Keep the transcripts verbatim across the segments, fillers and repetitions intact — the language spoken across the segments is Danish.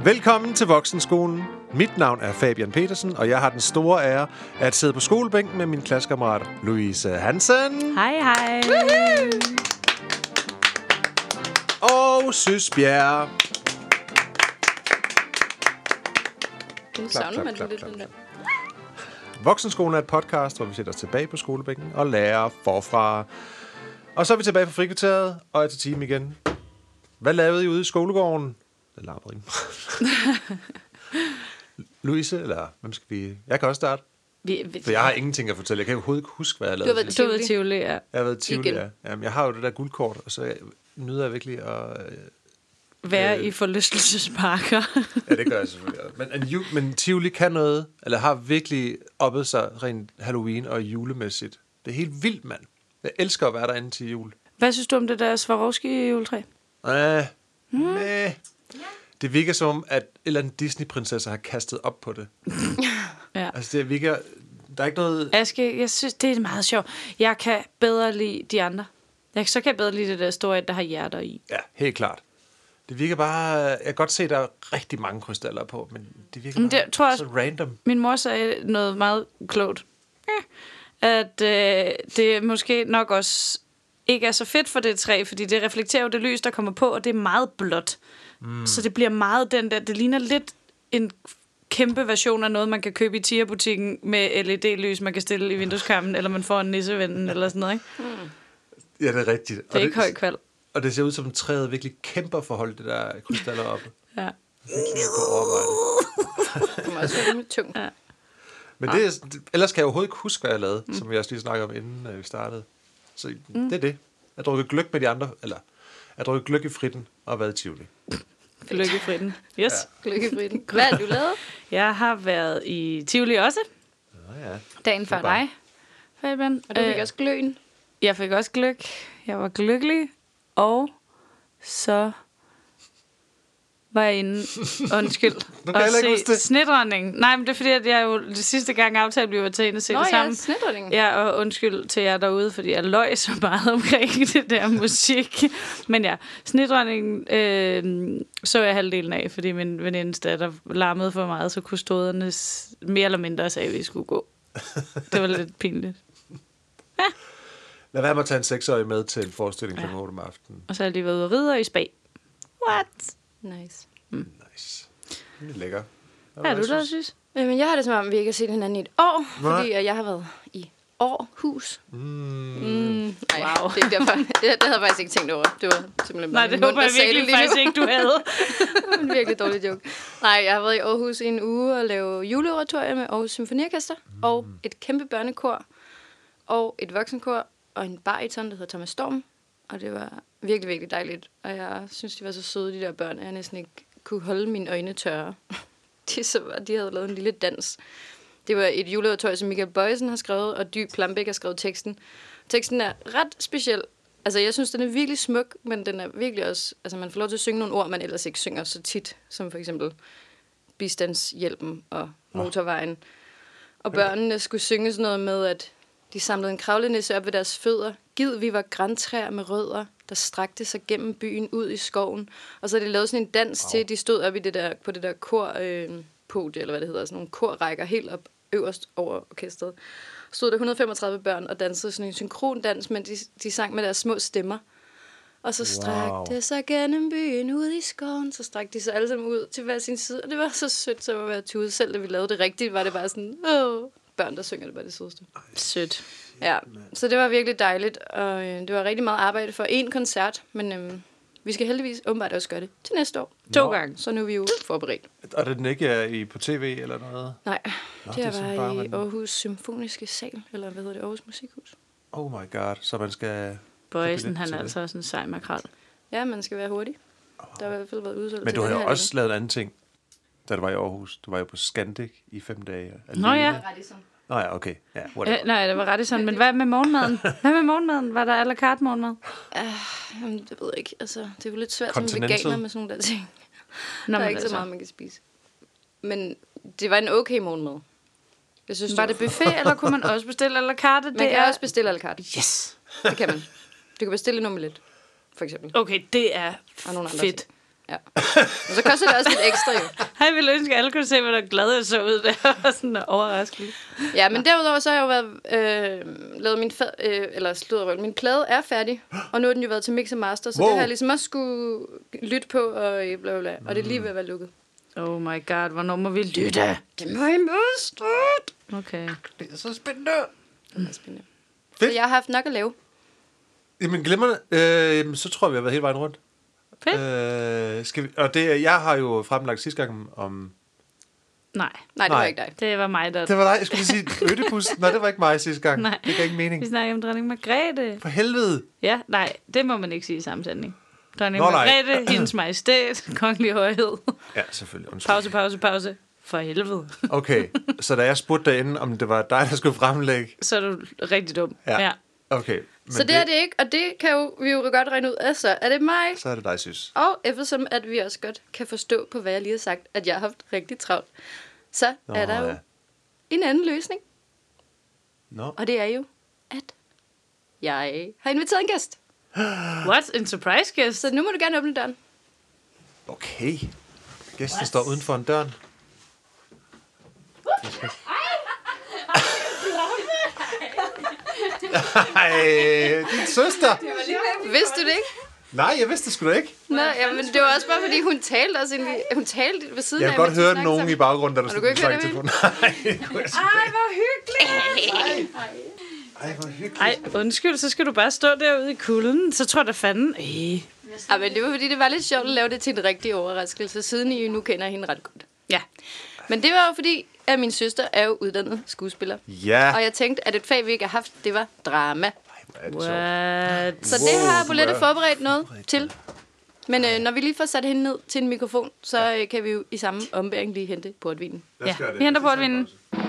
Velkommen til Voksenskolen. Mit navn er Fabian Petersen, og jeg har den store ære at sidde på skolebænken med min klassekammerat Louise Hansen. Hej, hej. Og Søs Bjerre. Nu savner man lidt den der. Voksenskolen er et podcast, hvor vi sætter os tilbage på skolebænken og lærer forfra. Og så er vi tilbage på frikvarteret og er til time igen. Hvad lavede I ude i skolegården? Det larmer ikke. Louise, eller hvem skal vi... Jeg kan også starte. Vi, vi, For jeg har ingenting at fortælle. Jeg kan overhovedet ikke huske, hvad jeg lavede. Du har været Du har været i Tivoli, ja. Jeg har været i Tivoli, Igen. ja. Jamen, jeg har jo det der guldkort, og så nyder jeg virkelig at... Være Øh. i forlystelsesparker. Ja, det gør jeg selvfølgelig. Men, en ju- men Tivoli kan noget, eller har virkelig oppet sig rent Halloween og julemæssigt. Det er helt vildt, mand. Jeg elsker at være derinde til jul. Hvad synes du om det der Swarovski-juletræ? Æh, mm. Næh. Det virker som om, at en eller anden Disney-prinsesse har kastet op på det. Ja. Altså, det virker... Der er ikke noget... Aske, jeg synes, det er meget sjovt. Jeg kan bedre lide de andre. Jeg, så kan jeg bedre lide det der store, der har hjerter i. Ja, helt klart. Det virker bare... Jeg kan godt se, at der er rigtig mange krystaller på, men det virker Men det, bare tror jeg så også, random. min mor sagde noget meget klogt. Eh, At øh, det måske nok også ikke er så fedt for det træ, fordi det reflekterer jo det lys, der kommer på, og det er meget blåt. Mm. Så det bliver meget den der... Det ligner lidt en kæmpe version af noget, man kan købe i Tia-butikken med L E D-lys, man kan stille i vindueskarmen, eller man får en nissevennen, eller sådan noget, ikke? Mm. Ja, det er rigtigt. Det er ikke høj kval. Og det ser ud som, træet virkelig kæmper for at holde det der krystaller oppe. Ja. Virkelig på overarbejde. Det må også være rimelig tungt. Ja. Men det er, det, ellers kan jeg overhovedet ikke huske, hvad jeg lavede, mm. som vi også lige snakkede om, inden uh, vi startede. Så mm. det er det. Jeg drukker gløgg med de andre, eller jeg drukker gløgg i fritten og været i Tivoli. Lykke i fritten. Yes. Ja. Lykke i fritten. Hvad har du lavet? Jeg har været i Tivoli også, Nå ja. dagen før Super. dig, Fabian. Og du fik Øh, også gløen. Jeg fik også gløgg. Jeg var lykkelig. Og så var jeg inde, undskyld, Nu kan jeg heller ikke huske se det. snedronningen. Nej, men det er fordi, at jeg jo det sidste gang aftalte, vi var til at se Nå det ja, sammen. snedronningen. Ja, og undskyld til jer derude, fordi jeg løg så meget omkring det der musik. Men ja, snedronningen øh, så jeg halvdelen af, fordi min venindes datter larmede for meget, så kustoderne s- mere eller mindre sagde, at vi skulle gå. Det var lidt pinligt. Lad være med at tage en seksårig med til en forestilling kl. otte om aftenen. Og så har jeg lige været ude og ride og i spa. What? Nice. Nice. Det er lækker. Hvad er du der, synes? Jamen, jeg har det som om, vi ikke har set hinanden i et år, Nej. fordi at jeg har været i Aarhus. Mm. Mm. Ej, Wow. det, er derfor, det, det havde jeg faktisk ikke tænkt over. Det var simpelthen Nej, bare det min mund, håber jeg der sagde virkelig det lige nu. faktisk ikke, du havde. Det var en virkelig dårlig joke. Nej, jeg har været i Aarhus i en uge og lavet juleoratorie med Aarhus Symfoniorkester, mm. og et kæmpe børnekor, og et voksenkor, og en bariton, der hedder Thomas Storm. Og det var virkelig, virkelig dejligt. Og jeg synes, de var så søde, de der børn, at jeg næsten ikke kunne holde mine øjne tørre. De, så, de havde lavet en lille dans. Det var et juleoratorie, som Michael Bøjsen har skrevet, og Dy Plambæk har skrevet teksten. Teksten er ret speciel. Altså, jeg synes, den er virkelig smuk, men den er virkelig også... Altså, man får lov til at synge nogle ord, man ellers ikke synger så tit, som for eksempel bistandshjælpen og motorvejen. Og børnene skulle synge sådan noget med, at de samlede en kravlenisse op ved deres fødder. Gid vi var grantræer med rødder, der strakte sig gennem byen ud i skoven. Og så er det lavet sådan en dans wow. til, de stod op i det der, på det der kor... Øh, podie, eller hvad det hedder, sådan nogle korrækker helt op øverst over orkestret. Stod der et hundrede og femogtredive børn og dansede sådan en synkron dans, men de, de sang med deres små stemmer. Og så strakte Wow. sig gennem byen ud i skoven, så strakte de sig alle sammen ud til hver sin side, og det var så sødt, så var jeg tude. Selv da vi lavede det rigtigt, var det bare sådan, åh, børn, der synger, det bare det sødeste. Sødt. Ja, så det var virkelig dejligt, og øh, det var rigtig meget arbejde for én koncert, men øh, vi skal heldigvis åbenbart også gøre det til næste år. To Nå. gange. Så nu er vi jo forberedt. Og det den ikke er i på tv eller noget? Nej, Nå, det, er er sådan bare bare, i man- Aarhus Symfoniske Sal, eller hvad hedder det, Aarhus Musikhus. Oh my god, så man skal... Bøjsen, han til er det. altså også en sej makrel. Ja, man skal være hurtig. Der har i hvert fald været udsolgt Men til du har den jo her også lavet en anden ting, da du var i Aarhus. Du var jo på Scandic i fem dage. Nå ja. Radisson. Nå ja, okay. Ja, whatever. Øh, nej, det var ret sådan. Men hvad med morgenmaden? Hvad med morgenmaden? Var der à la carte morgenmad? Uh, jamen, det ved jeg ikke. Altså, det er jo lidt svært som Continental. veganer med sådan nogle der ting. Nå, der er men ikke så altså. meget, man kan spise. Men det var en okay morgenmad. Jeg synes, Var det buffet, eller kunne man også bestille à la carte? Man kan også bestille à la carte. Yes. Det kan man. Du kan bestille en omelet, for eksempel. Okay, det er Og nogle andre fedt. ting. Ja. Og så koster det også lidt ekstra, jo. Hej, vi ville ønske, at alle kunne se, hvor glad jeg så ud. Det var sådan overraskende. Ja, men derudover så har jeg jo været, øh, lavet min, fa- øh, eller sludderøl. Min plade er færdig, og nu har den jo været til Mix and Master, så wow. det har jeg ligesom også skulle lytte på, og bla bla bla. Og det er lige ved at være lukket. Oh my god, hvornår må vi lytte? Det må I møst. Okay. Det er så spændende. Det er spændende. Fedt. Så jeg har haft nok at lave. Jamen glimrende. Øh, så tror jeg, vi har været hele vejen rundt. Fedt. Øh, skal vi, og det, jeg har jo fremlagt sidste gang om... Nej, Nej, det Nej. var ikke dig. det var mig, der... Det var dig, jeg skulle lige sige Ødipus. Nej, det var ikke mig sidste gang. Nej. Det gav ikke mening. Vi snakker om dronning Margrethe. For helvede. Ja, nej, det må man ikke sige i sammensætning. Dronning Nå, nej. Margrethe, hendes majestæt, kongelig højhed. Ja, selvfølgelig. Undskyld. Pause, pause, pause. For helvede. Okay, så da jeg spurgte derinde, om det var dig, der skulle fremlægge... Så er du rigtig dum. Ja. Ja. Okay. Men Så det er det ikke, og det kan jo, vi jo godt regne ud af, så er det mig. Så er det dig, synes. Og eftersom at vi også godt kan forstå på, hvad jeg lige har sagt, at jeg har haft rigtig travlt, så Nå, er der jo ja. en anden løsning. Nå. Og det er jo, at jeg har inviteret en gæst. What? En surprise guest? Så nu må du gerne åbne døren. Okay. Gæsten What? står uden for en døren. Ej, din søster. Vidste du det ikke? Nej, jeg vidste det sgu da ikke. Nå, ja, men det var også bare, fordi hun talte også ind i, hun talte ved siden Jeg af. kan godt mens vi høre snakkede nogen sammen. i baggrunden, der der Og du kunne ikke høre det, telefon. Nej, det kunne jeg sgu Ej, hvor hyggeligt! ikke. Ej, hvor hyggeligt. Ej, undskyld, så skal du bare stå derude i kulden. Så tror jeg da fanden... Ej. Ja, men det var, fordi det var lidt sjovt at lave det til en rigtig overraskelse, siden I nu kender hende ret godt. Ja. Men det var jo fordi, at min søster er jo uddannet skuespiller. Ja. Og jeg tænkte, at et fag, vi ikke har haft, det var drama. Ej, hvor er det sjovt. What? Så Wow, det har Bolette wow. forberedt noget til. Men øh, når vi lige får sat hende ned til en mikrofon, så øh, kan vi jo i samme ombæring lige hente portvinen. Lad os Ja, gøre det. vi henter portvinen.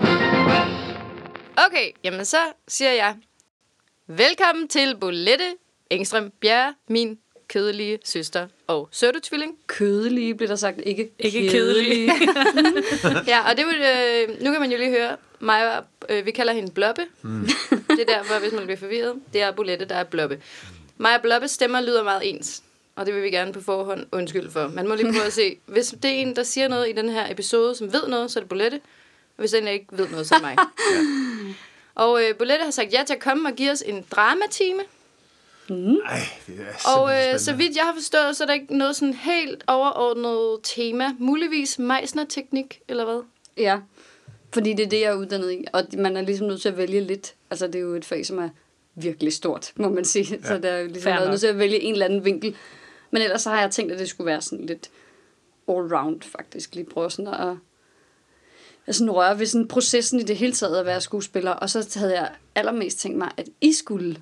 Okay, jamen så siger jeg, velkommen til Bolette Engstrøm Bjerre, min kødelige søster og sødetvilling. Kødelige, bliver der sagt. Ikke, Ikke kedelige. Ja, og det vil, øh, nu kan man jo lige høre, mig, øh, vi kalder hende Blobbe. Mm. Det er derfor, hvis man bliver forvirret, det er Bolette, der er Blobbe. Mig og Blobbes stemmer lyder meget ens, og det vil vi gerne på forhånd undskylde for. Man må lige prøve at se, hvis det er en, der siger noget i den her episode, som ved noget, så er det Bolette, og hvis den ikke ved noget, så er det mig. Ja. Og øh, Bolette har sagt ja til at komme og give os en dramatime. Mm. Ej, det er Og øh, simpelthen så spændende. vidt jeg har forstået, så er der ikke noget sådan helt overordnet tema. Muligvis Meisner-teknik, eller hvad? Ja, fordi det er det, jeg er uddannet i. Og man er ligesom nødt til at vælge lidt. Altså, det er jo et fag, som er virkelig stort, må man sige. Ja. Så der er jo ligesom Fair været nok. nødt til at vælge en eller anden vinkel. Men ellers så har jeg tænkt, at det skulle være sådan lidt all-round, faktisk. Lige prøve sådan at, at sådan røre ved sådan processen i det hele taget at være skuespiller. Og så havde jeg allermest tænkt mig, at I skulle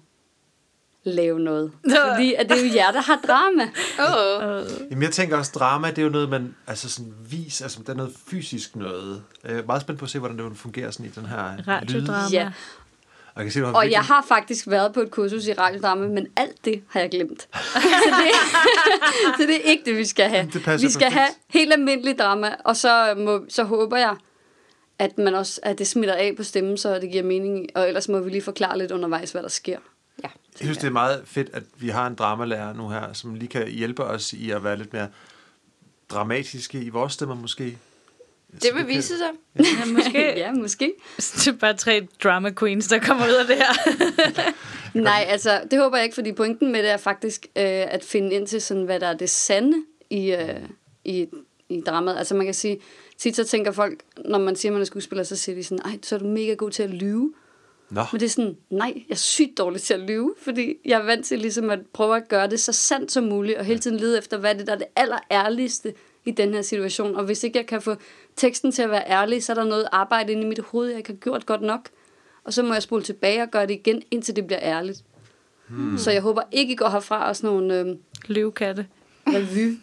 lave noget. Fordi at det er jo jer, der har drama. Åh, oh. Jamen, jeg tænker også, drama, det er jo noget, man altså sådan vis, altså det er noget fysisk noget. Jeg er meget spændt på at se, hvordan det fungerer sådan i den her Radiodrama. Ja. Og jeg kan se, du har Og virkelig- jeg har faktisk været på et kursus i radiodrama, men alt det har jeg glemt. så, det, så det er ikke det, vi skal have. Det passer Vi skal perfekt. have helt almindelig drama, og så, må, så håber jeg, at, man også, at det smitter af på stemmen, så det giver mening. Og ellers må vi lige forklare lidt undervejs, hvad der sker. Ja. Jeg synes, det er meget fedt, at vi har en dramalærer nu her, som lige kan hjælpe os i at være lidt mere dramatiske i vores stemmer måske. Det vil vise sig. Ja, måske. ja, måske. Det er bare tre drama queens, der kommer ud af det her. Nej, altså, det håber jeg ikke, fordi pointen med det er faktisk øh, at finde ind til, sådan, hvad der er det sande i, øh, i, i dramaet. Altså, man kan sige, tit så tænker folk, når man siger, at man er skuespiller, så siger de sådan, ej, så er du mega god til at lyve. Nå, Men det er sådan, nej, jeg er sygt dårlig til at lyve, fordi jeg er vant til ligesom at prøve at gøre det så sandt som muligt, og hele tiden lede efter, hvad det der er det allerærligste i den her situation. Og hvis ikke jeg kan få teksten til at være ærlig, så er der noget arbejde inde i mit hoved, jeg ikke har gjort godt nok. Og så må jeg spole tilbage og gøre det igen, indtil det bliver ærligt. Hmm. Så jeg håber ikke, I går herfra og sådan nogle øh, Livkatte. revy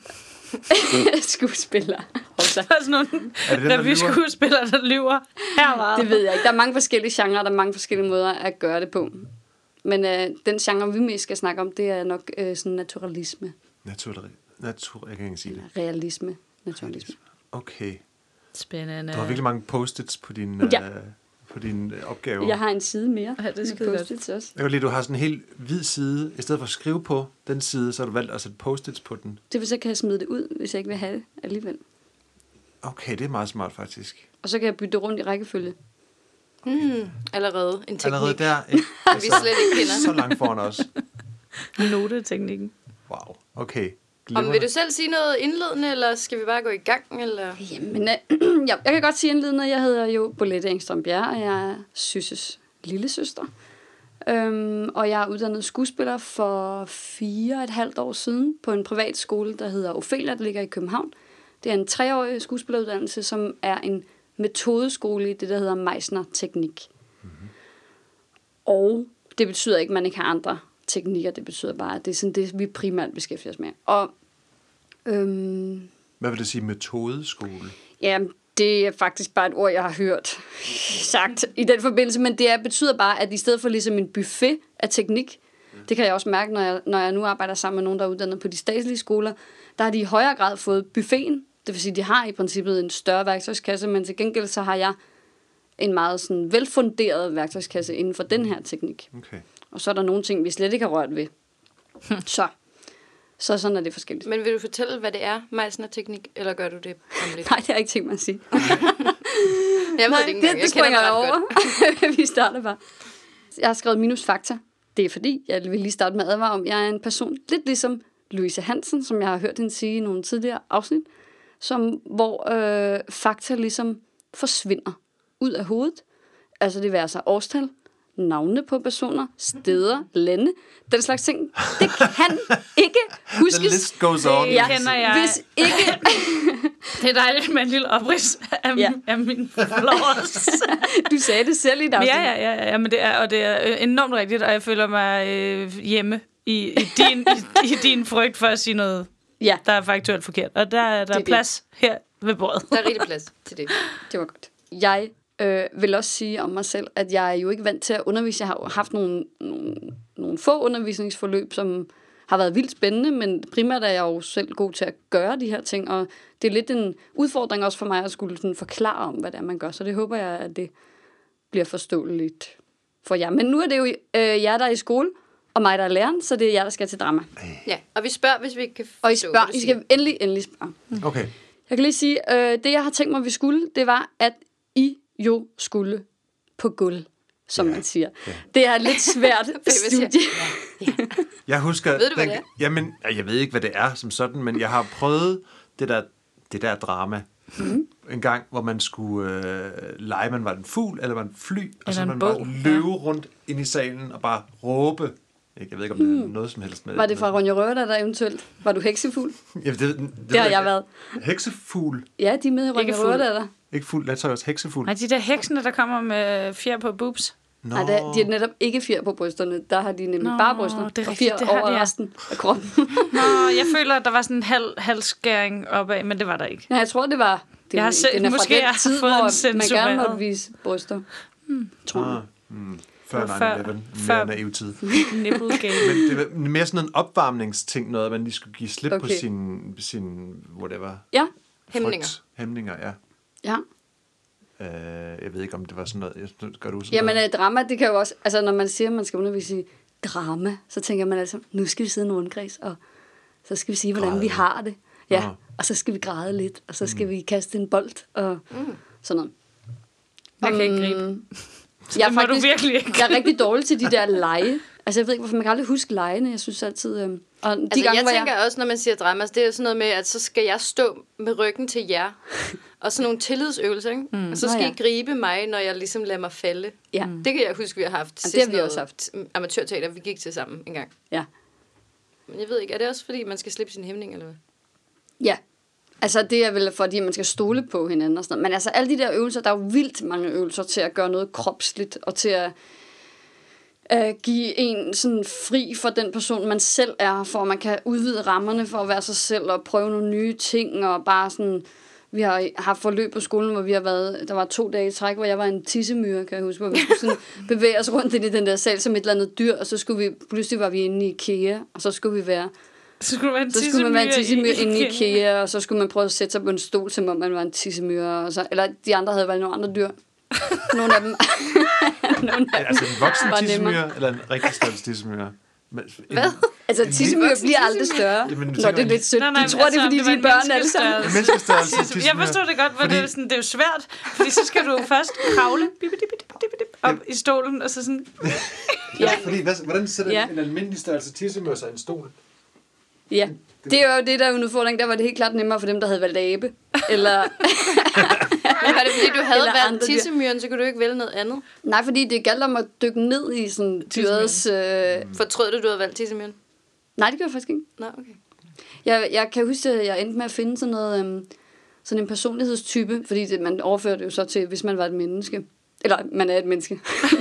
skuespillere. Der er sådan nogle Er det den, der revyskuespillere, der lyver her meget. Det ved jeg ikke. Der er mange forskellige genrer, der er mange forskellige måder at gøre det på. Men øh, den genre, vi mest skal snakke om, det er nok øh, sådan naturalisme. natur, natur, jeg kan ikke sige det. Realisme. Naturalisme. Okay. Spændende. Du har virkelig mange post-its på din, Ja. øh, på din øh, opgave. Jeg har en side mere. Ja, det er med skide godt. post-its også. Jeg kan lide, at du har sådan en helt hvid side. I stedet for at skrive på den side, så har du valgt at sætte post-its på den. Det vil så kan jeg smide det ud, hvis jeg ikke vil have det alligevel. Okay, det er meget smart faktisk. Og så kan jeg bytte det rundt i rækkefølge. Mm, allerede en teknik, Allerede der, ikke? vi slet ikke kender. Så langt foran os. Noteteknikken. Wow, okay. Om vil du selv sige noget indledende, eller skal vi bare gå i gang? Eller? Jamen, øh, ja, jeg kan godt sige indledende, jeg hedder jo Bolette Engstrøm Bjerre, og jeg er Sysses lille søster. Øhm, og jeg er uddannet skuespiller for fire og et halvt år siden på en privat skole, der hedder Ophelia, der ligger i København. Det er en treårig skuespilleruddannelse, som er en metodeskole i det, der hedder Meisner-teknik. Mm-hmm. Og det betyder ikke, at man ikke har andre teknikker. Det betyder bare, at det er sådan det, vi primært beskæftiger os med. Og, øhm, Hvad vil det sige metodeskole? ja, det er faktisk bare et ord, jeg har hørt sagt i den forbindelse, men det er, betyder bare, at i stedet for ligesom en buffet af teknik, det kan jeg også mærke, når jeg, når jeg nu arbejder sammen med nogen, der er uddannet på de statslige skoler, der har de i højere grad fået buffeten. Det vil sige, de har i princippet en større værktøjskasse, men til gengæld så har jeg en meget sådan velfunderet værktøjskasse inden for den her teknik. Okay. Og så er der nogle ting, vi slet ikke har rørt ved. så, så sådan er det forskelligt. Men vil du fortælle, hvad det er, Meisner-teknik, eller gør du det om lidt? Nej, det har jeg ikke tænkt mig at sige. Jeg ved Nej, det ikke engang. det, Jeg det kender springer dig jeg ret over. godt. Vi starter bare. Jeg har skrevet minus fakta. Det er fordi, jeg vil lige starte med at advare om, jeg er en person, lidt ligesom Louise Hansen, som jeg har hørt hende sige i nogle tidligere afsnit, som, hvor øh, fakta ligesom forsvinder ud af hovedet. Altså det vil være så årstal, navne på personer, steder, lande, den slags ting. Det kan ikke huskes. The list goes on. Det kender jeg. Hvis ikke... Det er dejligt med en lille oprids af, Ja. af min flaws. Du sagde det selv i dag. Ja, ja, ja, ja, men det er, og det er øh, enormt rigtigt, og jeg føler mig øh, hjemme i, i, din, i, i din frygt for at sige noget, Ja, der er faktuelt forkert. Og der er der det. plads her ved bordet. Der er rigtig plads til det. det var godt. Jeg øh, vil også sige om mig selv, at jeg er jo ikke vant til at undervise. Jeg har jo haft nogle, nogle, nogle få undervisningsforløb, som har været vildt spændende, men primært er jeg jo selv god til at gøre de her ting, og det er lidt en udfordring også for mig at skulle sådan forklare om, hvad det er, man gør. Så det håber jeg, at det bliver forståeligt for jer. Men nu er det jo øh, jer, der er i skole, og mig, der er læreren, så det er jer, der skal til drama. Ja, og vi spørger, hvis vi ikke kan forstå, Og I spørger, hvad du I siger. skal endelig, endelig spørge. Okay. Jeg kan lige sige, øh, det jeg har tænkt mig, vi skulle, det var, at I jo skulle på gulv, som Ja. man siger. Ja. Det er et lidt svært siger- studie. Jeg husker... Ved du, hvad den, det er? Jamen, jeg ved ikke, hvad det er som sådan, men jeg har prøvet det der, det der drama mm. en gang, hvor man skulle øh, lege, man var en fugl, eller var en fly, og så en man bog, bare løbe rundt ind i salen og bare råbe. Jeg ved ikke, om det er noget som helst med Var det fra Ronja Røver, der eventuelt? Var du heksefugl? Ja, det, det, det, Det har jeg været. Heksefugl. Ja, de er med i Ronja Ikke Røver, fugl. der er der. Ikke fugl, jeg tror også heksefugl. Nej, de der heksene, der kommer med fjer på boobs. Nå. Nej, der, de har netop ikke fjer på brysterne. Der har de nemlig Nå, bare bryster. det er og rigtigt, fjer det har over de, ja. resten af kroppen. Nå, jeg føler, at der var sådan en halv, halvskæring opad, men det var der ikke. Ja, jeg tror, det var... Det, Jeg har set- den er fra måske den jeg har tid, fået en hvor man censureret. gerne måtte vise bryster. Hmm. Tror jeg. Ah, mm, før Det var nine før- eleven. før- Mere naiv tid. Nipple game. Men det var mere sådan en opvarmningsting, noget, at man lige skulle give slip okay. på Okay. sin, sin whatever. Ja, Hæmninger. Frygt. Hæmninger, ja. ja. Uh, jeg ved ikke, om det var sådan noget. Jeg, gør du sådan Jamen, noget? øh, drama, det kan jo også... Altså, når man siger, at man skal undervise i drama, så tænker man altså, nu skal vi sidde i en rundkreds, og så skal vi sige, hvordan Græde vi lidt. har det. Ja, Nå. og så skal vi græde lidt, og så skal mm. vi kaste en bold, og mm. sådan noget. Jeg kan ikke gribe. Jeg er, det må faktisk, du virkelig ikke. jeg er rigtig dårlig til de der lege. Altså, jeg ved ikke, hvorfor man kan aldrig huske legene. Jeg synes altid... Øh, og de Altså, gange, jeg hvor tænker også, når man siger drama, det er jo sådan noget med, at så skal jeg stå med ryggen til jer. Og sådan nogle tillidsøvelser, ikke? Mm. Og så Nå, skal ja. I gribe mig, når jeg ligesom lader mig falde. Ja. Det kan jeg huske, vi har haft. Ja, til det har sådan vi noget også haft. Amatørteater, vi gik til sammen en gang. Ja. Men jeg ved ikke, er det også fordi, man skal slippe sin hæmning, eller hvad? Ja. Altså, det er vel fordi, man skal stole på hinanden og sådan noget. Men altså, alle de der øvelser, der er jo vildt mange øvelser til at gøre noget kropsligt, og til at uh, give en sådan fri for den person, man selv er, for at man kan udvide rammerne for at være sig selv, og prøve nogle nye ting, og bare sådan... Vi har haft forløb på skolen, hvor vi har været... Der var to dage i træk, hvor jeg var en tissemyre, kan jeg huske, hvor vi skulle sådan bevæge os rundt ind i den der sal som et eller andet dyr, og så skulle vi... Pludselig var vi inde i IKEA, og så skulle vi være... Så skulle, være en Så skulle man være en tissemyre i- inde i IKEA, og så skulle man prøve at sætte sig på en stol, som om man var en tissemyre. Og så, eller de andre havde valgt nogle andre dyr. Nogle af dem, nogle af dem Altså en voksen var tissemyre, nemmere. eller en rigtig størrelse tissemyre? Men en- Hvad? Altså, en tissemyre voksen bliver aldrig større. Jamen, nu Nå, tænker det er jeg- lidt sødt. Nej, nej, Du tror, det er, fordi det de var er en børn alle sammen. menneskestørrelse. En menneskestørrelse Jeg tissemyre. forstår det godt, for Fordi- det, er sådan, det er jo svært, fordi så skal du først kravle bip, bip, bip, bip, bip, op i stolen, og så sådan... Ja, fordi hvad, hvordan sætter Ja. en almindelig størrelse tissemyre sig i en stol? Ja, det er jo det, der er en udfordring. Der var det helt klart nemmere for dem, der havde valgt abe. Eller, Men var det fordi, du havde Eller været andre dyr. tissemyren, så kunne du ikke vælge noget andet? nej, fordi det galt om at dykke ned i sådan dyrets... Øh... Fortrød du, du havde valgt tissemyren? Nej, det gør jeg faktisk ikke. Nå, okay. Jeg, jeg kan huske, at jeg endte med at finde sådan noget... Øhm, sådan en personlighedstype, fordi det, man overfører det jo så til, hvis man var et menneske. Eller, man er et menneske.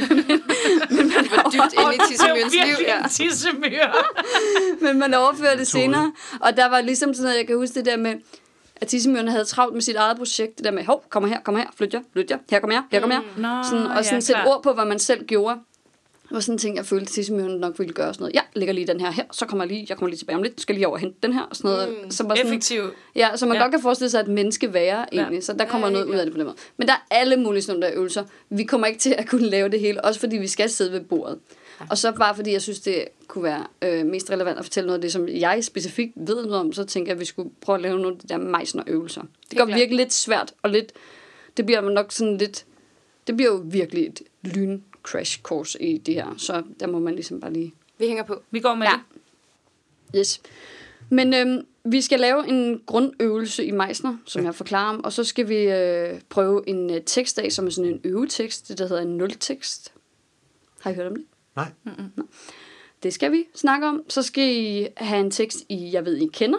Hvor dybt ind i tissemyrens liv, virkelig ja. en tissemyre. Men man overfører det Metode. senere. Og der var ligesom sådan noget, jeg kan huske det der med, at tissemyrerne havde travlt med sit eget projekt. Det der med, hov, kommer her, kommer her, flyt jer, flyt jer, her kommer jeg, her kommer jeg. Nå, Sådan, og sådan ja, sætte klart. ord på, hvad man selv gjorde. Det var sådan en ting, jeg følte, at tissemyrerne nok ville gøre sådan noget. Ja, lægger lige den her her, så kommer jeg lige, jeg kommer lige tilbage om lidt, skal lige over og hente den her, og sådan noget. Mm. Så var sådan, Effektiv. ja, så man Ja. godt kan forestille sig, at et menneske være egentlig, Ja. så der kommer Ja, noget helt ud af det på den måde. Men der er alle mulige sådan nogle der øvelser. Vi kommer ikke til at kunne lave det hele, også fordi vi skal sidde ved bordet. Og så bare fordi jeg synes, det kunne være øh, mest relevant at fortælle noget af det, som jeg specifikt ved noget om, så tænker jeg, at vi skulle prøve at lave nogle af de der Meisner-øvelser. Det går klart. virkelig lidt svært, og lidt, det bliver nok sådan lidt, det bliver jo virkelig et lyn crash course i det her, så der må man ligesom bare lige... Vi hænger på. Vi går med Ja. det. Yes. Men øhm, vi skal lave en grundøvelse i Meisner, som jeg forklarer om, og så skal vi øh, prøve en øh, tekst af, som er sådan en øvetekst, det der hedder en nultekst. Har I hørt om det? Nej. Nå. Det skal vi snakke om. Så skal I have en tekst, I, jeg ved, I kender,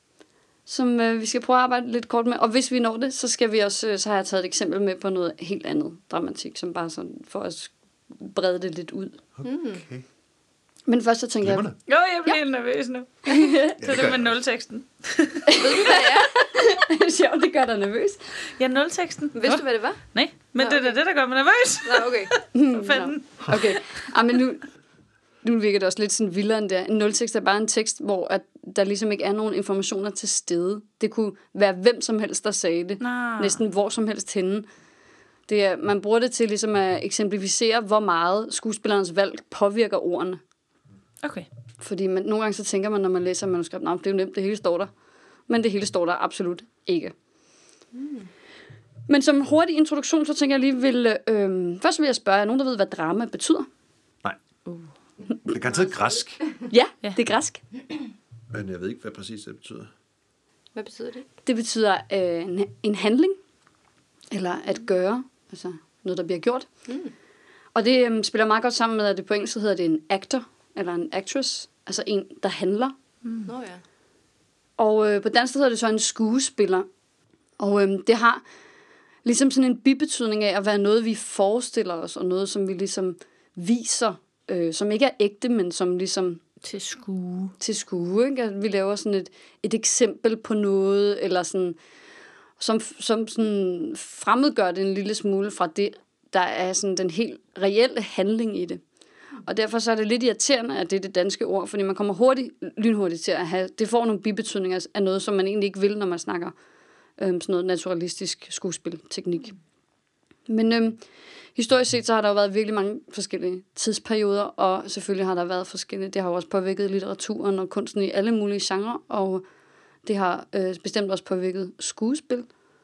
som øh, vi skal prøve at arbejde lidt kort med. Og hvis vi når det, så skal vi også, øh, så har jeg taget et eksempel med på noget helt andet dramatik, som bare sådan for at brede det lidt ud. Okay. Men først så tænker jeg, Glimrende. Jo, jeg bliver helt nervøs nu. Så det det gør med jeg. nulteksten. Ved du, hvad det er? sjovt, det gør dig nervøs. Ja, nulteksten. Vidste du, hvad det var? Nej, men Nå, det er da okay. det, der gør mig nervøs. Nå, okay. For fanden. Okay, ah, men nu, nu virker det også lidt sådan vildere end det. En nultekst er bare en tekst, hvor at der ligesom ikke er nogen informationer til stede. Det kunne være hvem som helst, der sagde det. Nå. Næsten hvor som helst henne. Det er, man bruger det til ligesom at eksemplificere, hvor meget skuespillerens valg påvirker ordene. Okay. Fordi man, nogle gange så tænker man, når man læser manuskript, nej, det er jo nemt, det hele står der. Men det hele står der absolut ikke. Mm. Men som hurtig introduktion, så tænker jeg lige, vil, øh, først vil jeg spørge, er nogen, der ved, hvad drama betyder? Nej. Det kan tage græsk, Ja, Ja. det er græsk. men jeg ved ikke, hvad præcis det betyder. Hvad betyder det? Det betyder øh, en, en handling, eller at gøre, altså noget, der bliver gjort. Mm. Og det øh, spiller meget godt sammen med, at det på engelsk hedder det en actor, eller en actress, altså en, der handler. Mm. Nå ja. Og øh, på dansk hedder det så en skuespiller. Og øh, det har ligesom sådan en bibetydning af at være noget, vi forestiller os, og noget, som vi ligesom viser, øh, som ikke er ægte, men som ligesom Til skue. til skue, ikke? At vi laver sådan et, et eksempel på noget, eller sådan, som, som sådan fremmedgør det en lille smule fra det, der er sådan den helt reelle handling i det. Og derfor så er det lidt irriterende, at det er det danske ord, fordi man kommer hurtigt, lynhurtigt til at have, det får nogle bibetydninger af noget, som man egentlig ikke vil, når man snakker øhm, sådan noget naturalistisk skuespilteknik. Men øhm, historisk set, så har der jo været virkelig mange forskellige tidsperioder, og selvfølgelig har der været forskellige, det har jo også påvirket litteraturen og kunsten i alle mulige genrer, og det har øh, bestemt også påvirket skuespil.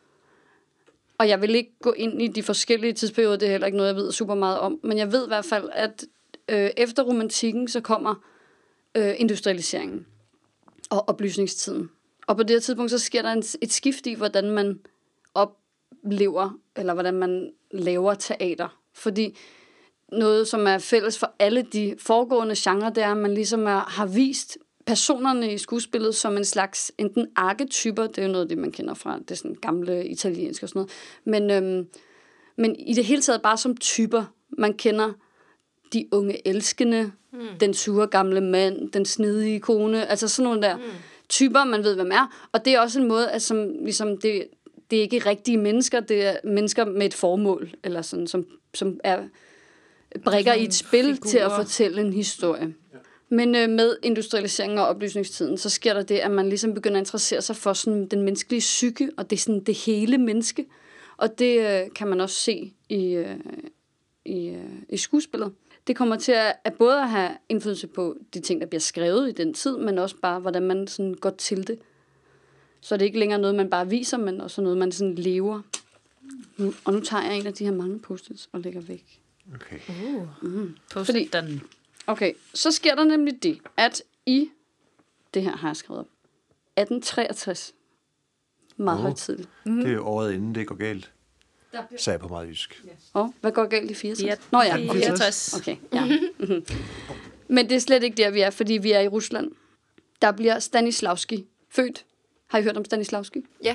Og jeg vil ikke gå ind i de forskellige tidsperioder, det er heller ikke noget, jeg ved super meget om, men jeg ved i hvert fald, at øh, efter romantikken, så kommer øh, industrialiseringen og oplysningstiden. Og på det her tidspunkt, så sker der en, et skift i, hvordan man oplever, eller hvordan man laver teater. Fordi noget, som er fælles for alle de foregående genrer, det er, at man ligesom er, har vist personerne i skuespillet som en slags, enten arketyper, det er jo noget af det, man kender fra, det er sådan gamle italienske og sådan noget, men, øhm, men i det hele taget bare som typer. Man kender de unge elskende, mm. den sure gamle mand, den snedige kone, altså sådan nogle der mm. typer, man ved, hvem er. Og det er også en måde, at som, ligesom det, det er ikke rigtige mennesker, det er mennesker med et formål, eller sådan, som, som er brikker i et spil figurer. til at fortælle en historie. Ja. Men øh, med industrialiseringen og oplysningstiden, så sker der det, at man ligesom begynder at interessere sig for sådan den menneskelige psyke, og det er sådan det hele menneske. Og det øh, kan man også se i, øh, i, øh, i skuespillet. Det kommer til at, at både at have indflydelse på de ting, der bliver skrevet i den tid, men også bare, hvordan man sådan går til det. Så det er ikke længere noget, man bare viser, men også noget, man sådan lever. Nu, og nu tager jeg en af de her mange post-its og lægger væk. Okay. Uh, Mm. Post-it den. Okay, så sker der nemlig det, at i, det her har jeg skrevet op, atten treogtres, meget Oh. højtidligt. Det er jo året inden det går galt. Der bliver... Sagde jeg på meget jysk. Og hvad går galt i fireogtres? Ja, Nå ja, okay. fireogtres. Okay, ja. Mm-hmm. Men det er slet ikke der, vi er, fordi vi er i Rusland. Der bliver Stanislavski født. Har I hørt om Stanislavski? Ja.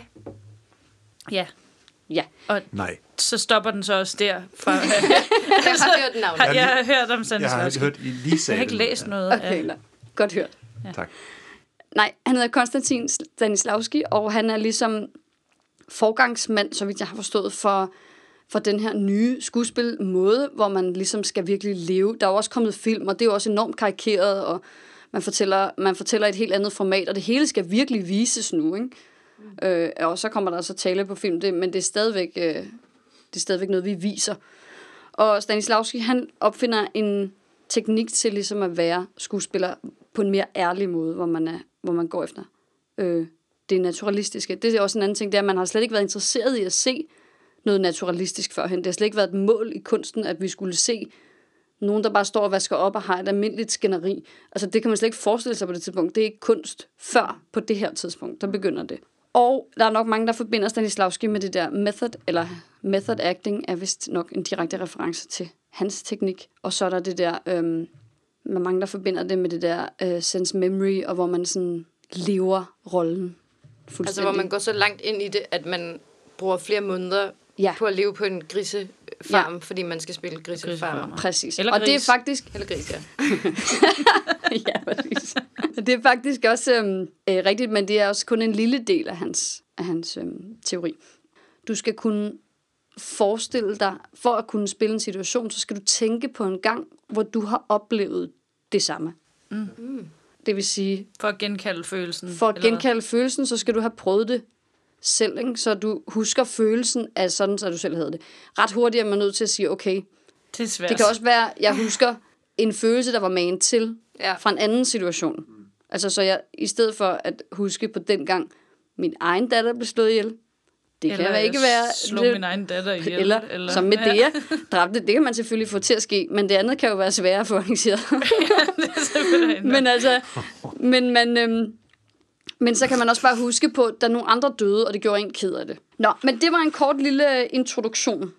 Ja, Ja. og Nej. så stopper den så også der. For, Jeg har hørt navnet. har, jeg har hørt om Jeg Stanislavski. har hørt, I lige sagde Jeg har ikke det. læst noget Okay, af... nej. Godt hørt. Tak. Nej, han hedder Konstantin Stanislavski, og han er ligesom forgangsmand, så vidt jeg har forstået, for, for den her nye skuespilmåde, hvor man ligesom skal virkelig leve. Der er jo også kommet film, og det er jo også enormt karikeret, og man fortæller, man fortæller et helt andet format, og det hele skal virkelig vises nu, ikke? Mm. Øh, og så kommer der så tale på film, det, men det er stadigvæk, øh, det er stadigvæk noget, vi viser. Og Stanislavski, han opfinder en teknik til ligesom at være skuespiller på en mere ærlig måde, hvor man, er, hvor man går efter øh, det naturalistiske. Det er også en anden ting, det er, at man har slet ikke været interesseret i at se noget naturalistisk førhen. Det har slet ikke været et mål i kunsten, at vi skulle se nogen, der bare står og vasker op og har et almindeligt skænderi. Altså det kan man slet ikke forestille sig på det tidspunkt. Det er ikke kunst før på det her tidspunkt, der begynder det. Og der er nok mange, der forbinder Stanislavski med det der method, eller method acting er vist nok en direkte reference til hans teknik. Og så er der det der, øhm, med mange, der forbinder det med det der øh, sense memory, og hvor man sådan lever rollen fuldstændig. Altså, hvor man går så langt ind i det, at man bruger flere måneder Ja. på at leve på en grisefarm, ja. fordi man skal spille grisefarmer. Præcis. Eller og det er gris. faktisk... Eller gris, ja. ja, præcis. Det er faktisk også øhm, øh, rigtigt, men det er også kun en lille del af hans, af hans øhm, teori. Du skal kunne forestille dig, for at kunne spille en situation, så skal du tænke på en gang, hvor du har oplevet det samme. Mm. Det vil sige, For at genkalde følelsen. for at eller hvad? genkalde følelsen, så skal du have prøvet det selv, ikke? Så du husker følelsen af sådan, så du selv havde det. Ret hurtigt er man nødt til at sige, okay, Det er svært. det kan også være, jeg husker en følelse, der var magen til Ja. fra en anden situation. Altså, så jeg, i stedet for at huske på den gang, min egen datter blev slået ihjel, det eller kan jeg ikke være... slog det, min egen datter ihjel. eller, eller som med det, dræbte, det kan man selvfølgelig få til at ske, men det andet kan jo være sværere at få arrangeret. det er selvfølgelig men altså, men, man, øhm, men så kan man også bare huske på, at der er nogle andre døde, og det gjorde en ked af det. Nå, men det var en kort lille introduktion.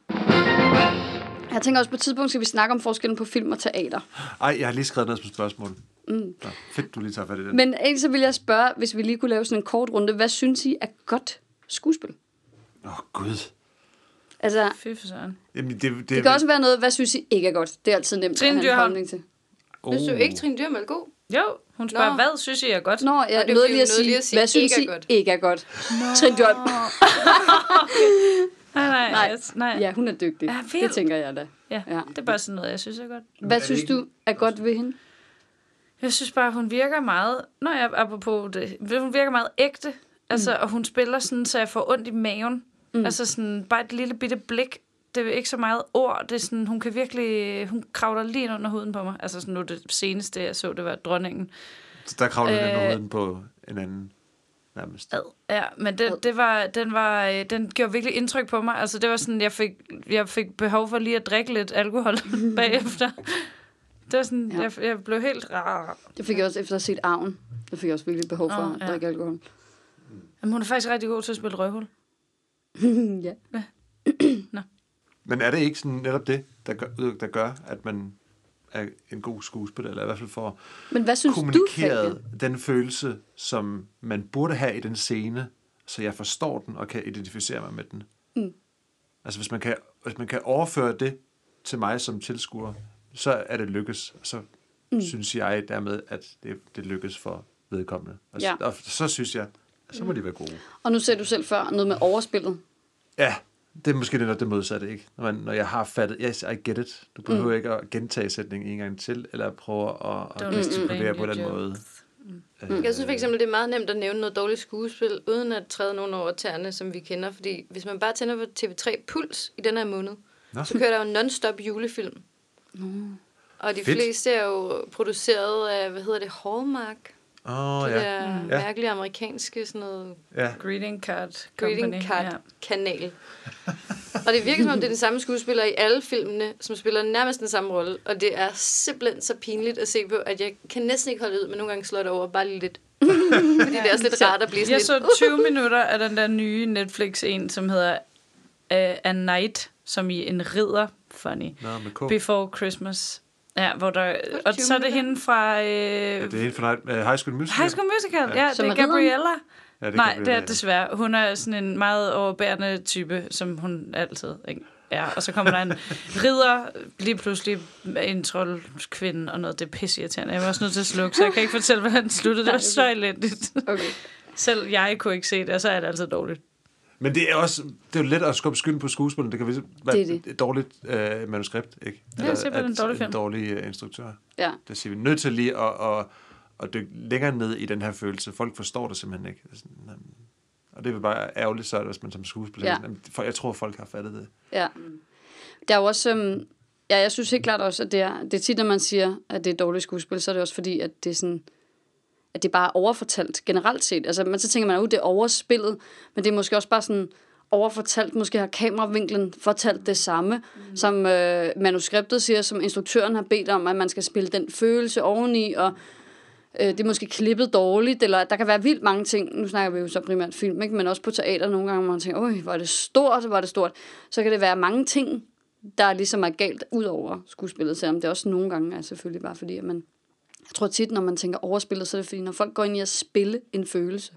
Jeg tænker også på et tidspunkt, skal vi snakke om forskellen på film og teater. Ej, jeg har lige skrevet noget som spørgsmål. Mm. Nå, fedt, du lige tager fat i den. Men egentlig så vil jeg spørge, hvis vi lige kunne lave sådan en kort runde, hvad synes I er godt skuespil? Åh, oh, gud. Altså, Fy for søren. Jamen, det, det, det kan også være noget, hvad synes I ikke er godt? Det er altid nemt Trine at have en Dyrholm. holdning til. oh. Synes du ikke, Trine Dyrholm er god? Jo, hun spørger, Nå. hvad synes I er godt? Nå, jeg det er nåede fordi, lige at du nåede sige, lige at sige, hvad synes ikke I er godt. ikke er godt? Trine Dyrholm. Nej, nej, Nej. yes, nej. Ja, hun er dygtig. Ja, vildt. Det tænker jeg da. Ja, Ja. det er bare sådan noget, jeg synes er godt. Hvad synes du er godt ved hende? Jeg synes bare, hun virker meget... Nå, jeg apropos det. Hun virker meget ægte. Altså, mm. og hun spiller sådan, så jeg får ondt i maven. Mm. Altså sådan, bare et lille bitte blik. Det er ikke så meget ord. Det er sådan, hun kan virkelig... Hun kravler lige ind under huden på mig. Altså sådan nu det seneste, jeg så, det var dronningen. Så der kravlede den Øh, under huden på en anden nærmest. Ad. Ja, men det, det var, den, var, øh, den gjorde virkelig indtryk på mig. Altså, det var sådan, jeg fik, jeg fik behov for lige at drikke lidt alkohol bagefter. Det var sådan, Ja. jeg, jeg blev helt rar. Det fik jeg også efter at have set Arven. Det fik jeg også virkelig behov for Åh, at ja. drikke alkohol. Jamen, hun er faktisk rigtig god til at spille røvhul. ja. Men er det ikke sådan netop det, der gør, der gør, at man er en god skuespiller, eller i hvert fald får Men hvad synes du, kommunikeret Fabian? den følelse, som man burde have i den scene, så jeg forstår den og kan identificere mig med den? Mm. Altså hvis man, kan, hvis man kan overføre det til mig som tilskuer, så er det lykkes. Så mm. synes jeg dermed, at det, det lykkes for vedkommende. Og, Ja. og så synes jeg, så må de være gode. Og nu sagde du selv før noget med overspillet. Ja, det er måske det, det modsatte, ikke? Når, man, når jeg har fattet, yes, I get it. Du behøver mm. ikke at gentage sætningen en gang til, eller prøve at, at Don't gestikulere explain på your den måde. jokes. Mm. Jeg synes for eksempel, det er meget nemt at nævne noget dårligt skuespil, uden at træde nogen over tæerne, som vi kender. Fordi hvis man bare tænder på T V tre Puls i den her måned, Nå. så kører der jo non-stop julefilm. Mm. Og de Fedt. fleste er jo produceret af, hvad hedder det, Hallmark? Åh, oh, ja. Der mm. mærkelige amerikanske sådan noget... Ja. Greeting Card Greeting Company. Card ja. kanal. Og det virker som om, det er den samme skuespiller i alle filmene, som spiller nærmest den samme rolle. Og det er simpelthen så pinligt at se på, at jeg kan næsten ikke holde ud, men nogle gange slår det over bare lige lidt. Fordi det er også lidt rart at blive sådan Jeg lidt... så tyve minutter af den der nye Netflix-en, som hedder uh, A Night, som i en ridder, funny, Nå, Before Christmas. Ja, hvor der, og så er det hende fra... Øh, ja, det er hende fra uh, High School Musical. High School Musical, ja, ja som det er Gabriella. Ja, det er Nej, Gabriella, det er desværre. Hun er sådan en meget overbærende type, som hun altid ikke er. Og så kommer der en ridder, lige pludselig en troldskvinde og noget. Det er pisseirriterende. Jeg var også nødt til at slukke, så jeg kan ikke fortælle, hvordan det sluttede. Det var så elendigt. Okay. Selv jeg kunne ikke se det, og så er det altid dårligt. Men det er også det er jo let at skubbe skylden på skuespilleren. Det kan være det det. et dårligt øh, manuskript, ikke? Ja, det er simpelthen en dårlig film. En dårlig uh, instruktør. Ja. Det siger vi nødt til lige at, at, at dykke længere ned i den her følelse. Folk forstår det simpelthen ikke. Og det er bare ærgerligt, så hvis man som skuespiller... Ja. Jeg tror, folk har fattet det. Ja. Der er jo også... Øhm, ja, jeg synes helt klart også, at det er, det er tit, når man siger, at det er dårligt skuespil, så er det også fordi, at det er sådan... at det bare er overfortalt generelt set. Altså, man, så tænker man, at det er overspillet, men det er måske også bare sådan overfortalt. Måske har kameravinklen fortalt det samme, mm. som øh, manuskriptet siger, som instruktøren har bedt om, at man skal spille den følelse oveni, og øh, det er måske klippet dårligt, eller der kan være vildt mange ting. Nu snakker vi jo så primært film, ikke? Men også på teater nogle gange, hvor man tænker, øj, hvor er det stort, hvor er det stort. Så kan det være mange ting, der ligesom er galt ud over skuespillet, selvom det også nogle gange er selvfølgelig bare fordi, at man... Jeg tror tit, når man tænker overspillet, så er det fordi, når folk går ind i at spille en følelse,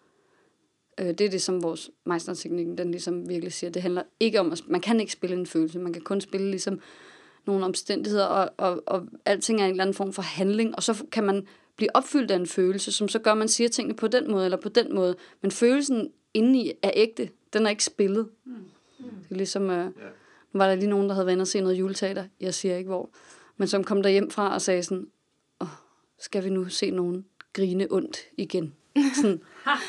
øh, det er det, som vores meisterteknikken, den ligesom virkelig siger. Det handler ikke om, at man kan ikke spille en følelse, man kan kun spille ligesom nogle omstændigheder, og, og, og alting er en eller anden form for handling, og så kan man blive opfyldt af en følelse, som så gør, at man siger tingene på den måde, eller på den måde. Men følelsen indeni er ægte, den er ikke spillet. Mm. Mm. Det er ligesom, øh, nu var der lige nogen, der havde været inde og se noget juleteater, jeg siger ikke hvor, men som kom der hjem fra og sagde sådan, skal vi nu se nogen grine ondt igen? Sådan.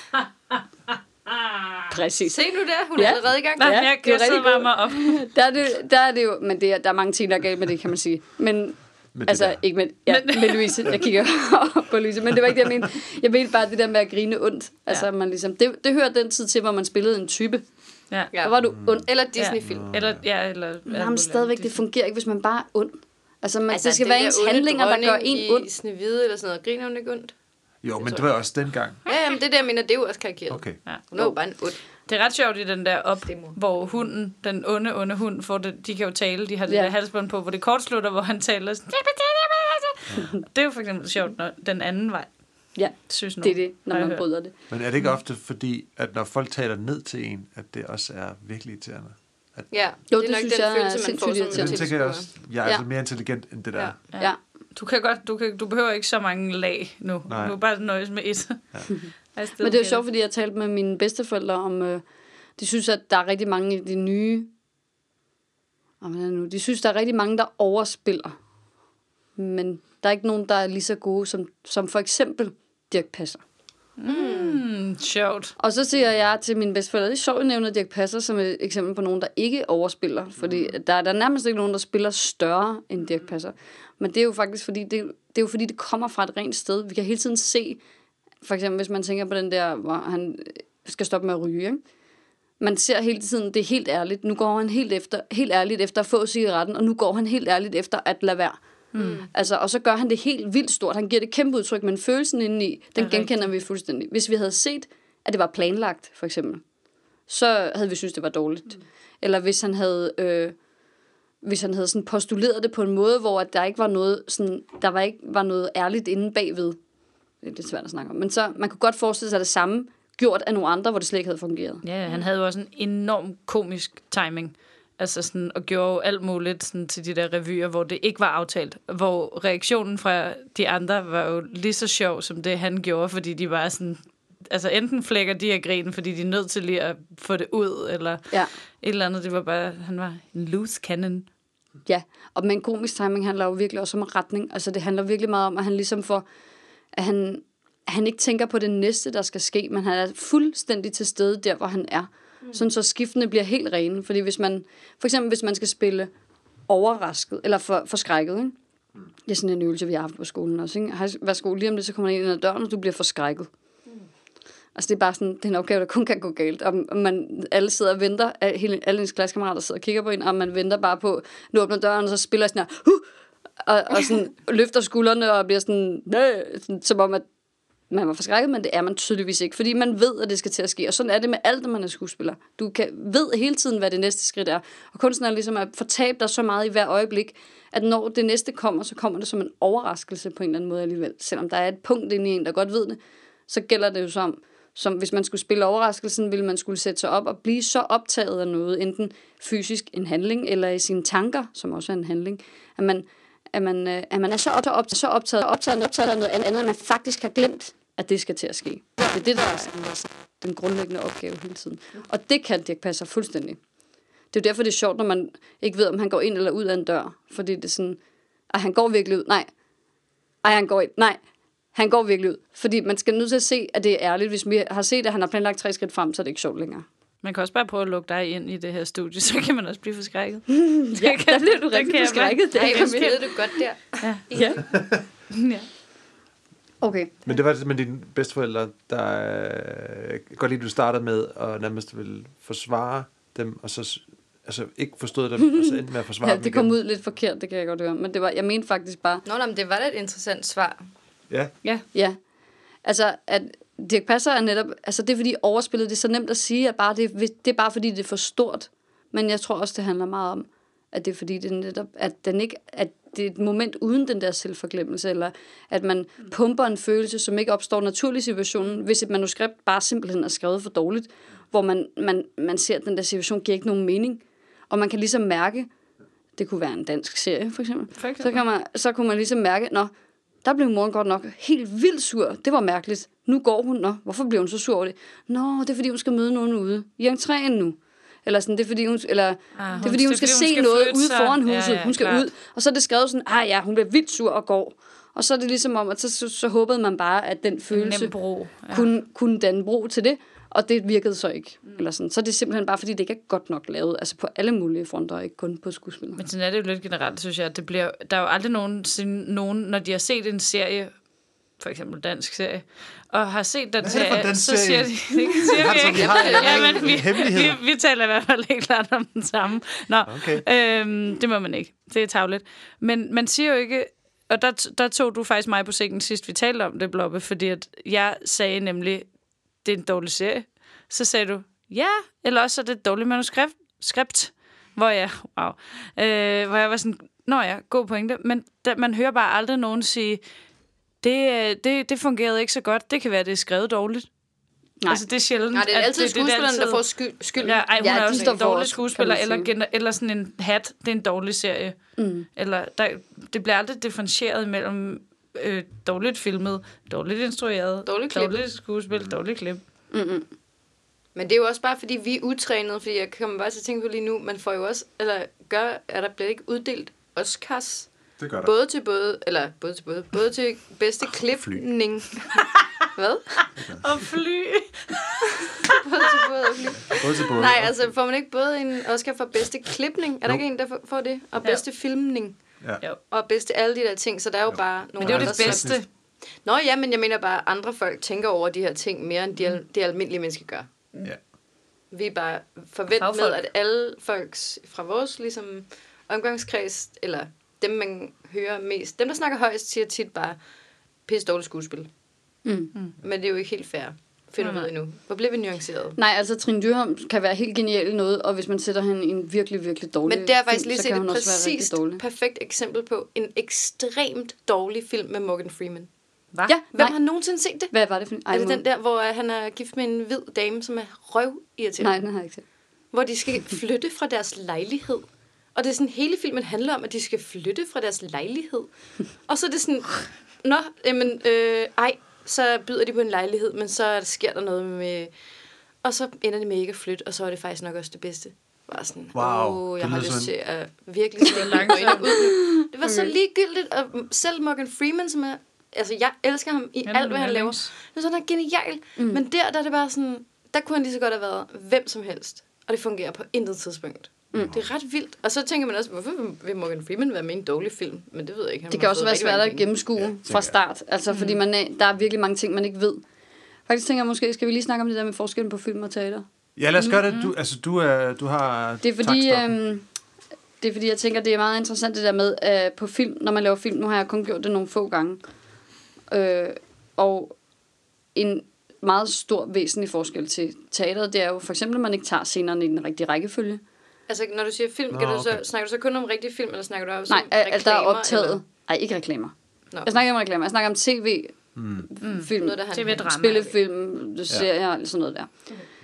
Præcis. Se nu der, hun ja. er allerede i gang. Nej, ja, jeg kan sidde varme mig op. Der er, det, der er det jo, men det er, der er mange ting, der er galt med det, kan man sige. Men, med altså, der. ikke med, ja, med Louise. Jeg kigger på Louise, men det var ikke det, jeg mente. Jeg mente bare det der med at grine ondt. Altså, ja. man ligesom, det, det hører den tid til, hvor man spillede en type. Ja. Der var du ond. Eller Disney-film. Ja. Eller, ja, eller... Jamen, stadigvæk, det fungerer ikke, hvis man bare er ond. Altså, man, altså det skal være ens handlinger, der gør en ond. I Snehvide eller sådan noget. Griner hun ikke ondt? Jo, men det var også dengang. Ja, jamen, det der, jeg mener, det er jo også karikeret. Okay. Ja. Hun er jo bare en ond. Det er ret sjovt i den der op, hvor hunden, den onde, onde hund, får det, de kan jo tale, de har det ja. der halsbånd på, hvor det kortslutter, hvor han taler sådan... Det er jo for eksempel sjovt, når den anden vej. Ja, synes det er det, når man bryder det. Men er det ikke ofte fordi, at når folk taler ned til en, at det også er virkelig irriterende? At ja, jo, det, det er nok synes den jeg følelse, er man får sindssygt som det tænker jeg også. Jeg er ja. altså mere intelligent end det der. Ja. Ja. ja. Du kan godt, du, kan, du behøver ikke så mange lag nu. Nej. Du er bare nøjes med et. Ja. Men det er jo sjovt, fordi jeg talte med mine bedsteforældre om, øh, de synes, at der er rigtig mange af de nye, oh, nu, de synes, der er rigtig mange, der overspiller. Men der er ikke nogen, der er lige så gode, som, som for eksempel Dirch Passer. Mm, sjovt. Og så siger jeg til mine bedsteforældre, det er sjovt, at nævne Dirch Passer som et eksempel på nogen, der ikke overspiller. Fordi der er der nærmest ikke nogen, der spiller større end Dirch Passer. Men det er jo faktisk fordi, det, det er jo fordi, det kommer fra et rent sted. Vi kan hele tiden se, for eksempel hvis man tænker på den der, hvor han skal stoppe med at ryge, ikke? Man ser hele tiden, det er helt ærligt. Nu går han helt, efter, helt ærligt efter at få cigaretten, og nu går han helt ærligt efter at lade være. Mm. Altså, og så gør han det helt vildt stort. Han giver det kæmpe udtryk, men følelsen indeni, den genkender vi fuldstændig. Hvis vi havde set, at det var planlagt, for eksempel, så havde vi synes det var dårligt. Mm. Eller hvis han havde, øh, hvis han havde sådan postuleret det på en måde, hvor at der ikke var noget, sådan, der var ikke var noget ærligt inde bagved. Det er lidt svært at snakke om. Men så, man kunne godt forestille sig det samme gjort af nogle andre, hvor det slet ikke havde fungeret. Ja, han havde jo også en enorm komisk timing. Altså sådan, og gjorde jo alt muligt sådan, til de der revyer, hvor det ikke var aftalt. Hvor reaktionen fra de andre var jo lige så sjov, som det han gjorde, fordi de var sådan... Altså enten flækker de af grinen, fordi de er nødt til lige at få det ud, eller ja. et eller andet. Det var bare... Han var en loose cannon. Ja, og men komisk timing handler jo virkelig også om retning. Altså det handler virkelig meget om, at han ligesom får... At han, han ikke tænker på det næste, der skal ske, men han er fuldstændig til stede der, hvor han er. Mm. Sådan så skiftene bliver helt rene. Fordi hvis man, for eksempel hvis man skal spille overrasket, eller for, forskrækket, ikke? Det er sådan en øvelse, vi har haft på skolen også, ikke? Værsgo, lige om det, så kommer man ind ad døren, og du bliver forskrækket. Mm. Altså det er bare sådan, det er en opgave, der kun kan gå galt. Og man, alle sidder og venter, alle, alle ens klassekammerater sidder og kigger på en, og man venter bare på, nu åbner døren, og så spiller sådan her, huh! og, og sådan løfter skuldrene, og bliver sådan, sådan, som om, at man var forskrækket, men det er man tydeligvis ikke, fordi man ved, at det skal til at ske. Og sådan er det med alt, når man er skuespiller. Du kan, ved hele tiden, hvad det næste skridt er. Og kunsten er ligesom at fortabe dig så meget i hver øjeblik, at når det næste kommer, så kommer det som en overraskelse på en eller anden måde alligevel. Selvom der er et punkt inde i en, der godt ved det, så gælder det jo som, som hvis man skulle spille overraskelsen, ville man skulle sætte sig op og blive så optaget af noget, enten fysisk en handling, eller i sine tanker, som også er en handling, at man, at man, at man er så optaget, så optaget, optaget, optaget af noget andet, at man faktisk har glemt, at det skal til at ske. Det er det, der er sådan, den grundlæggende opgave hele tiden. Og det kan Dirch Passer fuldstændig. Det er jo derfor, det er sjovt, når man ikke ved, om han går ind eller ud af en dør. Fordi det er sådan, ej, han går virkelig ud. Nej. Ej, han går ind. Nej. Han går virkelig ud. Fordi man skal nødt til at se, at det er ærligt. Hvis vi har set, at han har planlagt tre skridt frem, så er det ikke sjovt længere. Man kan også bare prøve at lukke dig ind i det her studie, så kan man også blive forskrækket. Ja, der bliver du rigtig forskrækket. Nej, jeg spillede det godt der. Ja. Ja. Ja. Okay. Men det var det med dine bedsteforældre, der øh, godt lide, du startede med at nærmest ville forsvare dem, og så altså ikke forstod dem, og så endte med at forsvare ja, dem det kom igen. ud lidt forkert, det kan jeg godt høre. Men det var, jeg mente faktisk bare... Nå, nej, men det var da et interessant svar. Ja. Ja. Ja. Altså, at Dirch Passer er netop... Altså, det er fordi overspillet, det er så nemt at sige, at bare det, det er bare fordi, det er for stort. Men jeg tror også, det handler meget om, at det er fordi, det er netop, at den ikke... At det er et moment uden den der selvforglemmelse, eller at man pumper en følelse, som ikke opstår naturligt i situationen, hvis et manuskript bare simpelthen er skrevet for dårligt, hvor man, man, man ser, at den der situation giver ikke nogen mening. Og man kan ligesom mærke, det kunne være en dansk serie, for eksempel, for eksempel. Så, kan man, så kunne man ligesom mærke, nå, der blev moren godt nok helt vildt sur. Det var mærkeligt. Nu går hun, nå, hvorfor bliver hun så sur over det? Nå, det er fordi, hun skal møde nogen ude i entréen nu. Eller sådan, det er fordi, hun, eller, ah, det er, fordi, hun skal fordi, hun se skal noget ude foran huset. Ja, ja, hun skal klart. Ud. Og så er det skrevet sådan, ah ja, hun bliver vildt sur og går. Og så er det ligesom om, at så, så, så håbede man bare, at den følelse ja. kunne, kunne danne bro til det. Og det virkede så ikke. Mm. Eller sådan. Så er det simpelthen bare, fordi det ikke er godt nok lavet. Altså på alle mulige fronter, ikke kun på skuespil. Men sådan er det jo lidt generelt, synes jeg. At det bliver, der er jo aldrig nogen, nogen, når de har set en serie, for eksempel dansk serie, og har set den serie, den så siger de, det siger vi ikke. Ja, men vi, vi, vi taler i hvert fald ikke klart om den samme. Nå, okay. øhm, det må man ikke. Det er tarveligt. Men man siger jo ikke, og der, der tog du faktisk mig på sengen sidst, vi talte om det, Blobbe, fordi at jeg sagde nemlig, det er en dårlig serie. Så sagde du, ja, eller også er det et dårligt manuskript, skript, hvor jeg, wow, øh, hvor jeg var sådan, nå ja, god pointe, men der, man hører bare aldrig nogen sige, Det, det, det fungerede ikke så godt. Det kan være, det er skrevet dårligt. Nej. Altså, det er sjældent. Nej, det er altid skuespilleren, der får sky- skylden. Ja, ej, hun ja, er også en dårlig skuespiller, eller, sige. eller sådan en hat. Det er en dårlig serie. Mm. Eller der, det bliver aldrig differentieret mellem øh, dårligt filmet, dårligt instrueret, dårligt, klip. dårligt skuespil, dårligt klip. Mm-hmm. Men det er jo også bare, fordi vi er utrænede, fordi jeg kommer bare til at tænke på lige nu, man får jo også, eller gør, at der bliver ikke uddelt Oscars. Det gør der. Både til både, eller både til både, både til bedste klipning. Hvad? Og fly. både til både og fly. Både til både. Nej, altså får man ikke både en Oscar for bedste klipning? Er der jo. Ikke en, der får det? Og bedste ja. Filmning? Ja. Og bedste alle de der ting, så der er jo, jo. Bare nogle. Men det er jo det bedste. Sådan. Nå ja, men jeg mener bare, at andre folk tænker over de her ting mere, end de, al- de almindelige mennesker gør. Ja. Vi er bare forventet med, at alle folks fra vores ligesom, omgangskreds, eller dem, man hører mest, dem, der snakker højst, siger tit bare, pisse dårligt skuespil. Mm. Mm. Men det er jo ikke helt fair. Finder vi ud endnu. Hvor bliver vi nuanceret? Nej, altså Trine Dyrholm kan være helt genial i noget, og hvis man sætter hende i en virkelig, virkelig dårlig Men det er faktisk film, lige så set kan et hun også være rigtig dårlig. præcist, perfekt eksempel på en ekstremt dårlig film med Morgan Freeman. Hvad? Ja, Hvem nej. har nogensinde set det? Hvad var det for en? Er det den der, hvor han er gift med en hvid dame, som er røvirriterende? Nej, den har jeg ikke set. Hvor de skal flytte fra deres lejlighed. Og det er sådan, hele filmen handler om, at de skal flytte fra deres lejlighed. Og så er det sådan, nå, jamen, øh, ej, så byder de på en lejlighed, men så sker der noget med... Og så ender det med ikke at flytte, og så er det faktisk nok også det bedste. Bare sådan, wow, åh, jeg har lyst sådan... til at virkelig stikke øjnene ud. Det var okay. Så ligegyldigt, og selv Morgan Freeman, som er altså, jeg elsker ham i Han alt, er hvad han min laver. yndlings. Det er sådan, han er genial. Mm. Men der, der er det bare sådan, der kunne han lige så godt have været hvem som helst. Og det fungerer på intet tidspunkt. Mm. Det er ret vildt. Og så tænker man også, hvorfor vil Morgan Freeman være med i en dårlig film? Men det ved jeg ikke. Han Det kan også være svært at gennemskue ja, fra start. Altså, mm. fordi man er, der er virkelig mange ting, man ikke ved. Faktisk tænker jeg måske, skal vi lige snakke om det der med forskellen på film og teater? Ja, lad os gøre det. Du, altså, du, er, du har det er fordi, øhm, det er fordi, jeg tænker, det er meget interessant det der med øh, på film, når man laver film. Nu har jeg kun gjort det nogle få gange. Øh, og en meget stor væsentlig forskel til teateret, det er jo for eksempel, at man ikke tager scenerne i den rigtige rækkefølge. Altså, når du siger film, Nå, kan du så, okay. snakker du så kun om rigtig film, eller snakker du også Nej, om reklamer? Nej, der er optaget. Eller? Nej, ikke reklamer. Nå. Jeg snakker ikke om reklamer. Jeg snakker om tv, Mm. film, Noget, der handler om- T V-drama. spillefilm, serier, ja. sådan noget der.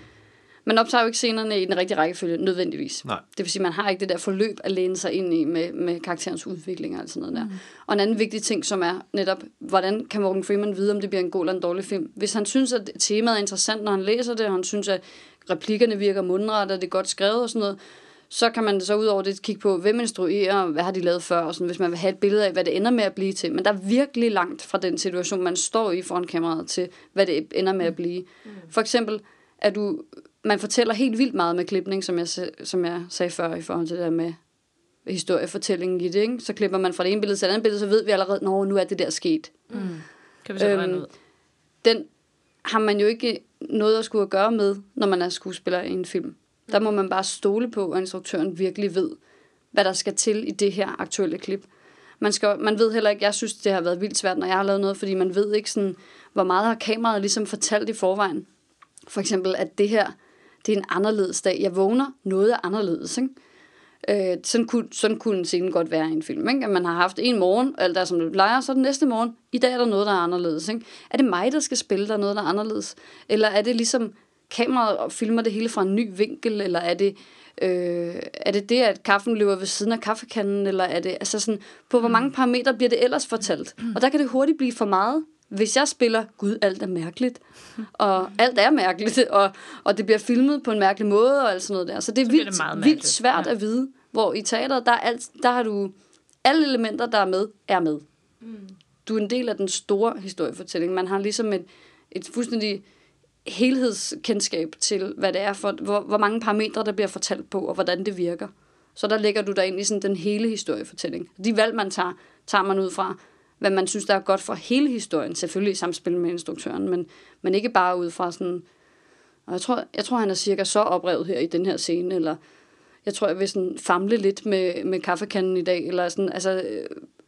Man optager jo ikke scenerne i den rigtige rækkefølge, nødvendigvis. Nej. Det vil sige, man har ikke det der forløb at læne sig ind i med, med karakterens udvikling og alt sådan noget der. Mm. Og en anden vigtig ting, som er netop, hvordan kan Morgan Freeman vide, om det bliver en god eller en dårlig film? Hvis han synes, at temaet er interessant, når han læser det, og han synes, at replikkerne virker mundret, og det er godt skrevet og sådan noget, så kan man så ud over det kigge på, hvem instruerer, hvad har de lavet før, og sådan, hvis man vil have et billede af, hvad det ender med at blive til. Men der er virkelig langt fra den situation, man står i foran kameraet, til hvad det ender med at blive. Mm. For eksempel, at du, man fortæller helt vildt meget med klipning, som jeg, som jeg sagde før, i forhold til det der med historiefortællingen i det, ikke? Så klipper man fra det ene billede til det andet billede, så ved vi allerede, nå, nu er det der sket. Mm. Kan vi så øhm, ud? Den har man jo ikke noget at skulle gøre med, når man er skuespiller i en film. Der må man bare stole på, at instruktøren virkelig ved, hvad der skal til i det her aktuelle klip. Man, skal, man ved heller ikke, jeg synes, det har været vildt svært, når jeg har lavet noget, fordi man ved ikke, sådan, hvor meget har kameraet ligesom fortalt i forvejen. For eksempel, at det her, det er en anderledes dag. Jeg vågner, noget er anderledes, ikke? Øh, sådan, kunne, sådan kunne en scene godt være i en film, ikke? At man har haft en morgen, og alt der som det plejer, så den næste morgen, i dag er der noget, der er anderledes, ikke? Er det mig, der skal spille, der er noget, der er anderledes? Eller er det ligesom kameraet og filmer det hele fra en ny vinkel, eller er det, øh, er det det, at kaffen løber ved siden af kaffekanden, eller er det, altså sådan, på hvor mange parametre bliver det ellers fortalt? Og der kan det hurtigt blive for meget. Hvis jeg spiller, gud, alt er mærkeligt, og alt er mærkeligt, og, og det bliver filmet på en mærkelig måde, og alt sådan noget der. Så det er så vildt, det vildt svært ja. at vide, hvor i teateret, der, er alt, der har du, alle elementer, der er med, er med. Mm. Du er en del af den store historiefortælling. Man har ligesom et, et fuldstændig helhedskendskab til, hvad det er for, hvor, hvor mange parametre, der bliver fortalt på, og hvordan det virker. Så der lægger du dig ind i sådan den hele historiefortælling. De valg, man tager, tager man ud fra, hvad man synes, der er godt for hele historien, selvfølgelig i samspil med instruktøren, men, men ikke bare ud fra sådan, og jeg tror, jeg tror, han er cirka så oprevet her i den her scene, eller jeg tror, jeg vil sådan famle lidt med, med kaffekanden i dag, eller sådan, altså, øh,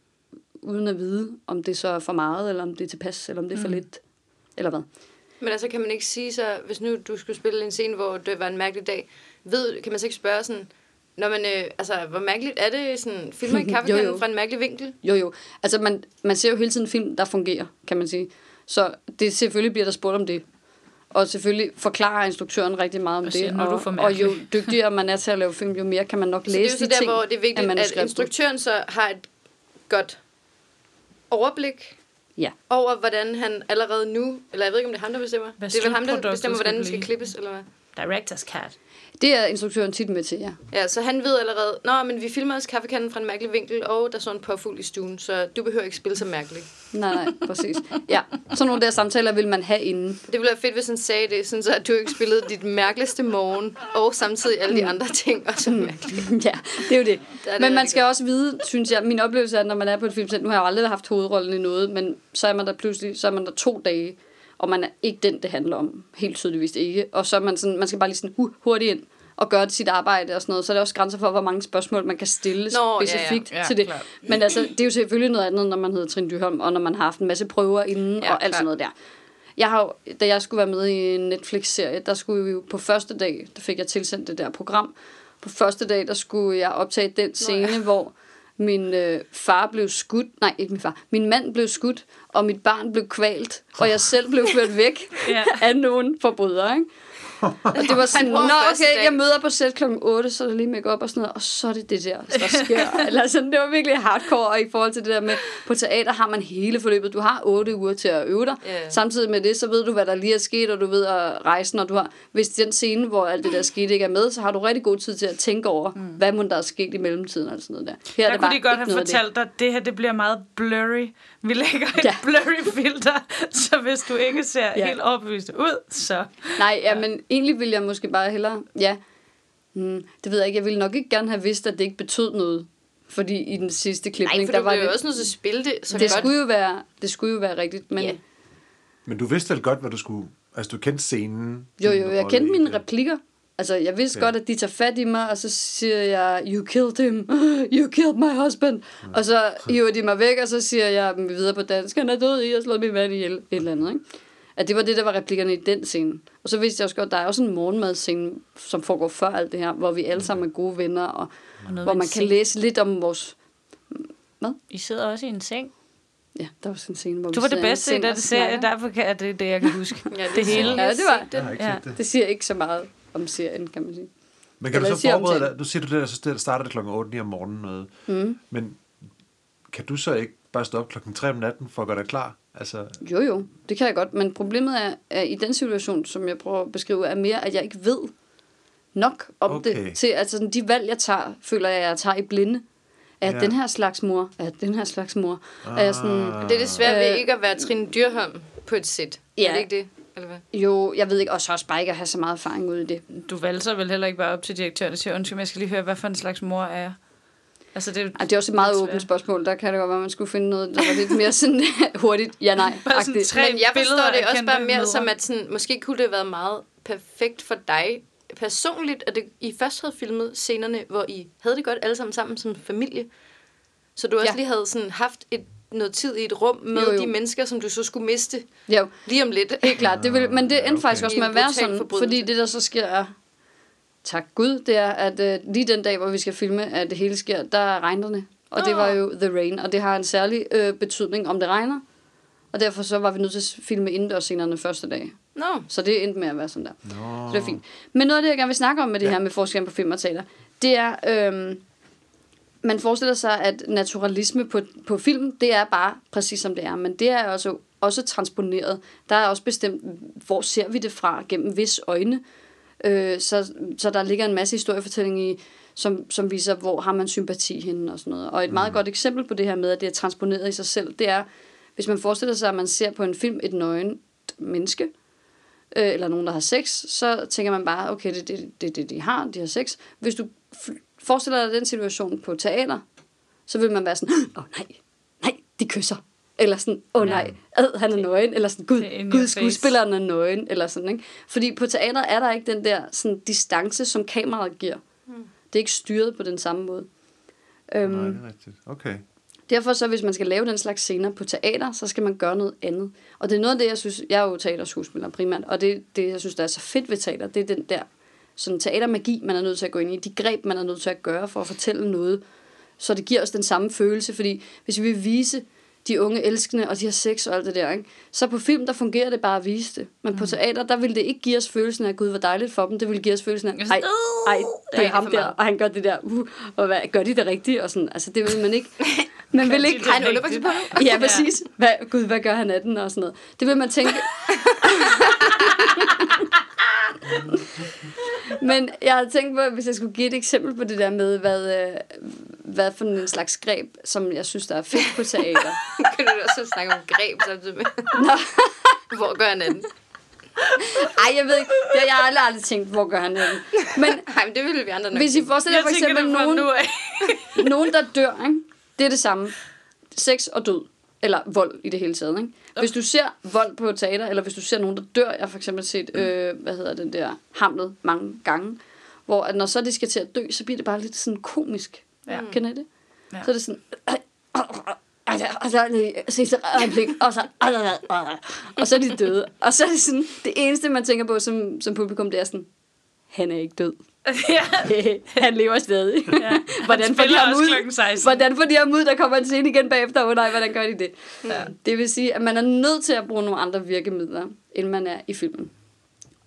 uden at vide, om det så er for meget, eller om det er tilpas, eller om det er for mm. lidt, eller hvad. Men altså, kan man ikke sige så, hvis nu du skulle spille en scene, hvor det var en mærkelig dag, ved, kan man så ikke spørge sådan, når man, øh, altså, hvor mærkeligt er det sådan, filmer i kaffekanden fra en mærkelig vinkel? Jo, jo. Altså, man, man ser jo hele tiden film, der fungerer, kan man sige. Så det selvfølgelig bliver der spurgt om det. Og selvfølgelig forklarer instruktøren rigtig meget om og det. og, og jo dygtigere man er til at lave film, jo mere kan man nok så læse de ting. Så det er jo så der, hvor det er vigtigt, at instruktøren så har et godt overblik ja. over, hvordan han allerede nu, eller jeg ved ikke, om det er ham, der bestemmer. Hvad det er vel ham, der bestemmer, hvordan den skal klippes, eller hvad? Director's cut. Det er instruktøren tit med til, ja. Ja, så han ved allerede, nå, men vi filmer også kaffekanden fra en mærkelig vinkel, og der er sådan en påfugl i stuen, så du behøver ikke spille så mærkeligt. Nej, nej, præcis. Ja, sådan nogle der samtaler vil man have inden. Det ville være fedt, hvis han sagde det, sådan så at du ikke spillede dit mærkeligste morgen, og samtidig alle de andre ting også mærkeligt. Ja, det er jo det. det er det men man det skal også vide, synes jeg, min oplevelse er, når man er på et filmsæt, nu har jeg aldrig haft hovedrollen i noget, men så er man der pludselig, så er man der to dage, og man er ikke den, det handler om. Helt tydeligvis ikke. Og så er man sådan, man skal bare lige sådan uh, hurtigt ind og gøre sit arbejde og sådan noget. Så er der også grænser for, hvor mange spørgsmål man kan stille Nå, specifikt ja, ja. Ja, til det. Klar. Men altså, det er jo selvfølgelig noget andet, når man hedder Trine Dyrholm, og når man har haft en masse prøver inden, ja, og alt sådan noget der. Jeg har jo, da jeg skulle være med i en Netflix-serie, der skulle vi jo på første dag, der fik jeg tilsendt det der program. På første dag, der skulle jeg optage den scene, Nå, ja. hvor min øh, far blev skudt, nej, ikke min far, min mand blev skudt, og mit barn blev kvalt, og jeg selv blev ført væk ja. af nogen forbrydere, ikke? Og det var sådan, nå bruger første okay, dag." jeg møder på sæt klokken otte, så er der lige make op og sådan noget, og så er det det der, der sker. Eller sådan, det var virkelig hardcore, og i forhold til det der med, på teater har man hele forløbet. Du har otte uger til at øve dig. Ja. Samtidig med det, så ved du, hvad der lige er sket, og du ved at rejse, når du har... Hvis den scene, hvor alt det der skete ikke er med, så har du rigtig god tid til at tænke over, mm. hvad må der er sket i mellemtiden, og sådan noget der. Her er Der det kunne bare de godt ikke have noget af det. fortalt dig, at det her det bliver meget blurry. Vi lægger et Ja. blurry filter, så hvis du ikke ser Ja. helt overbevist ud, så... Nej, ja, men egentlig ville jeg måske bare hellere... Ja, hmm, det ved jeg ikke. Jeg ville nok ikke gerne have vidst, at det ikke betød noget. Fordi i den sidste klipning, Nej, for der du var blev det... jo også nødt til at spille det så det godt. skulle jo være, det skulle jo være rigtigt, men... Ja. Men du vidste vel godt, hvad du skulle... Altså, du kendte scenen. Jo, din jo, jeg rolle kendte i mine det. replikker. Altså, jeg vidste Ja. godt, at de tager fat i mig, og så siger jeg, you killed him, you killed my husband. Mm. Og så hiver de mig væk, og så siger jeg dem videre på dansk, han er død, I har slået min mand ihjel, et eller andet, ikke? At det var det, der var replikkerne i den scene. Og så vidste jeg også godt, der er også en morgenmadscene, som foregår før alt det her, hvor vi alle sammen er gode venner, og, Og noget hvor med man en kan seng. læse lidt om vores... I sidder også i en seng. Ja, der var sådan en scene, hvor Du vi var det sidder i en bedste i seng den og serie, snakker. derfor kan er det det, jeg kan huske. Ja, det hele. Ja, det var Jeg har ikke Ja. set det. Det siger ikke så meget om serien, kan man sige. Men kan Eller du så siger om forberede ting. dig? Nu siger du det, der, så det starter det klokken otte ni om morgenen. Noget. Mm. Men kan du så ikke bare stå op klokken tre om natten for at gøre dig klar? Altså, Jo, jo, det kan jeg godt, men problemet er, er i den situation, som jeg prøver at beskrive, er mere, at jeg ikke ved nok om Okay. det. Til, altså, sådan, de valg, jeg tager, føler jeg, jeg tager i blinde. Er Ja. ja. den her slags mor? Er den her slags mor? Ah. Er jeg sådan, Det er det svære ved Øh. ikke at være Trine Dyrholm på et sæt. Ja. Er det ikke det? Eller hvad? jo, jeg ved ikke, og så også bare ikke at have så meget erfaring ud i det. Du valgte vel heller ikke bare op til direktøren og siger, undskyld, men jeg skal lige høre, hvad for en slags mor er jeg? Altså, det er, Ej, det er også et meget lidt åbent svært. spørgsmål. Der kan det godt være, at man skulle finde noget, der var lidt mere sådan hurtigt. Ja, nej. Bare sådan tre Men jeg billeder forstår det af også kendte bare mere mødre. som, at sådan, måske kunne det have været meget perfekt for dig personligt, at det, I først havde filmet scenerne, hvor I havde det godt alle sammen sammen som familie. Så du også Ja. ja. lige havde sådan haft et, noget tid i et rum med Jo, jo. de mennesker, som du så skulle miste Jo, lige om lidt. helt klart. Det vil, men det endte Okay. faktisk også I med en at være brutal sådan, forbrydelse. fordi det der så sker er, tak Gud, det er, at øh, lige den dag, hvor vi skal filme, at det hele sker, der regner det. Og det Nå. var jo The Rain, og det har en særlig øh, betydning, om det regner. Og derfor så var vi nødt til at filme indendørsscenerne første dag. Nå, Så det endte med at være sådan der. Nå. Så det er fint. Men noget af det, jeg gerne vil snakke om med det Ja. her med forskellen på film og teater, det er, øhm, man forestiller sig, at naturalisme på, på film, det er bare præcis som det er. Men det er også, også transponeret. Der er også bestemt, hvor ser vi det fra, gennem vis øjne. Øh, så, så der ligger en masse historiefortælling i, som, som viser, hvor har man sympati henne og sådan noget. Og et meget godt eksempel på det her med, at det er transponeret i sig selv, det er, hvis man forestiller sig, at man ser på en film et nøgen menneske, øh, eller nogen, der har sex, så tænker man bare, okay, det er det, det, det, de har, de har sex. Hvis du f- forestiller dig den situation på teater, så vil man være sådan, åh oh, nej, nej, de kysser. Eller sådan, åh oh, nej, ad, han er nøgen. Eller sådan, gud, Det er in your gud face. skuespilleren er nøgen. Eller sådan, ikke? Fordi på teater er der ikke den der sådan, distance, som kameraet giver. Mm. Det er ikke styret på den samme måde. Øhm, Nej, det er rigtigt. Okay. Derfor så, hvis man skal lave den slags scener på teater, så skal man gøre noget andet. Og det er noget af det, jeg synes, jeg er jo teaterskuespiller primært, og det, det jeg synes, der er så fedt ved teater, det er den der sådan teatermagi, man er nødt til at gå ind i. De greb, man er nødt til at gøre for at fortælle noget, så det giver os den samme følelse. Fordi hvis vi vil vise de unge elskende, og de har sex og alt det der, ikke? Så på film, der fungerer det bare at vise det. Men på teater, der vil det ikke give os følelsen af, gud, hvor dejligt for dem. Det vil give os følelsen af, ej, ej, det er ham der, og han gør det der, uh, og hvad, gør de det rigtigt? Og sådan, altså det vil man ikke. Man vil ikke. de det Ej, rigtigt? ja, præcis. Hvad, gud, hvad gør han af den og sådan noget. Det vil man tænke. Men jeg havde tænkt på, hvis jeg skulle give et eksempel på det der med, hvad, øh, hvad for en slags greb, som jeg synes, der er fedt på teater. kan du også snakke om greb samtidig med? Nå. Hvor gør han anden? Ej, jeg ved ikke. Det, jeg har aldrig, aldrig tænkt, hvor gør han af den. Men Nej, men det ville vi andre nok hvis I tænke. forestiller Jeg for tænker eksempel det fra nogen, nu af. nogen, der dør, ikke? Det er det samme. Sex og død. Eller vold i det hele taget, ikke? Hvis du ser vold på teater, eller hvis du ser nogen, der dør, jeg har for eksempel set, øh, hvad hedder den der, Hamlet mange gange, hvor at når så de skal til at dø, så bliver det bare lidt sådan komisk. Ja. Kender I det? Ja. Så er det sådan, og så er det sidste øjeblik, og så, og så er de døde. Og så er det sådan, det eneste, man tænker på som, som publikum, det er sådan, han er ikke død. Ja. Han lever stadig. Ja. Hvordan får de spiller ham også ud? klokken seksten. Hvordan får de ham ud? Der kommer en scene igen bagefter. Åh oh, nej, hvordan gør de det? Ja. Det vil sige, at man er nødt til at bruge nogle andre virkemidler, end man er i filmen.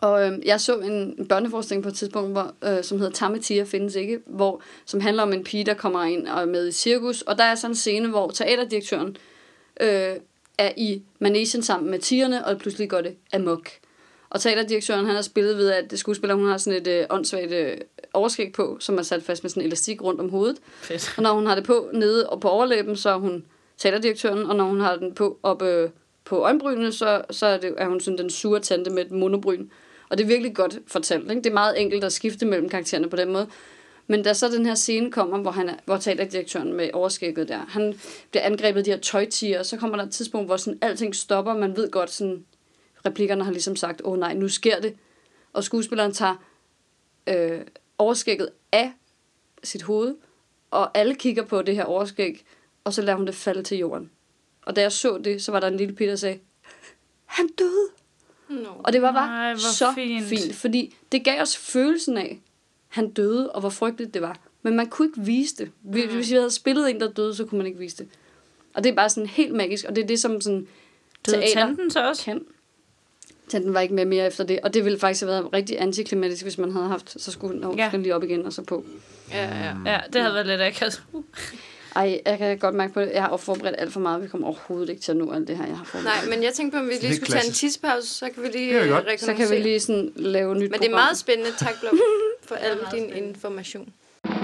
Og øh, jeg så en børneforestilling på et tidspunkt, hvor, øh, som hedder Tamme Tia findes ikke, hvor, som handler om en pige, der kommer ind og er med i cirkus. Og der er sådan en scene, hvor teaterdirektøren øh, er i managen sammen med tigerne, og pludselig går det amok. Og teaterdirektøren, han har spillet ved, at skuespilleren, hun har sådan et øh, åndssvagt øh, overskæg på, som er sat fast med sådan en elastik rundt om hovedet. Fedt. Og når hun har det på nede og på overlæben, så er hun teaterdirektøren, og når hun har den på op øh, på øjenbrynene, så, så er, det, er hun sådan den sure tante med et monobryn. Og det er virkelig godt fortalt. Ikke? Det er meget enkelt at skifte mellem karaktererne på den måde. Men da så den her scene kommer, hvor, han er, hvor teaterdirektøren med overskægget der, han bliver angrebet af de her tøjtiger, og så kommer der et tidspunkt, hvor sådan alting stopper. Man ved godt, sådan replikkerne har ligesom sagt, åh oh, nej, nu sker det. Og skuespilleren tager øh, overskægget af sit hoved, og alle kigger på det her overskæg, og så lader hun det falde til jorden. Og da jeg så det, så var der en lille pige, der sagde, han døde. No. Og det var bare Nej, så fint. fint, fordi det gav os følelsen af, han døde, og hvor frygteligt det var. Men man kunne ikke vise det. Hvis vi havde spillet en, der døde, så kunne man ikke vise det. Og det er bare sådan helt magisk, og det er det, som sådan Døde teater tanten så også? kan. Tanten var ikke med mere efter det, og det ville faktisk have været rigtig antiklimatisk, hvis man havde haft, så skulle hun Ja. ja. lige op igen og så på. Ja, ja. Ja, det havde været lidt akavet. Ej, jeg kan godt mærke på det. Jeg har forberedt alt for meget. Vi kommer overhovedet ikke til at nå alt det her, jeg har forberedt. Nej, men jeg tænkte på, om vi lige er skulle tage en klassisk. tidspause, så kan vi lige Det er øh, godt. rekognoscere. Så kan vi lige sådan lave nyt Men det er program. meget spændende. Tak, Blom, for al din information.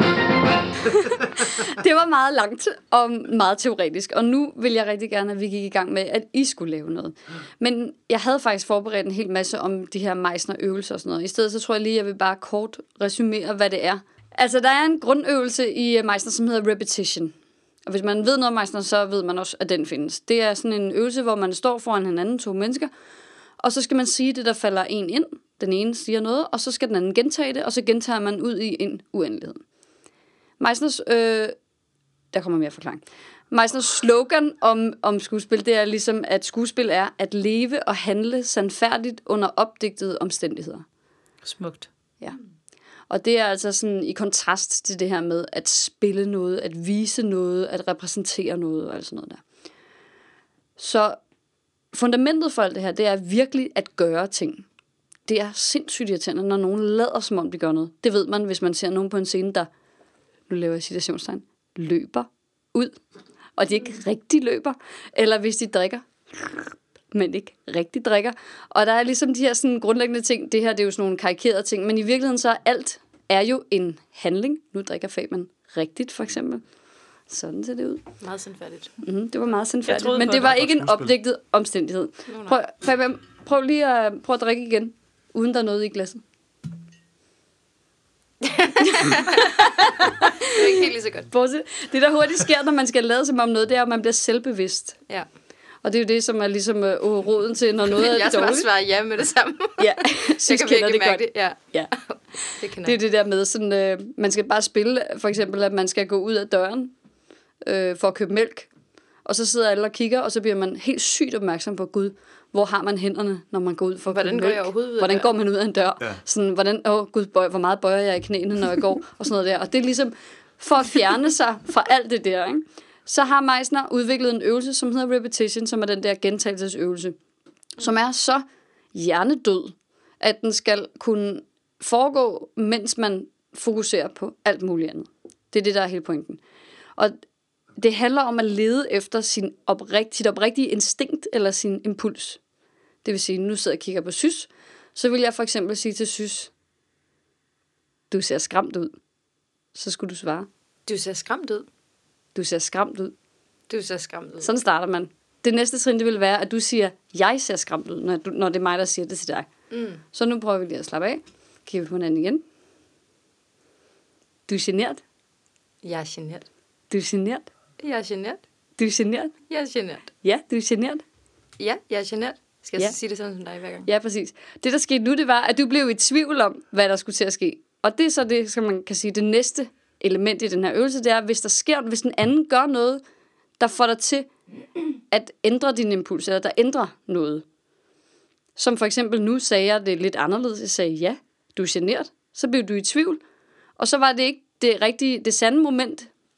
Det var meget langt og meget teoretisk, og nu vil jeg rigtig gerne, at vi gik i gang med, at I skulle lave noget. Men jeg havde faktisk forberedt en hel masse om de her Meisner-øvelser og sådan noget. I stedet så tror jeg lige, at jeg vil bare kort resumere, hvad det er. Altså, der er en grundøvelse i Meisner, som hedder repetition. Og hvis man ved noget om Meisner, så ved man også, at den findes. Det er sådan en øvelse, hvor man står foran hinanden, to mennesker, og så skal man sige det, der falder en ind. Den ene siger noget, og så skal den anden gentage det, og så gentager man ud i en uendelighed. Meisners, øh, der kommer mere forklaring. Meisners slogan om, om skuespil, det er ligesom, at skuespil er at leve og handle sandfærdigt under opdigtede omstændigheder. Smukt. Ja. Og det er altså sådan i kontrast til det her med at spille noget, at vise noget, at repræsentere noget og alt sådan noget der. Så fundamentet for alt det her, det er virkelig at gøre ting. Det er sindssygt irriterende, når nogen lader som om de gør noget. Det ved man, hvis man ser nogen på en scene, der, nu laver jeg citationstegn, løber ud, og de ikke rigtig løber. Eller hvis de drikker, men ikke rigtig drikker. Og der er ligesom de her sådan grundlæggende ting. Det her, det er jo sådan nogle karikerede ting, men i virkeligheden så er alt er jo en handling. Nu drikker Fabian rigtigt, for eksempel. Sådan ser det ud. Meget sindfærdigt. Mm-hmm, det var meget sindfærdigt. troede Men på det det. var ikke en Skuespil. opdigtet omstændighed. Prøv, Fabian, prøv lige at, prøv at drikke igen, uden der er noget i glasset. Det er ikke helt lige så godt. Bortset, det der hurtigt sker, når man skal lade som om noget, det er, at man bliver selvbevidst. Ja. Og det er jo det, som er ligesom øh, roden til, når noget er Jeg skal bare dårligt. svare ja med det samme. Ja, Jeg synes kan kender virkelig det mærke godt. det. Ja, Ja. det kender Det er jeg. det der med, sådan, øh, man skal bare spille, for eksempel, at man skal gå ud af døren øh, for at købe mælk. Og så sidder alle og kigger, og så bliver man helt sygt opmærksom på, Gud, hvor har man hænderne, når man går ud for at Hvordan købe går mælk? jeg overhovedet ud af Hvordan døren? går man ud af en dør? Ja. Sådan, hvordan, åh Gud, bøj, hvor meget bøjer jeg i knæene, når jeg går? Og sådan noget der. Og det er ligesom for at fjerne sig fra alt det der, ikke? Så har Meisner udviklet en øvelse, som hedder repetition, som er den der gentagelsesøvelse, som er så hjernedød, at den skal kunne foregå, mens man fokuserer på alt muligt andet. Det er det, der er hele pointen. Og det handler om at lede efter sin oprigt, sit oprigtige instinkt eller sin impuls. Det vil sige, nu sidder jeg og kigger på Sys, så vil jeg for eksempel sige til Sys, du ser skræmt ud. Så skulle du svare, Du ser skræmt ud. du ser skræmt ud. Du ser skræmt ud. Sådan starter man. Det næste trin, det vil være, at du siger, jeg ser skræmt ud, når, du, når det er mig, der siger det til dig. Mm. Så nu prøver vi lige at slappe af. Kigger vi på hinanden igen. Du er genert. Jeg er genert. Du er genert. Jeg er genert. Du er genert. Jeg er genert. Ja, du er genert. Ja, jeg er genert. Skal jeg Ja. ja. sige det sådan som dig hver gang? Ja, præcis. Det, der skete nu, det var, at du blev i tvivl om, hvad der skulle til at ske. Og det er så det, som man kan sige, det næste element i den her øvelse, det er, hvis der sker, hvis den anden gør noget, der får dig til at ændre din impuls, eller der ændrer noget. Som for eksempel nu sagde jeg det lidt anderledes. Jeg sagde, ja, du er genert. Så blev du i tvivl. Og så var det ikke det rigtige, det sande moment,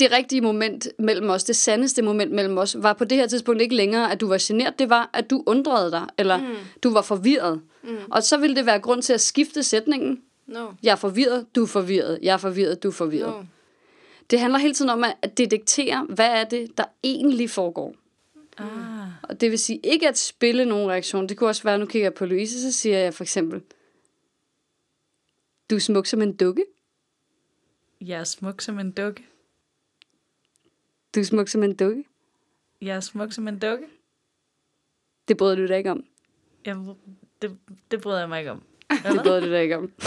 det rigtige moment mellem os, det sandeste moment mellem os, var på det her tidspunkt ikke længere, at du var genert. Det var, at du undrede dig, eller mm. du var forvirret. Mm. Og så ville det være grund til at skifte sætningen. No. Jeg er forvirret, du er forvirret. Jeg er forvirret, du er forvirret. No. Det handler hele tiden om at detektere, hvad er det, der egentlig foregår. Ah. Og det vil sige ikke at spille nogen reaktion. Det kunne også være, nu kigger jeg på Louise, så siger jeg for eksempel, du er smuk som en dukke. Jeg er smuk som en dukke. Du er smuk som en dukke. Jeg er smuk som en dukke. Det bryder du dig ikke om. Jeg, det, det bryder jeg mig ikke om. Det bryder du dig ikke om.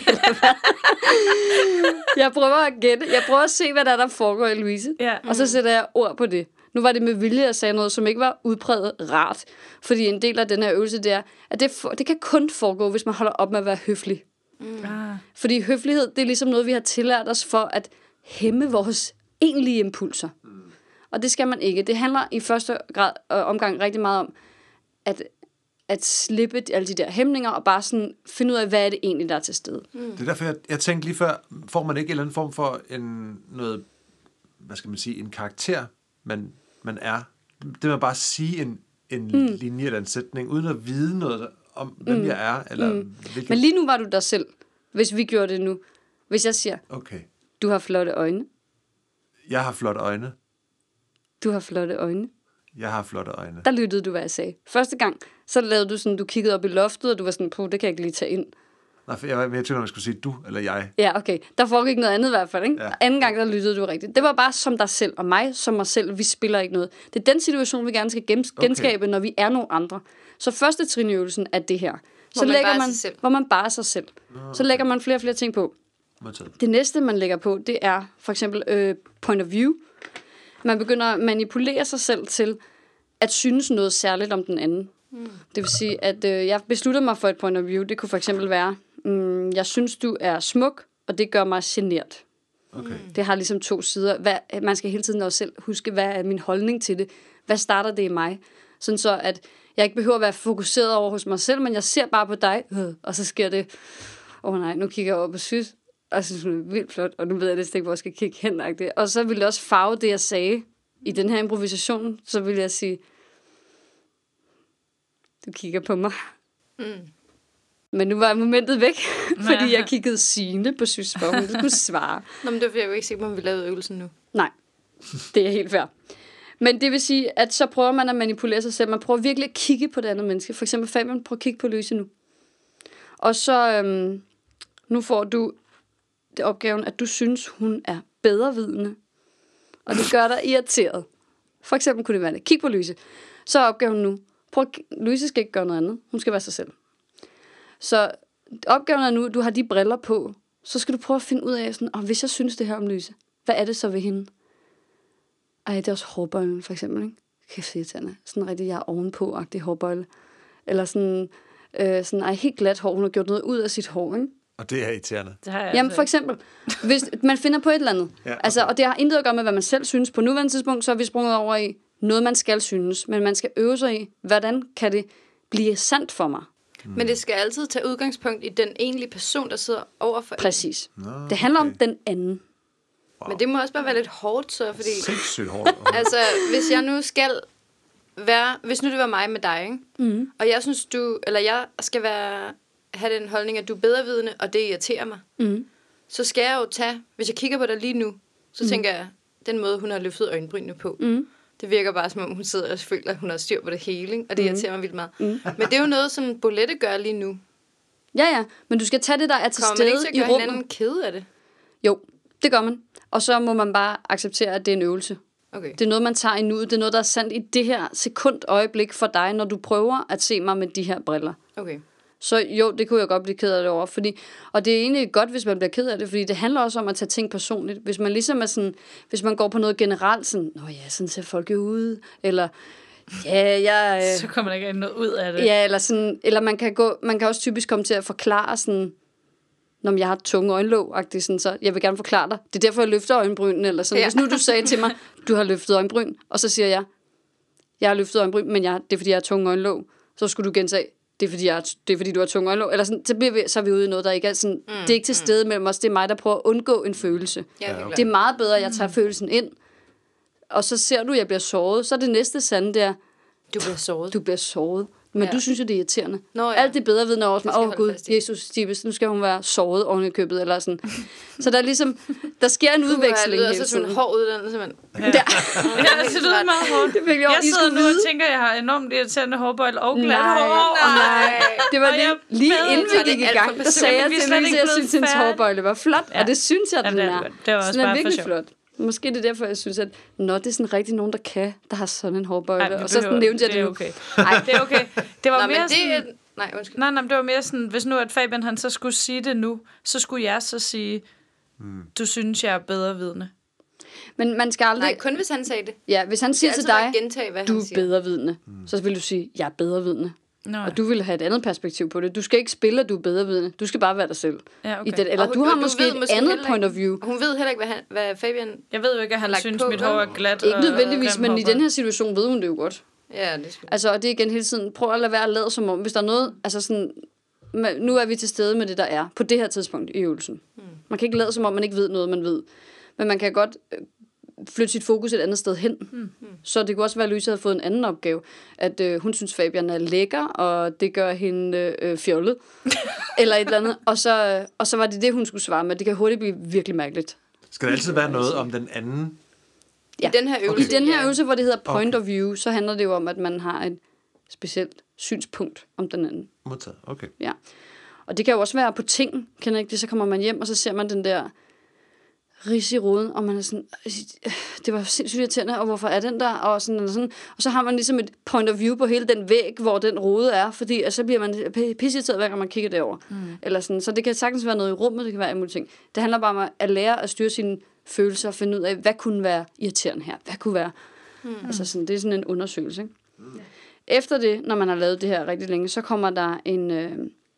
Jeg prøver at gætte. Jeg prøver at se, hvad der er, der foregår i Louise. Ja. Og så sætter jeg ord på det. Nu var det med vilje, at jeg sagde noget, som ikke var udpræget rart. Fordi en del af den her øvelse, det er, at det, for, det kan kun foregå, hvis man holder op med at være høflig. Mm. Ah. Fordi høflighed, det er ligesom noget, vi har tillært os for at hæmme vores egentlige impulser. Mm. Og det skal man ikke. Det handler i første grad, øh, omgang rigtig meget om, at, at slippe alle de der hæmninger, og bare sådan finde ud af, hvad er det egentlig, der er til stede. Mm. Det er derfor, jeg, jeg tænkte lige før, får man ikke en eller anden form for en, noget, hvad skal man sige, en karakter, man, man er. Det man bare sige en, en mm. linje eller en sætning, uden at vide noget om, hvem mm. jeg er. Eller mm. hvilken... Men lige nu var du dig selv, hvis vi gjorde det nu. Hvis jeg siger, okay. Du har flotte øjne. Jeg har flotte øjne. Du har flotte øjne. Jeg har flotte øjne. Der lyttede du, hvad jeg sagde. Første gang, så lavede du sådan, du kiggede op i loftet, og du var sådan, på, det kan jeg ikke lige tage ind. Nej, for jeg var mere tvivl om, jeg skulle sige du eller jeg. Ja, okay. Der foregik noget andet i hvert fald, ikke? Ja. Anden gang, der lyttede du rigtigt. Det var bare som dig selv, og mig som mig selv. Vi spiller ikke noget. Det er den situation, vi gerne skal genskabe, okay. Når vi er nogle andre. Så første trin i øvelsen er det her. Så hvor man lægger bare man, sig selv. hvor man bare er sig selv. Okay. Så lægger man flere og flere ting på. Det næste, man lægger på, det er for eksempel øh, point of view. Man begynder at manipulere sig selv til at synes noget særligt om den anden. Mm. Det vil sige, at øh, jeg beslutter mig for et point of view. Det kunne for eksempel være, mm, jeg synes, du er smuk, og det gør mig genert. Okay. Det har ligesom to sider. Hvad, man skal hele tiden også selv huske, hvad er min holdning til det? Hvad starter det i mig? Sådan så, at jeg ikke behøver at være fokuseret over hos mig selv, men jeg ser bare på dig, øh, og så sker det, åh oh, nej, nu kigger jeg op og synes, og så synes jeg, det er vildt flot, og nu ved jeg næsten ikke, hvor jeg skal kigge hen. Og så ville det også farve det, jeg sagde i den her improvisation. Så ville jeg sige, du kigger på mig. Mm. Men nu var momentet væk, fordi jeg kiggede Signe på synes, hvor hun skulle svare. Nå, men det var jeg jo ikke sikker på, om vi lavede øvelsen nu. Nej, det er helt fair. Men det vil sige, at så prøver man at manipulere sig selv. Man prøver virkelig at kigge på det andet menneske. For eksempel Fabian, prøv at kigge på Louise nu. Og så, øhm, nu får du det opgaven, at du synes, hun er bedrevidende. Og det gør dig irriteret. For eksempel kunne det være det. Kig på Louise. Så er opgaven nu. Prøv at, Louise skal ikke gøre noget andet. Hun skal være sig selv. Så opgaven er nu, du har de briller på. Så skal du prøve at finde ud af, sådan, oh, hvis jeg synes det her om Louise, hvad er det så ved hende? Ej, det er også hårbøjlen, for eksempel, ikke? Kæft, irriterende. Sådan rigtig, jeg er ovenpå-agtig hårbøjle. Eller sådan, øh, sådan, ej, helt glat hår. Hun har gjort noget ud af sit hår, ikke? Og det er irriterende. Det har jeg Jamen, for eksempel, hvis man finder på et eller andet. Ja, okay. Altså, og det har intet at gøre med, hvad man selv synes. På nuværende tidspunkt, så er vi sprunget over i noget, man skal synes. Men man skal øve sig i, hvordan kan det blive sandt for mig? Hmm. Men det skal altid tage udgangspunkt i den egentlige person, der sidder overfor. Præcis. Nå, okay. Det handler om den anden. Wow. Men det må også bare være lidt hårdt, så, fordi... Sindssygt hårdt. Altså, hvis jeg nu skal være... Hvis nu det var mig med dig, ikke? Mm. Og jeg synes, du... Eller jeg skal være... have den holdning, at du er bedrevidende, og det irriterer mig. Mm. Så skal jeg jo tage... Hvis jeg kigger på dig lige nu, så mm. tænker jeg, den måde, hun har løftet øjenbrynene på, mm. det virker bare, som om hun sidder og føler, at hun har styr på det hele, ikke? Og det mm. irriterer mig vildt meget. Mm. Men det er jo noget, som Bolette gør lige nu. Ja, ja. Men du skal tage det, der er til Kommer stede i rummet. Kommer man ikke til at gøre hinanden kede af det? Jo, det gør man. Og så må man bare acceptere, at det er en øvelse. Okay. Det er noget, man tager i nuet. Det er noget, der er sandt i det her sekund øjeblik for dig, når du prøver at se mig med de her briller. Okay. Så jo, det kunne jeg godt blive ked af det over. Fordi, og det er egentlig godt, hvis man bliver ked af det, fordi det handler også om at tage ting personligt. Hvis man ligesom er sådan, hvis man går på noget generelt, sådan, nå ja, sådan ser folk jo ud, eller ja, jeg... Øh, så kommer der ikke noget ud af det. Ja, eller sådan, eller man kan gå, man kan også typisk komme til at forklare sådan, når jeg har tunge øjenlåg-agtigt, sådan, så jeg vil gerne forklare dig. Det er derfor, jeg løfter øjenbrynene, eller sådan. Ja. Hvis nu du sagde til mig, du har løftet øjenbryn, og så siger jeg, jeg har løftet øjenbryn, men jeg, det er fordi, jeg har tunge øjenlåg, så skulle du gentage, det er fordi, jeg er, det er fordi du har tunge øjenlåg, eller sådan, så, bliver vi, så er vi ude i noget, der ikke er sådan, mm, det er ikke til stede mm. mellem os, det er mig, der prøver at undgå en følelse. Ja, okay. Det er meget bedre, at jeg tager mm. følelsen ind, og så ser du, at jeg bliver såret, så er det næste sande, det er, Du bliver såret. du bliver såret. Men ja. du synes jo, det er irriterende. Nå, ja. Alt det bedre ved, når også, åh oh, gud, i. Jesus, Stibes, nu skal hun være såret oven i købet, eller sådan. Så der er ligesom, der sker en udveksling hele tiden. Det er sådan en hård uddannelse, mand. Ja, ja. ja det lyder meget hårdt. Det jeg, jeg sidder nu og tænker, at jeg har enormt irriterende hårbøjle og glat hår. Nej, det var lige, lige inden vi gik i gang, der sagde jeg til Lise, at jeg synes, hendes hårbøjle var flot, ja. Og det synes jeg, den er. Det var også bare for sjovt. Flot. Måske det er derfor, jeg synes, at når det er sådan rigtig nogen, der kan, der har sådan en hårbøjle. Ej, og så sådan nævnte jeg det. Det er okay. Nej, det er okay. Det var Nå, mere det sådan... Er, nej, undskyld. Nej, nej, det var mere sådan, hvis nu at Fabian han så skulle sige det nu, så skulle jeg så sige, hmm. du synes, jeg er bedre vidne. Men man skal aldrig... Nej, kun hvis han sagde det. Ja, hvis han siger til dig, gentage, du er bedre vidne, hmm. så vil du sige, jeg er bedre vidne. Nå, og du vil have et andet perspektiv på det. Du skal ikke spille, at du er bedre vidne. Du skal bare være dig selv. Ja, okay. I det, eller hun, du har du måske et måske andet point of view. Hun ved heller ikke, hvad, han, hvad Fabian... Jeg ved jo ikke, at han synes, på, mit hår er glat. Ikke og, nødvendigvis, og men i den her situation ved hun det jo godt. Ja, det skal. Altså, og det er igen hele tiden, prøv at lade være at lade som om, hvis der er noget, altså sådan, nu er vi til stede med det, der er, på det her tidspunkt i øvelsen. Hmm. Man kan ikke lade som om, man ikke ved noget, man ved. Men man kan godt flytte sit fokus et andet sted hen. Mm. Så det kunne også være, at Louise havde fået en anden opgave. At øh, hun synes, Fabian er lækker, og det gør hende øh, fjollet. eller et eller andet. Og så, og så var det det, hun skulle svare med. Det kan hurtigt blive virkelig mærkeligt. Skal der altid være noget om den anden? Ja. I den her øvelse, okay. I den her øvelse, hvor det hedder point okay. of view, så handler det jo om, at man har et specielt synspunkt om den anden. Modtaget, okay. Ja. Og det kan jo også være på ting, kender ikke det? Så kommer man hjem, og så ser man den der ris i roden, og man er sådan, det var sindssygt irriterende, og hvorfor er den der, og sådan og sådan, og så har man ligesom et point of view på hele den væg, hvor den rode er, fordi og så bliver man pisseirriteret, hver gang man kigger derover. Mm. Eller sådan, så det kan sagtens være noget i rummet, det kan være alle ting. Det handler bare om at lære at styre sine følelser, og finde ud af, hvad kunne være irriterende her, hvad kunne være, mm. altså sådan, det er sådan en undersøgelse, ikke? Mm. Efter det, når man har lavet det her rigtig længe, så kommer der en, øh,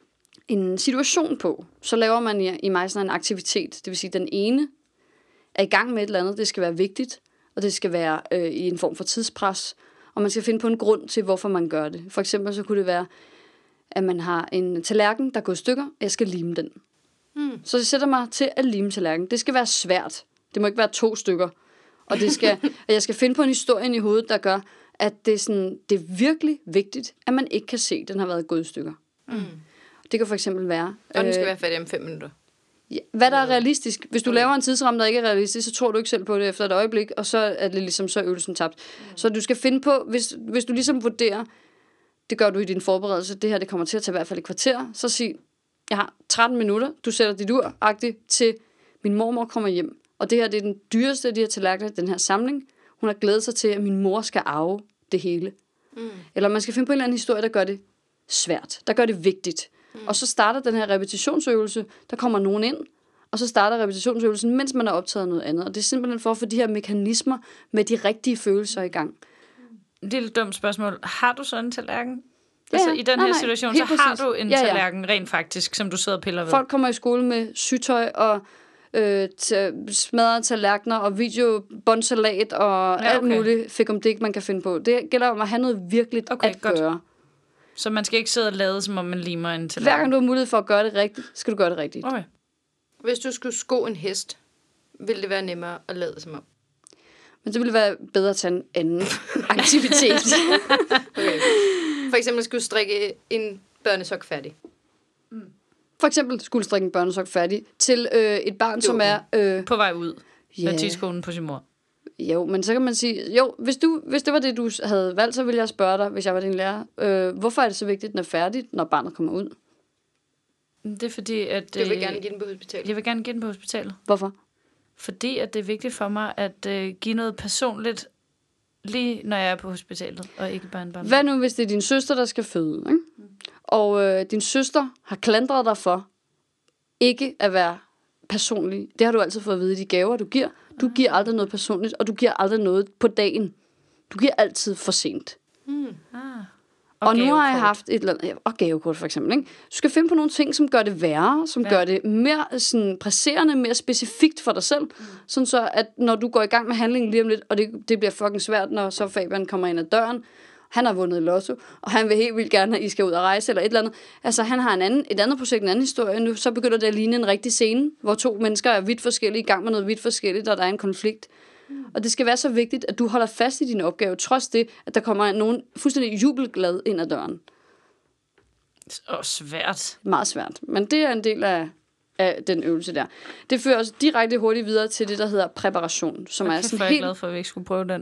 en situation på, så laver man i, i mig sådan en aktivitet, det vil sige, den ene er i gang med et eller andet, det skal være vigtigt, og det skal være øh, i en form for tidspres, og man skal finde på en grund til, hvorfor man gør det. For eksempel så kunne det være, at man har en tallerken, der går i stykker, og jeg skal lime den. Mm. Så jeg sætter mig til at lime tallerkenen. Det skal være svært. Det må ikke være to stykker. Og det skal, at jeg skal finde på en historie i hovedet, der gør, at det er, sådan, det er virkelig vigtigt, at man ikke kan se, at den har været gået i stykker. Mm. Det kan for eksempel være... Og den skal øh, være færdig om fem minutter. Ja, hvad der er realistisk. Hvis du laver en tidsramme, der ikke er realistisk, så tror du ikke selv på det efter et øjeblik, og så er det ligesom så øvelsen tabt. Mm. Så du skal finde på, hvis, hvis du ligesom vurderer, det gør du i din forberedelse, det her det kommer til at tage i hvert fald et kvarter, så sig, jeg har tretten minutter, du sætter dit ur-agtigt til, min mormor kommer hjem, og det her det er den dyreste af de her tallerkener, den her samling. Hun har glædet sig til, at min mor skal arve det hele. Mm. Eller man skal finde på en eller anden historie, der gør det svært, der gør det vigtigt. Mm. Og så starter den her repetitionsøvelse, der kommer nogen ind, og så starter repetitionsøvelsen, mens man har optaget noget andet. Og det er simpelthen for at få de her mekanismer med de rigtige følelser i gang. Det er et dumt spørgsmål. Har du sådan en tallerken? Ja, altså i den nej, her nej, situation, så præcis. har du en ja, ja. tallerken rent faktisk, som du sidder og piller ved. Folk kommer i skole med sygtøj og øh, t- smadrede tallerkener og videobåndsalat og ja, okay. alt muligt fik om det ikke man kan finde på. Det gælder om at have noget virkeligt okay, at godt. gøre. Så man skal ikke sidde og lade, som om man limer en tallerken? Hver gang du har mulighed for at gøre det rigtigt, skal du gøre det rigtigt. Okay. Hvis du skulle sko en hest, ville det være nemmere at lade som om? Men det ville være bedre at tage en anden aktivitet. Okay. For eksempel skulle strikke en børnesok færdig. For eksempel skulle strikke en børnesok færdig til øh, et barn, som er... Øh, på vej ud ja. af tidskolen på sin mor. Jo, men så kan man sige... Jo, hvis, du, hvis det var det, du havde valgt, så ville jeg spørge dig, hvis jeg var din lærer. Øh, hvorfor er det så vigtigt, at den er færdig, når barnet kommer ud? Det er fordi, at... Du vil gerne give den på hospitalet. Jeg vil gerne give den på hospitalet. Hvorfor? Fordi at det er vigtigt for mig at øh, give noget personligt, lige når jeg er på hospitalet, og ikke bare en barn. Hvad nu, hvis det er din søster, der skal føde, ikke? Mm. Og øh, din søster har klandret dig for ikke at være personlig. Det har du altid fået at vide i de gaver, du giver. Du giver aldrig noget personligt, og du giver aldrig noget på dagen. Du giver altid for sent. Mm. Ah. Og, og nu har jeg haft et eller andet, og gavekort for eksempel, ikke? Du skal finde på nogle ting, som gør det værre, som ja. gør det mere sådan, presserende, mere specifikt for dig selv, mm. sådan så, at når du går i gang med handlingen lige om lidt, og det, det bliver fucking svært, når så Fabian kommer ind ad døren, han har vundet i lotto, og han vil helt vildt gerne, at I skal ud og rejse, eller et eller andet. Altså, han har en anden, et andet projekt, en anden historie nu, så begynder det at ligne en rigtig scene, hvor to mennesker er vidt forskellige, i gang med noget vidt forskelligt, og der er en konflikt. Mm. Og det skal være så vigtigt, at du holder fast i din opgave, trods det, at der kommer nogen fuldstændig jubelglad ind ad døren. Og svært. Meget svært, men det er en del af, af den øvelse der. Det fører os direkte hurtigt videre til det, der hedder præparation, som jeg er sådan helt... helt... glad for, at vi ikke skulle prøve den.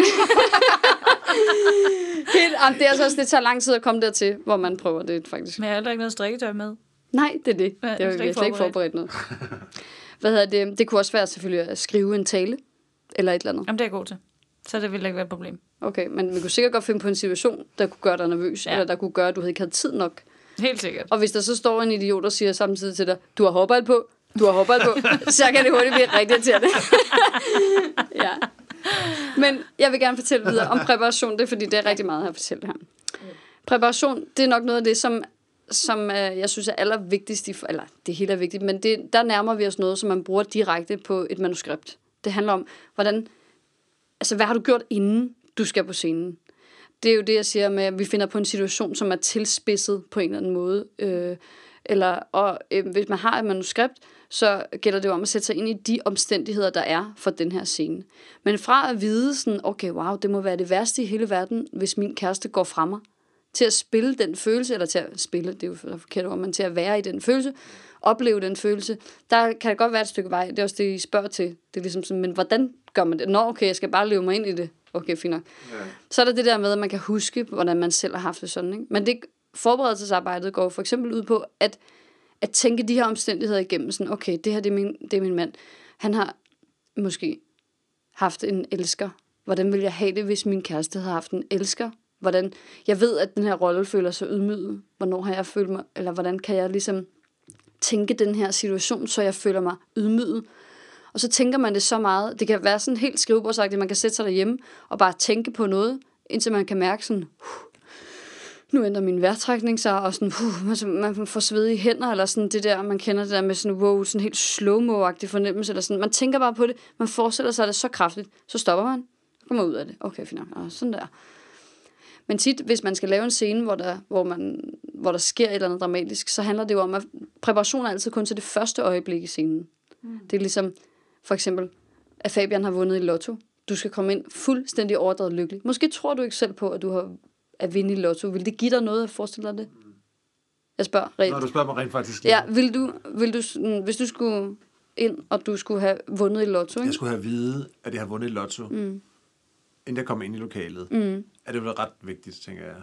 helt, det er altså også, det tager lang tid at komme dertil, hvor man prøver det faktisk. Men jeg har heller ikke noget strikketøj med. Nej, det er det. Ja, Det har vi slet ikke forberedt noget. Hvad hedder det? Det kunne også være selvfølgelig at skrive en tale, eller et eller andet. Jamen, det er jeg god til. Så det ville ikke være et problem. Okay, men vi kunne sikkert godt finde på en situation, der kunne gøre dig nervøs, ja. Eller der kunne gøre, at du ikke havde tid nok. Helt sikkert. Og hvis der så står en idiot og siger samtidig til dig, du har håbet på, du har håbet på, så kan det hurtigt blive rigtig irriterende. Ja. Men jeg vil gerne fortælle videre om præparation, det er fordi, det er rigtig meget her at fortælle her. Præparation, det er nok noget af det, som, som øh, jeg synes er allervigtigst, i, eller det hele er vigtigt, men det, der nærmer vi os noget, som man bruger direkte på et manuskript. Det handler om, hvordan, altså hvad har du gjort, inden du skal på scenen? Det er jo det, jeg siger med, at vi finder på en situation, som er tilspidset på en eller anden måde. Øh, eller, og øh, hvis man har et manuskript, så gælder det jo om at sætte sig ind i de omstændigheder, der er for den her scene. Men fra at vide sådan, okay, wow, det må være det værste i hele verden, hvis min kæreste går fra mig, til at spille den følelse, eller til at spille, det er jo forkert ord, men til at være i den følelse, opleve den følelse, der kan det godt være et stykke vej. Det er også det, I spørger til. Det er ligesom sådan, men hvordan gør man det? Nå, okay, jeg skal bare leve mig ind i det. Okay, fint nok. Yeah. Så er der det der med, at man kan huske, hvordan man selv har haft det sådan. Ikke? Men det forberedelsesarbejdet går for eksempel ud på, at, at tænke de her omstændigheder igennem. Sådan, okay, det her det er, min, det er min mand. Han har måske haft en elsker. Hvordan ville jeg have det, hvis min kæreste havde haft en elsker? Hvordan, jeg ved, at den her rolle føler sig ydmyget. Hvornår har jeg følt mig, eller hvordan kan jeg ligesom tænke den her situation, så jeg føler mig ydmyget. Og så tænker man det så meget. Det kan være sådan helt skrivebordsagtigt, at man kan sætte sig derhjemme og bare tænke på noget, indtil man kan mærke sådan, uh, nu ændrer min vejrtrækning sig, og sådan, uh, man får svedige hænder, eller sådan det der, man kender det der med sådan, wow, sådan helt slow-mo-agtig fornemmelse, eller sådan. Man tænker bare på det, man forestiller sig det så kraftigt, så stopper man, kommer ud af det. Okay, fint nok, og sådan der. Men tit, hvis man skal lave en scene, hvor der, hvor, man, hvor der sker et eller andet dramatisk, så handler det jo om, at præparation er altid kun til det første øjeblik i scenen. Mm. Det er ligesom, for eksempel, at Fabian har vundet i lotto. Du skal komme ind fuldstændig overdrevet lykkelig. Måske tror du ikke selv på, at du har at vinde i lotto. Vil det give dig noget at forestille dig det? Jeg spørger rent. Når du spørger mig rent faktisk. Ja, vil du, vil du, hvis du skulle ind, og du skulle have vundet i lotto, ikke? Jeg skulle have vide, at jeg har vundet i lotto, mm. inden jeg kom ind i lokalet. Mm. Er det vel ret vigtigt, tænker jeg.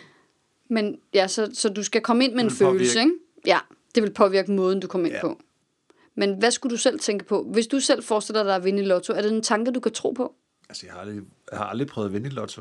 Men ja, så, så du skal komme ind med en påvirke. følelse, ikke? Ja, det vil påvirke måden, du kommer ind ja. på. Men hvad skulle du selv tænke på? Hvis du selv forestiller dig at vinde i lotto, er det en tanke, du kan tro på? Altså, jeg har aldrig, jeg har aldrig prøvet at vinde i lotto.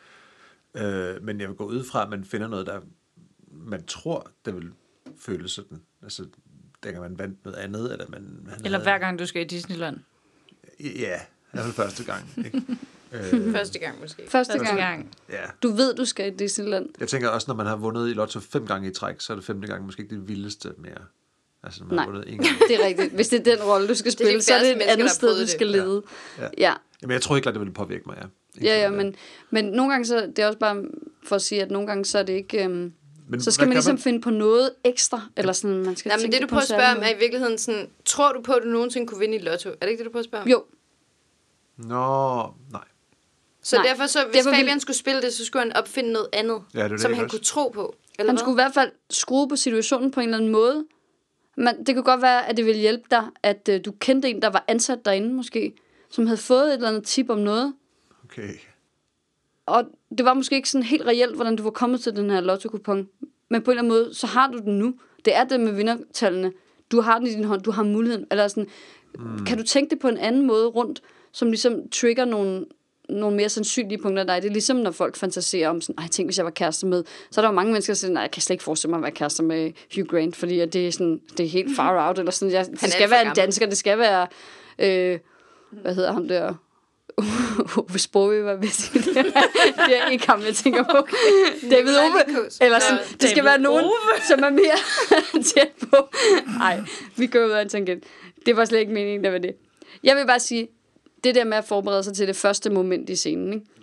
Øh, men jeg vil gå ud fra, at man finder noget, der man tror, det vil føles sådan. Altså, dengang man vandt noget andet, eller man... Eller havde... hver gang, du skal i Disneyland. Ja, i hvert fald første gang, ikke? øh... Første gang måske. Første, første gang. gang. Ja. Du ved, du skal i Disneyland. Jeg tænker også, når man har vundet i lotto fem gange i træk, så er det femte gang måske ikke det vildeste mere. Altså, når man Nej, har vundet en gang. Det er rigtigt. Hvis det er den rolle, du skal spille, det er så er det et andet sted, du skal lede. Ja. Ja. Ja. Jamen, jeg tror ikke, at det vil påvirke mig, ja. Ikke Ja, ja, men, men nogle gange så, det er også bare for at sige, at nogle gange så er det ikke, øhm, men så skal man ligesom man... finde på noget ekstra, eller sådan, man skal Nej, men det du prøver at spørge om, er i virkeligheden sådan, tror du på, at du nogensinde kunne vinde i lotto? Er det ikke det, du prøver at spørge om? Jo. Nå, nej. Så nej. derfor, så, hvis derfor Fabian vil... skulle spille det, så skulle han opfinde noget andet, ja, det det, som han også. kunne tro på. Eller Han hvad? skulle i hvert fald skrue på situationen på en eller anden måde. Men det kunne godt være, at det ville hjælpe dig, at øh, du kendte en, der var ansat derinde måske, som havde fået et eller andet tip om noget. Okay. Og det var måske ikke sådan helt reelt, hvordan du var kommet til den her lotto-kupon. Men på en eller anden måde, så har du den nu. Det er det med vindertallene. Du har den i din hånd, du har muligheden. Eller sådan, mm. Kan du tænke det på en anden måde rundt, som ligesom trigger nogle, nogle mere sandsynlige punkter af dig? Det er ligesom, når folk fantaserer om sådan, ej, tænk, hvis jeg var kæreste med. Så er der jo mange mennesker, der siger, nej, jeg kan slet ikke forestille mig at være kæreste med Hugh Grant, fordi at det, er sådan, det er helt far out. Eller sådan. Jeg, det skal være en dansker, det skal være, øh, hvad hedder ham der? Ove Sprogøe var ved sige det. Det er ikke ham, jeg tænker på. David Ove. Eller sådan, det skal være nogen, som er mere tæt på. Nej, vi går ud af en tangent. Det var slet ikke meningen, der var det. Jeg vil bare sige, det der med at forberede sig til det første moment i scenen, ikke?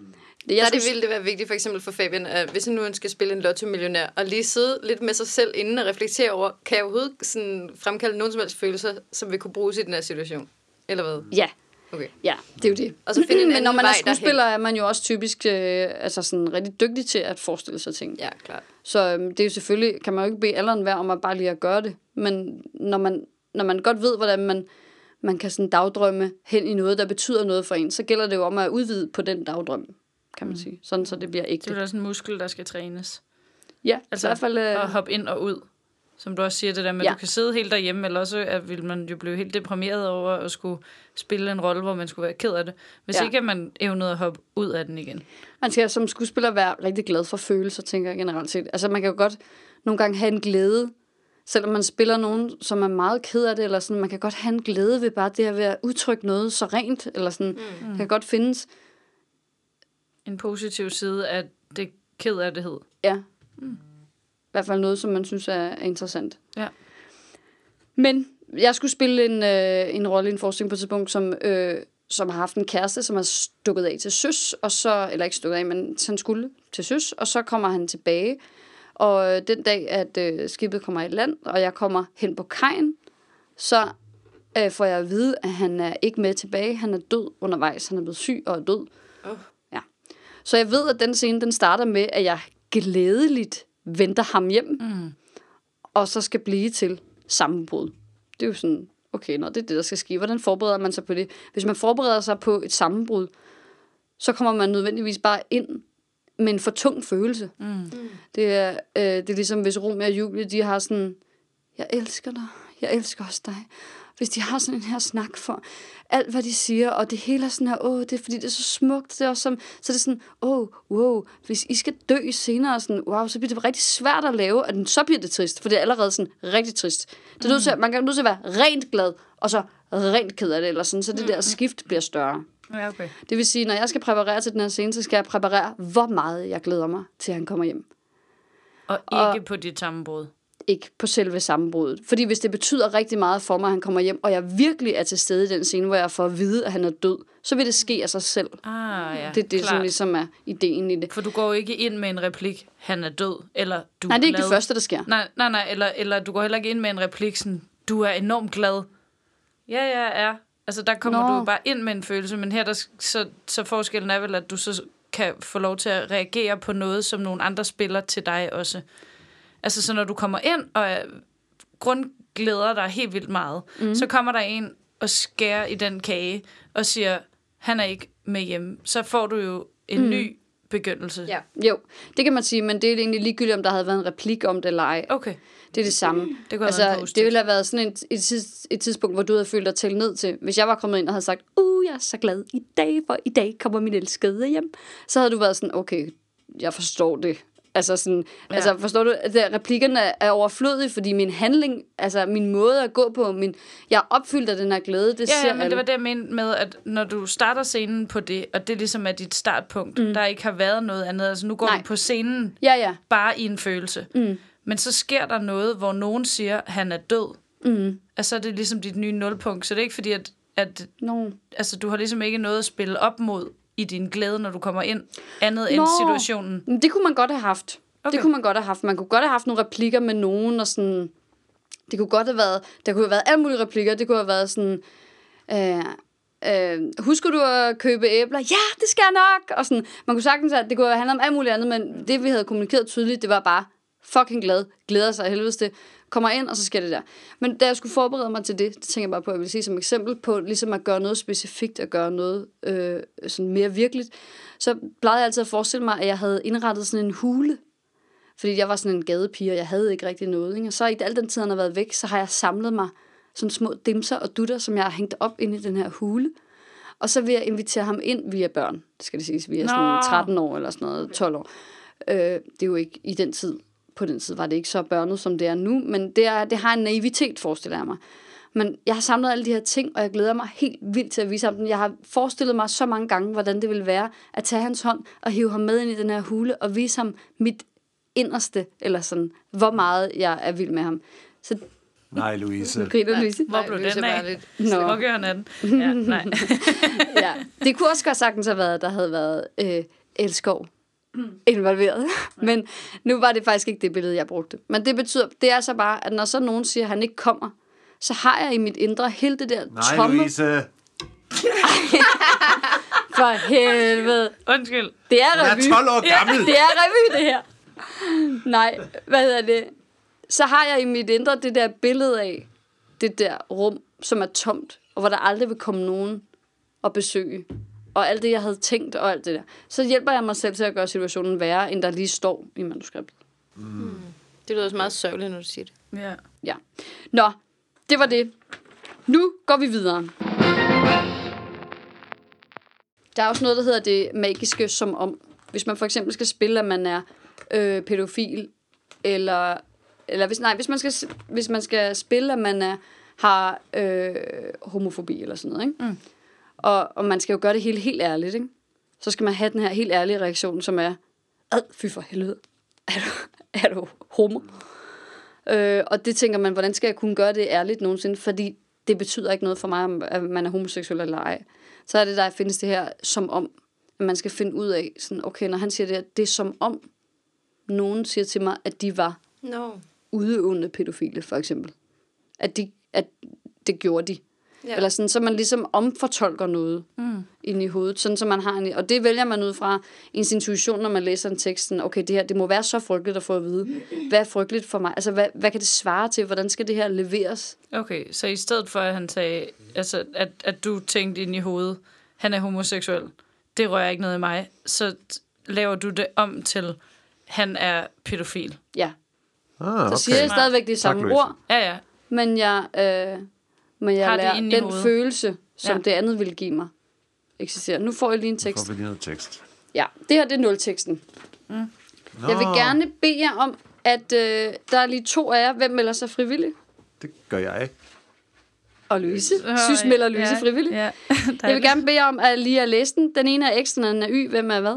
Det, Der er skulle... det ville det være vigtigt, for eksempel for Fabian, at hvis han nu skal spille en lotto-millionær, og lige sidde lidt med sig selv inden og reflektere over, kan jeg overhovedet sådan fremkalde nogen som helst følelser, som vi kunne bruges i den her situation? Eller hvad? Ja. Okay. Ja, det er jo det. Og så finde en Men anden når man er vej skuespiller, er man jo også typisk øh, altså sådan rigtig dygtig til at forestille sig ting. Ja, klart. Så øhm, det er jo selvfølgelig, kan man jo ikke bede alderen være om at bare lige at gøre det. Men når man, når man godt ved, hvordan man, man kan sådan dagdrømme hen i noget, der betyder noget for en, så gælder det jo om at udvide på den dagdrøm, kan man sige. Sådan, så det bliver ægte. Det er jo også en muskel, der skal trænes. Ja, Altså i hvert fald... Øh... at hoppe ind og ud. Som du også siger, det der med, at Ja. du kan sidde helt derhjemme, eller også at vil man jo blive helt deprimeret over at skulle spille en rolle, hvor man skulle være ked af det. Hvis Ja. ikke at man evnede at hoppe ud af den igen. Man skal som skuespiller være rigtig glad for følelser, tænker jeg generelt set. Altså man kan jo godt nogle gange have en glæde, selvom man spiller nogen, som er meget ked af det, eller sådan, man kan godt have en glæde ved bare det at være udtrykke noget så rent, eller sådan, mm. det kan godt findes. En positiv side af det ked af det. Ja. Mm. I hvert fald noget, som man synes er, er interessant. Ja. Men jeg skulle spille en, øh, en rolle i en forestilling på et tidspunkt, som, øh, som har haft en kæreste, som er stukket af til søs, og så, eller ikke stukket af, men han skulle til søs, og så kommer han tilbage. Og øh, den dag, at øh, skibet kommer i land, og jeg kommer hen på kajen, så øh, får jeg at vide, at han er ikke med tilbage. Han er død undervejs. Han er blevet syg og er død. Oh. Ja. Så jeg ved, at den scene, den starter med, at jeg glædeligt venter ham hjem, mm. og så skal blive til sammenbrud. Det er jo sådan, okay, nå, det er det, der skal ske. Hvordan forbereder man sig på det? Hvis man forbereder sig på et sammenbrud, så kommer man nødvendigvis bare ind med en for tung følelse. Mm. Det, er, øh, det er ligesom, hvis Romeo og Julie, de har sådan, jeg elsker dig, jeg elsker også dig. Hvis de har sådan en her snak for alt, hvad de siger, og det hele er sådan her, åh, det er fordi, det er så smukt, det er også som, så det er sådan, åh, wow, hvis I skal dø senere, sådan, wow, så bliver det rigtig svært at lave, og så bliver det trist, for det er allerede sådan rigtig trist. Det er nødt til, man kan nødt til at være rent glad, og så rent ked af det, eller sådan, så det der skift bliver større. Ja, okay. Det vil sige, når jeg skal præparere til den her scene, så skal jeg præparere, hvor meget jeg glæder mig, til han kommer hjem. Og ikke og på dit sammenbrud. Ikke på selve sammenbruddet. Fordi hvis det betyder rigtig meget for mig, at han kommer hjem, og jeg virkelig er til stede i den scene, hvor jeg får at vide, at han er død, så vil det ske af sig selv. Ah, ja, det er det, klart. som ligesom er ideen i det. For du går jo ikke ind med en replik, han er død, eller du Nej, det er ikke glad. det første, der sker. Nej, nej, nej, eller, eller du går heller ikke ind med en replik, sådan, du er enormt glad. Ja, ja, ja. Altså, der kommer Nå. du jo bare ind med en følelse, men her, der, så, så forskellen er vel, at du så kan få lov til at reagere på noget, som nogle andre spiller til dig også. Altså, så når du kommer ind og er, grundglæder dig helt vildt meget, mm. så kommer der en og skærer i den kage og siger, han er ikke med hjemme. Så får du jo en mm. ny begyndelse. Ja. Jo, det kan man sige, men det er egentlig ligegyldigt, om der havde været en replik om det eller ej. Okay. Det er det samme. Det kunne altså, have været det ville have været sådan et, et, tids, et tidspunkt, hvor du havde følt dig tælle ned til. Hvis jeg var kommet ind og havde sagt, uh, jeg er så glad i dag, for i dag kommer min elskede hjem. Så havde du været sådan, okay, jeg forstår det. Altså, sådan, ja. altså forstår du, at replikkerne er overflødige, fordi min handling, altså min måde at gå på, min, jeg er opfyldt af den her glæde, det ja, ser ja, men alle. det var det, jeg mente med, at når du starter scenen på det, og det ligesom er dit startpunkt, mm. der ikke har været noget andet, altså nu går Nej. du på scenen ja, ja. bare i en følelse. Mm. Men så sker der noget, hvor nogen siger, han er død. Mm. Altså, det er ligesom dit nye nulpunkt, så det er ikke fordi, at, at No. altså, du har ligesom ikke noget at spille op mod i din glæde, når du kommer ind, andet Nå. end situationen. Det kunne man godt have haft. Okay. Det kunne man godt have haft. Man kunne godt have haft nogle replikker med nogen, og sådan, det kunne godt have været, der kunne have været alle mulige replikker, det kunne have været sådan, øh, øh, husker du at købe æbler? Ja, det skal jeg nok! Og sådan, man kunne sagtens have, det kunne have handlet om alt muligt andet, men det vi havde kommunikeret tydeligt, det var bare fucking glad, glæder sig helvedes det, kommer ind, og så sker det der. Men da jeg skulle forberede mig til det, det tænker jeg bare på, at jeg vil sige som eksempel på, ligesom at gøre noget specifikt, at gøre noget øh, sådan mere virkeligt, så plejede jeg altid at forestille mig, at jeg havde indrettet sådan en hule. Fordi jeg var sådan en gadepige, og jeg havde ikke rigtig noget. Ikke? Og så i al den tid, han har været væk, så har jeg samlet mig sådan små dimser og dutter, som jeg har hængt op inde i den her hule. Og så vil jeg invitere ham ind via børn. Det skal det siges, vi er sådan tretten år eller sådan noget, tolv år. Øh, det er jo ikke i den tid. På den tid var det ikke så børnet, som det er nu. Men det, er, det har en naivitet, forestiller jeg mig. Men jeg har samlet alle de her ting, og jeg glæder mig helt vildt til at vise ham den. Jeg har forestillet mig så mange gange, hvordan det ville være at tage hans hånd og hive ham med ind i den her hule og vise ham mit inderste, eller sådan, hvor meget jeg er vild med ham. Så Nej, Louise. griner Louise. Hvor blev den af? Nå. Hvor gør han af den? Ja, nej. Ja. Det kunne også godt sagtens have været, der havde været øh, elskov involveret. Men nu var det faktisk ikke det billede, jeg brugte. Men det betyder, det er så bare, at når så nogen siger, at han ikke kommer, så har jeg i mit indre hele det der Nej, tomme... Louise. For helvede. Undskyld. Det er Jeg er revy. tolv år gammel. Det er revy, det her. Nej, hvad hedder det? Så har jeg i mit indre det der billede af det der rum, som er tomt, og hvor der aldrig vil komme nogen og besøge. Og alt det, jeg havde tænkt, og alt det der. Så hjælper jeg mig selv til at gøre situationen værre, end der lige står i manuskriptet. Mm. Det lyder også meget sørgeligt, når du siger det. Ja. Ja. Nå, det var det. Nu går vi videre. Der er også noget, der hedder det magiske som om. Hvis man for eksempel skal spille, at man er øh, pædofil, eller, eller hvis, nej, hvis, man skal, hvis man skal spille, at man er, har øh, homofobi eller sådan noget, ikke? Mm. Og, og man skal jo gøre det hele helt ærligt, ikke? Så skal man have den her helt ærlige reaktion, som er, ad, fy for helvede, er du, er du homo? Øh, og det tænker man, hvordan skal jeg kunne gøre det ærligt nogensinde? Fordi det betyder ikke noget for mig, om at man er homoseksuel eller ej. Så er det, der findes det her som om, at man skal finde ud af, sådan, okay, når han siger det her, det er som om, nogen siger til mig, at de var no. udøvende pædofile, for eksempel. At, de, at det gjorde de. Ja. Eller sådan, så man ligesom omfortolker noget mm. ind i hovedet, sådan så man har en, og det vælger man ud fra ens intuition, når man læser en tekst, sådan, okay, det her, det må være så frygteligt at få at vide. Hvad er frygteligt for mig? Altså, hvad, hvad kan det svare til? Hvordan skal det her leveres? Okay, så i stedet for, at han sagde, altså, at, at du tænkte ind i hovedet, han er homoseksuel, det rører ikke noget i mig, så laver du det om til, han er pædofil. Ja. Ah, okay. Så siger jeg stadigvæk det samme Tak, ord, Ja, ja. men jeg, øh, men jeg Har det lærer inde i den hovedet. følelse, som Ja. det andet ville give mig, eksisterer. Nu får jeg lige en Nu tekst. får vi lige noget tekst. Ja, det her det er nulteksten. Nå. Jeg vil gerne bede jer om, at øh, der er lige to af jer. Hvem melder sig frivillig? Det gør jeg ikke. Og Louise. Synes melder Louise ja, frivillig. Ja. Jeg vil gerne bede jer om at lige at læse den. Den ene er X, den anden er Y. Hvem er hvad?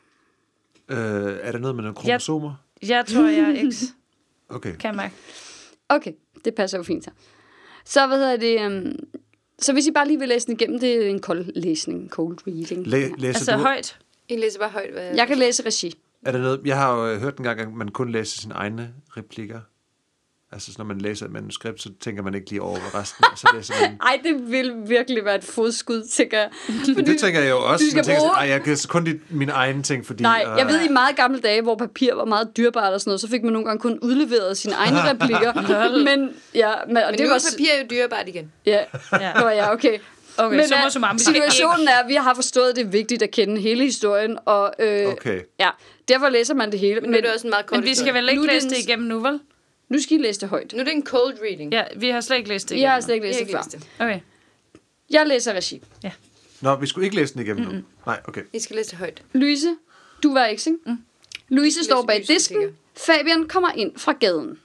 Øh, er der noget med nogle kromosomer? Jeg tror, jeg er X. Okay. Kan jeg mærke. Okay, det passer jo fint her. Så hvad hedder det? Um, så hvis I bare lige vil læse den igennem, det er en kold læsning, cold reading. Læ- læser Altså du? højt. I læser bare højt, hvad jeg... Jeg kan læse regi. Er der noget? Jeg har jo øh, hørt en gang, at man kun læser sine egne replikker. Altså, når man læser et manuskript, så tænker man ikke lige over hvad resten, og så læser man... Ej, det vil virkelig være et fodskud, tænker jeg. Men det tænker jeg jo også. Du skal Man tænker, bruge- sådan, ej, jeg kan kun lide mine egne ting, fordi... Nej, øh, jeg ved i meget gamle dage, hvor papir var meget dyrbart og sådan noget, så fik man nogle gange kun udleveret sine egne replikker. men ja, men, og Men det nu var er papir jo dyrebart igen. Ja, Ja. Nå ja, okay. Okay, Men så øh, må summarum, vi skal situationen er, at vi har forstået, at det er vigtigt at kende hele historien, og øh, Okay. ja, derfor læser man det hele. Men nu er det også en meget kort Men vi skal historie. vel ikke Nu er det læse en- det igennem nu, vel? Nu skal I læse det højt. Nu er det en cold reading. Ja, vi har slet ikke læst det Jeg igennem. har slet ikke Jeg læst har det ikke før. læst det. nu. Okay. Jeg læser regi. Nå, vi skulle ikke læse den igennem mm-hmm. nu. Nej, okay. I skal læse det højt. Louise, du var ikke, ikke? Mm. Louise står Læs bag lyset, disken. sikkert. Fabian kommer ind fra gaden.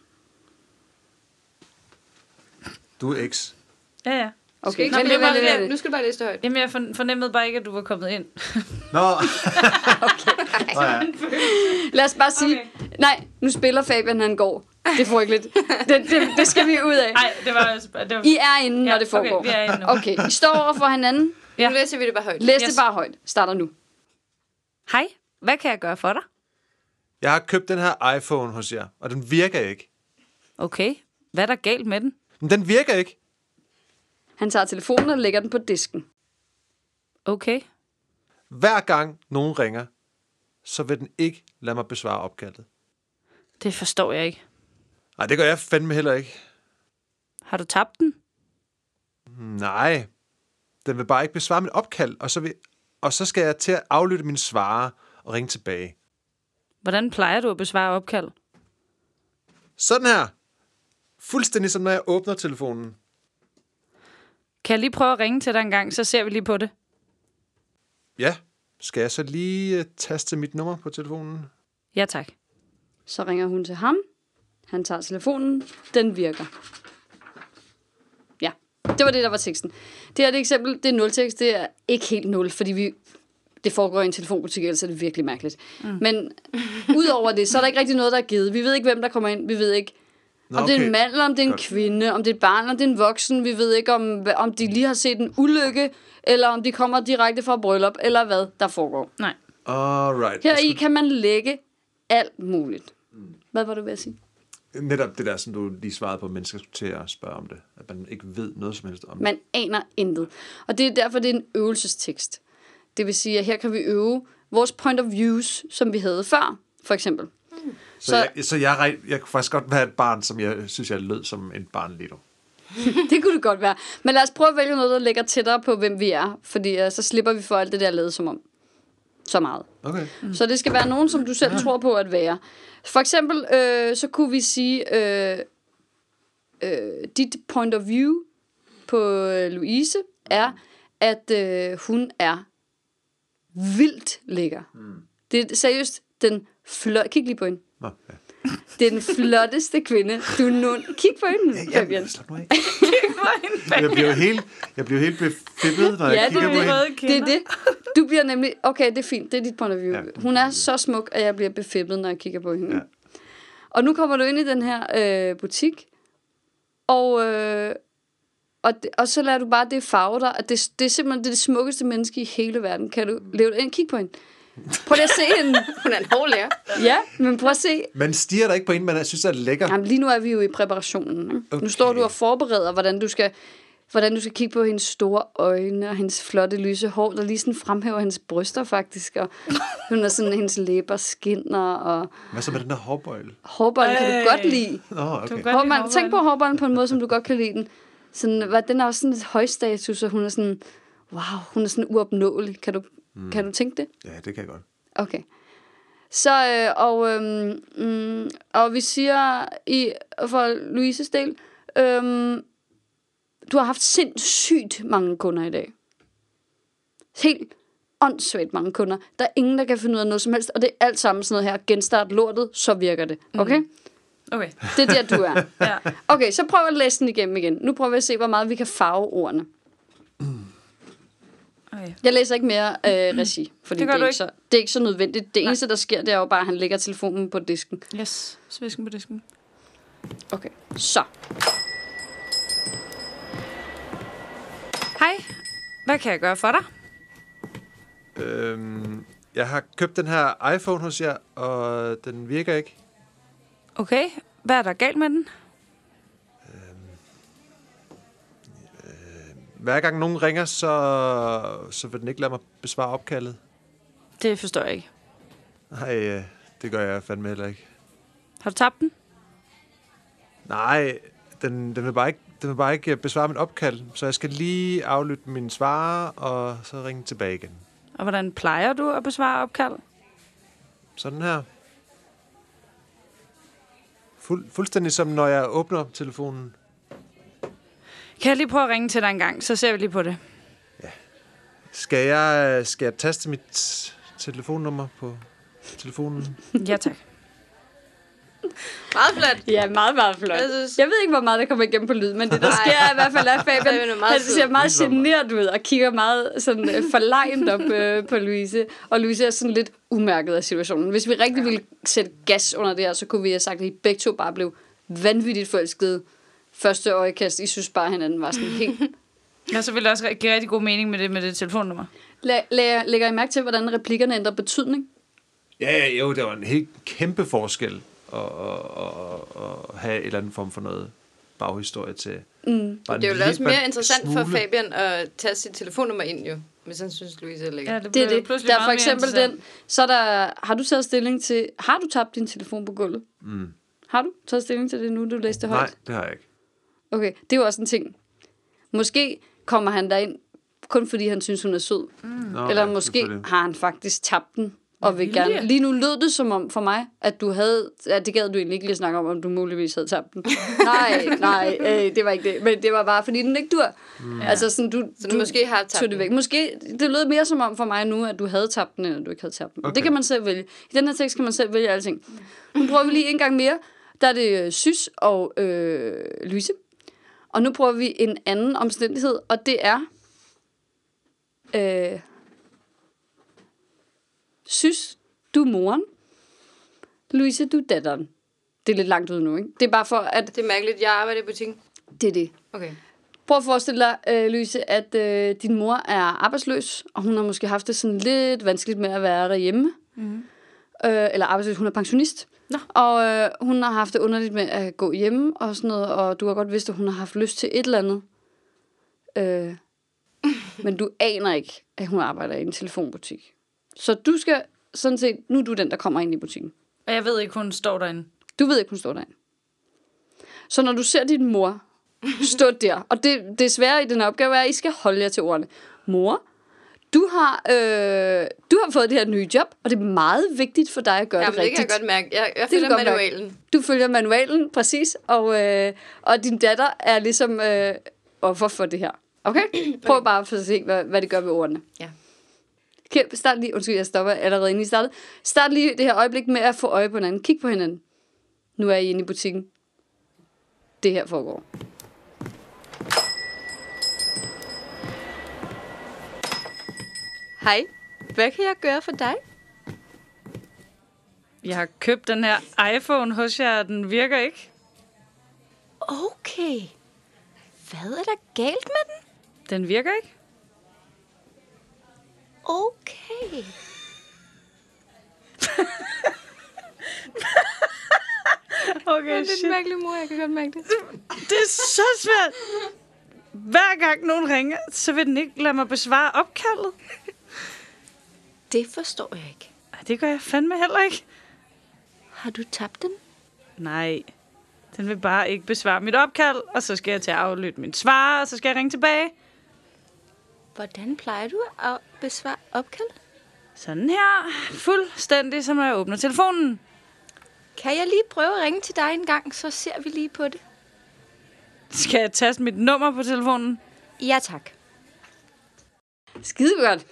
Du er X. Ja, ja. Okay, skal Okay, ikke, men men det det var var, det. nu skal du bare læse det højt. Jamen, jeg for- fornemmede bare ikke, at du var kommet ind. Nå. okay. Nå ja. Lad os bare sige, okay. Nej, nu spiller Fabian, han går. Det får ikke lidt. Det, det, det skal vi ud af. Nej, det var... Det var I er inde, når Ja, det foregår. okay, vi er inde nu. Okay, I står over for hinanden. Ja. Nu læser vi det bare højt. Læs Yes. det bare højt. Starter nu. Hej, hvad kan jeg gøre for dig? Jeg har købt den her iPhone hos jer, og den virker ikke. Okay, hvad er der galt med den? Men den virker ikke. Han tager telefonen og lægger den på disken. Okay. Hver gang nogen ringer, så vil den ikke lade mig besvare opkaldet. Det forstår jeg ikke. Nej, det gør jeg fandme heller ikke. Har du tabt den? Nej, den vil bare ikke besvare mit opkald, og så, vil, og så skal jeg til at aflytte min svarer og ringe tilbage. Hvordan plejer du at besvare opkald? Sådan her. Fuldstændig som når jeg åbner telefonen. Kan jeg lige prøve at ringe til dig en gang, så ser vi lige på det. Ja, skal jeg så lige uh, taste mit nummer på telefonen? Ja, tak. Så ringer hun til ham. Han tager telefonen. Den virker. Ja, det var det, der var teksten. Det her det eksempel, det er nultekst. Det er ikke helt nul, fordi vi, det foregår i en telefonbutik, ellers er det virkelig mærkeligt. Mm. Men udover det, så er der ikke rigtig noget, der er givet. Vi ved ikke, hvem der kommer ind. Vi ved ikke, Nå, om det er okay. en mand, eller om det er en Godt. kvinde, om det er et barn, eller om det er en voksen. Vi ved ikke, om, om de lige har set en ulykke, eller om de kommer direkte fra bryllup, eller hvad der foregår. Nej. Alright. Her i kan man lægge alt muligt. Hvad var du ved at sige? Netop det der, som du lige svarede på, mennesker skulle til at spørge om det. At man ikke ved noget som helst om det. Man aner intet. Og det er derfor, det er en øvelsestekst. Det vil sige, at her kan vi øve vores point of views, som vi havde før, for eksempel. Så, så, jeg, så jeg, jeg, jeg kunne faktisk godt være et barn, som jeg synes, jeg lød som en barn lige nu. Det kunne det godt være. Men lad os prøve at vælge noget, der ligger tættere på, hvem vi er. Fordi uh, så slipper vi for alt det der lade som om. Så meget. Okay. Mm. Så det skal være nogen, som du selv ja. tror på at være. For eksempel, øh, så kunne vi sige, øh, øh, dit point of view på Louise er, at øh, hun er vildt lækker. Mm. Det er seriøst den flotte... Kig lige på hende. Nå, ja. Det er den flotteste kvinde, du nogen... Kig på hende, ja, ja, Fabian. Slap nu af. Jeg bliver jo helt, jeg bliver helt befippet, når ja, jeg kigger det, på hende. Det er det. Du bliver nemlig... Okay, det er fint. Det er dit point of view. Ja, hun er så smuk, at jeg bliver befippet, når jeg kigger på hende. Ja. Og nu kommer du ind i den her øh, butik, og, øh, og, det, og så lader du bare det farve dig, at det, det er simpelthen det, det smukkeste menneske i hele verden. Kan du leve ind? Kig på hende. Prøv lige at se hende. Hun er en hård lærer. Ja, men prøv at se. Man stiger der ikke på hende, men jeg synes, det er lækker. Jamen, lige nu er vi jo i præparationen. Ikke? Okay. Nu står du og forbereder, hvordan du skal... Hvordan du skal kigge på hendes store øjne og hendes flotte lyse hår, der lige sådan fremhæver hendes bryster faktisk, og hun er sådan, hendes læber skinner, og... Hvad så med den der hårbøjle? Hårbøjlen kan du godt lide. Nå, okay. Hårbøjlen, tænk på hårbøjlen på en måde, som du godt kan lide den. Sådan, hvad, den er også sådan lidt højstatus, og hun er sådan, wow, hun er sådan uopnåelig. Kan du, mm. kan du tænke det? Ja, det kan jeg godt. Okay. Så, øh, og, øh, mm, og vi siger, i, for Louises del, øh, du har haft sindssygt mange kunder i dag. Helt åndssvagt mange kunder. Der er ingen, der kan finde ud af noget som helst. Og det er alt sammen sådan noget her. Genstart lortet, så virker det. Okay? Mm. Okay. Det er der, du er. Ja. Okay, så prøv at læse den igennem igen. Nu prøver vi at se, hvor meget vi kan farve ordene. Okay. Jeg læser ikke mere øh, regi, fordi Det det, gør det, er du ikke ikke. så, det er ikke så nødvendigt. Det Nej. eneste, der sker, det er jo bare, at han lægger telefonen på disken. Yes, svisken på disken. Okay, så. Hej, hvad kan jeg gøre for dig? Øhm, jeg har købt den her iPhone hos jer, og den virker ikke. Okay, hvad er der galt med den? Hver gang nogen ringer, så, så vil den ikke lade mig besvare opkaldet. Det forstår jeg ikke. Nej, øh, det gør jeg fandme heller ikke. Har du tabt den? Nej, den, den, vil bare ikke, den vil bare ikke besvare mit opkald, så jeg skal lige aflytte min svarer, og så ringe tilbage igen. Og hvordan plejer du at besvare opkald? Sådan her. Fuld, fuldstændig som når jeg åbner telefonen. Kan jeg lige prøve at ringe til dig en gang, så ser vi lige på det. Skal jeg, skal jeg taste mit telefonnummer på telefonen? Ja, tak. Meget flot. Ja, meget, meget flot. Jeg synes- Jeg ved ikke, hvor meget der kommer igennem på lyd, men det, der sker er i hvert fald, at Fabian Fabian er meget han sød. ser meget genert ud og kigger meget sådan øh, forlegent op øh, på Louise. Og Louise er sådan lidt umærket af situationen. Hvis vi rigtig ville sætte gas under det her, så kunne vi have sagt, at I begge to bare blev vanvittigt forelskede. Første øjekast, I synes bare, hinanden var sådan helt... Ja, så vil det også give rigtig god mening med det, med det telefonnummer. Læ- læ- lægger I mærke til, hvordan replikkerne ændrer betydning? Ja, ja, jo, det var en helt kæmpe forskel at, at, at, at have en eller anden form for noget baghistorie til. Mm. Bare Det er jo en også lille mere interessant smule. for Fabian at tage sit telefonnummer ind, jo. Hvis han synes, Louise er lækker. Ja, det, Det er bliver det. pludselig Der er meget for mere eksempel interessant. den, så er der, har du taget stilling til, har du tabt din telefon på gulvet? Mm. Har du taget stilling til det nu, du læste højt? Nej, det har jeg ikke. Okay, det er jo også en ting. Måske kommer han derind, kun fordi han synes, hun er sød. Mm. Nå, Eller ja, måske selvfølgelig. har han faktisk tabt den, og vil vilje. gerne... Lige nu lød det som om for mig, at du havde... At det gad du egentlig ikke lige snakke om, om du muligvis havde tabt den. nej, nej, øh, det var ikke det. Men det var bare, fordi den ikke dur. Mm. Altså sådan, du, Så du måske har tabt tog det den. væk. Måske, det lød mere som om for mig nu, at du havde tabt den, end at du ikke havde tabt den. Okay. Det kan man selv vælge. I den her tekst kan man selv vælge alting. Nu prøver vi lige en gang mere. Der er det øh, Sys og øh, Louise. Og nu prøver vi en anden omstændighed, og det er... Øh, Sys, du er moren. Louise, du er datteren. Det er lidt langt ud nu, ikke? Det er bare for, at Det er mærkeligt. Jeg arbejder i butikken. det er det. Okay. Prøv at forestille dig, øh, Louise, at øh, din mor er arbejdsløs, og hun har måske haft det sådan lidt vanskeligt med at være derhjemme. Mm. Øh, eller arbejdsløs, hun er pensionist. Nå. Og øh, hun har haft det underligt med at gå hjemme og sådan noget, og du har godt vidst, at hun har haft lyst til et eller andet. Øh, men du aner ikke, at hun arbejder i en telefonbutik. Så du skal sådan set, nu er du den, der kommer ind i butikken. Og jeg ved ikke, hun står derinde. Du ved ikke, hun står derinde. Så når du ser din mor stå der, og det, det svære i den opgave er, at I skal holde jer til ordene. Mor, du har, øh, du har fået det her nye job, og det er meget vigtigt for dig at gøre Jamen, det rigtigt. det kan jeg godt mærke. Jeg, jeg Det følger kan godt manualen. mærke. Du følger manualen, præcis, og, øh, og din datter er ligesom øh, offer for det her. Okay? Prøv bare at se, hvad, hvad det gør ved ordene. Ja. Okay, start lige, undskyld, jeg stopper allerede inden I startede. Start lige det her øjeblik med at få øje på hinanden. Kig på hinanden. Nu er I inde i butikken. Det her foregår. Hej, hvad kan jeg gøre for dig? Jeg har købt den her iPhone hos jer, og den virker ikke. Okay. Hvad er der galt med den? Den virker ikke. Okay. Okay, Det er shit. en mærkelig mor, jeg kan godt mærke det. Det er så svært. Hver gang nogen ringer, så vil den ikke lade mig besvare opkaldet. Det forstår jeg ikke. Ej, det gør jeg fandme heller ikke. Har du tabt den? Nej, den vil bare ikke besvare mit opkald, og så skal jeg til at aflytte min svar, og så skal jeg ringe tilbage. Hvordan plejer du at besvare opkald? Sådan her, fuldstændig som når jeg åbner telefonen. Kan jeg lige prøve at ringe til dig en gang, så ser vi lige på det? Skal jeg taste mit nummer på telefonen? Ja, tak. Skide godt.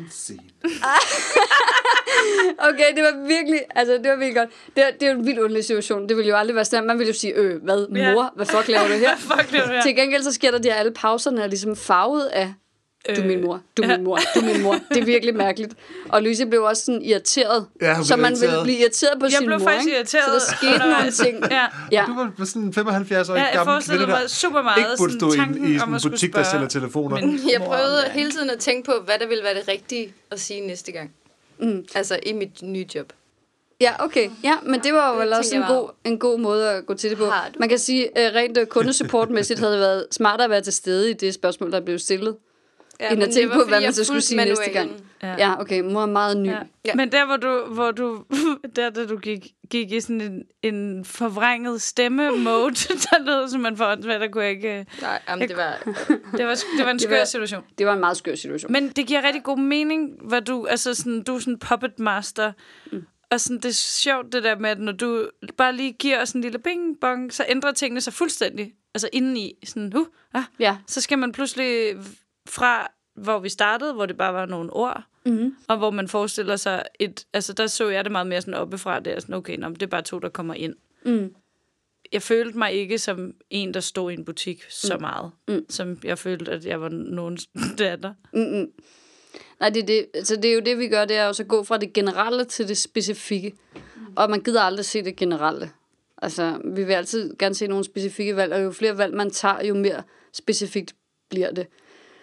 Okay, det var virkelig, altså det var virkelig godt. Det er, det er jo en vildt underlig situation. Det ville jo aldrig være sådan. Man ville jo sige, øh, hvad, Ja. mor, hvad fuck laver du her? Fuck det her. Til gengæld så sker der det, at alle pauserne er ligesom farvet af, du er min mor, du er min mor, du er min mor. Det er virkelig mærkeligt. Og Louise blev også sådan irriteret. Ja, hun så blev man irriteret. ville blive irriteret på Jeg sin mor, blev faktisk ikke? irriteret. Så der skete nogle ting. Ja. Ja. Du var sådan en femoghalvfjerds-årig Ja, jeg gammel forestillede kvinde, der mig super meget ikke burde stå sådan i, en- tanken i om sådan at en skulle butik, der spørge sælger telefoner. min Jeg mor prøvede om det. hele tiden at tænke på, hvad der ville være det rigtige at sige næste gang. Mm. Altså i mit nye job. Ja, okay. Ja, men det var jo Det vel også en tænker jeg god, en god måde at gå til det på. Har du? Man kan sige, at rent øh, kundesupportmæssigt havde det været smartere at være til stede i det spørgsmål, der blev stillet. Ja, End at men tænke det var, på, hvad fordi man jeg så skulle fulgte sige næste gang. manualen. Ja. Ja, okay, mor er meget ny. Ja. Ja. Ja. Men der, hvor du, hvor du der, da du gik, gik i sådan en, en forvrænget stemme-mode, der lød som man får åndssvagt, der kunne jeg ikke... Nej, jamen, det var... Det var, det var en Det skør var- situation. Det var en meget skør situation. Men det giver rigtig god mening, hvad du... Altså, sådan, du er sådan en puppet master. Mm. Og sådan, det er sjovt, det der med, at når du bare lige giver os en lille bing bong, så ændrer tingene sig fuldstændig. Altså indeni. Sådan, uh, ah, Ja. så skal man pludselig fra, hvor vi startede, hvor det bare var nogle ord, Mm-hmm. og hvor man forestiller sig et... Altså, der så jeg det meget mere sådan oppefra. Det er sådan, okay, nå, det er bare to, der kommer ind. Mm. Jeg følte mig ikke som en, der stod i en butik så Mm. meget, Mm. som jeg følte, at jeg var nogens datter. Mm-mm. Nej, det er, det. Altså, det er jo det, vi gør, det er jo så gå fra det generelle til det specifikke. Mm. Og man gider aldrig se det generelle. Altså, vi vil altid gerne se nogle specifikke valg, og jo flere valg man tager, jo mere specifikt bliver det.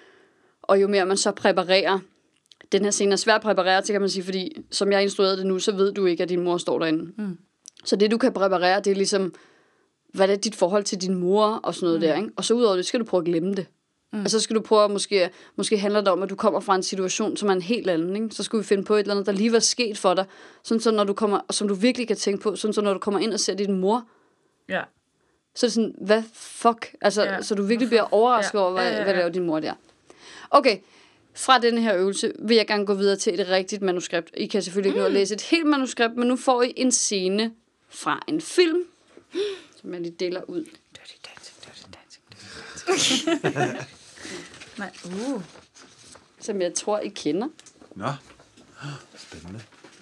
Og jo mere man så præparerer. Den her scene er svær at præparere til, kan man sige, fordi som jeg instruerede det nu, så ved du ikke, at din mor står derinde. Mm. Så det, du kan præparere, det er ligesom, hvad er dit forhold til din mor og sådan noget mm. der, ikke? Og så udover det, skal du prøve at glemme det. Mm. Og så skal du prøve at måske, måske handler det om, at du kommer fra en situation, som er en helt anden, ikke? Så skal vi finde på et eller andet, der lige var sket for dig, sådan så når du kommer, og som du virkelig kan tænke på, sådan så når du kommer ind og ser din mor, Ja. så er det sådan, hvad fuck? Altså, Ja. så du virkelig bliver overrasket Ja. over, hvad, Ja, ja, ja. hvad laver din mor der. Okay, fra denne her øvelse vil jeg gerne gå videre til et rigtigt manuskript. I kan selvfølgelig ikke nå at læse et helt manuskript, men nu får I en scene fra en film, som jeg lige deler ud. Dirty dancing, dirty dancing, dirty dancing. Nej, uh. Som jeg tror, I kender. Nå, spændende.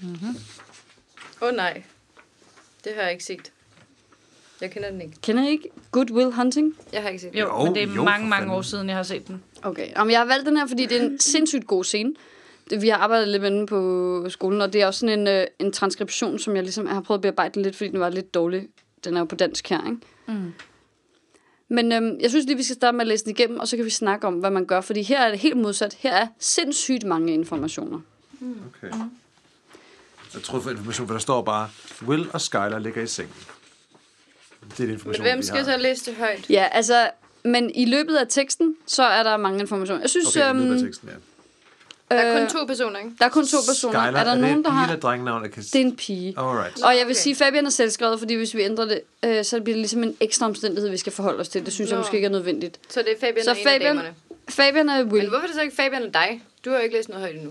Åh oh, nej. Det har jeg ikke set. Jeg kender den ikke. Kender I ikke Good Will Hunting? Jeg har ikke set den. Jo, Jo, men det er jo, mange, for mange fanden. år siden, jeg har set den. Okay, Jamen, jeg har valgt den her, fordi det er en sindssygt god scene. Det- Vi har arbejdet lidt med den på skolen, og det er også sådan en, øh, en transkription, som jeg ligesom jeg har prøvet at bearbejde den lidt, fordi den var lidt dårlig. Den er jo på dansk her, ikke? Mm. Men øhm, jeg synes lige, vi skal starte med at læse den igennem, og så kan vi snakke om, hvad man gør. Fordi her er det helt modsat. Her er sindssygt mange informationer. Okay. Jeg tror for information, for der står bare, Will og Skyler ligger i sengen. Det er det information, Men hvem vi skal har. så læse det højt? Ja, altså, men i løbet af teksten, så er der mange informationer. Jeg synes, Okay, i løbet af øhm, teksten, ja. Der er øh, kun to personer, ikke? der er kun to personer. Skyler, er der er nogen, det der pige har... eller drengenavn? Jeg kan... Det er en pige. Alright. Og jeg vil Okay. sige, at Fabian er selvskrevet, fordi hvis vi ændrer det, øh, så bliver det ligesom en ekstra omstændighed, vi skal forholde os til. Det synes Nå. jeg måske ikke er nødvendigt. Så det er Fabian Så og en af Fabian, damerne. Fabian er Men Will. hvorfor er det så ikke Fabian og dig? Du har jo ikke læst noget højt endnu.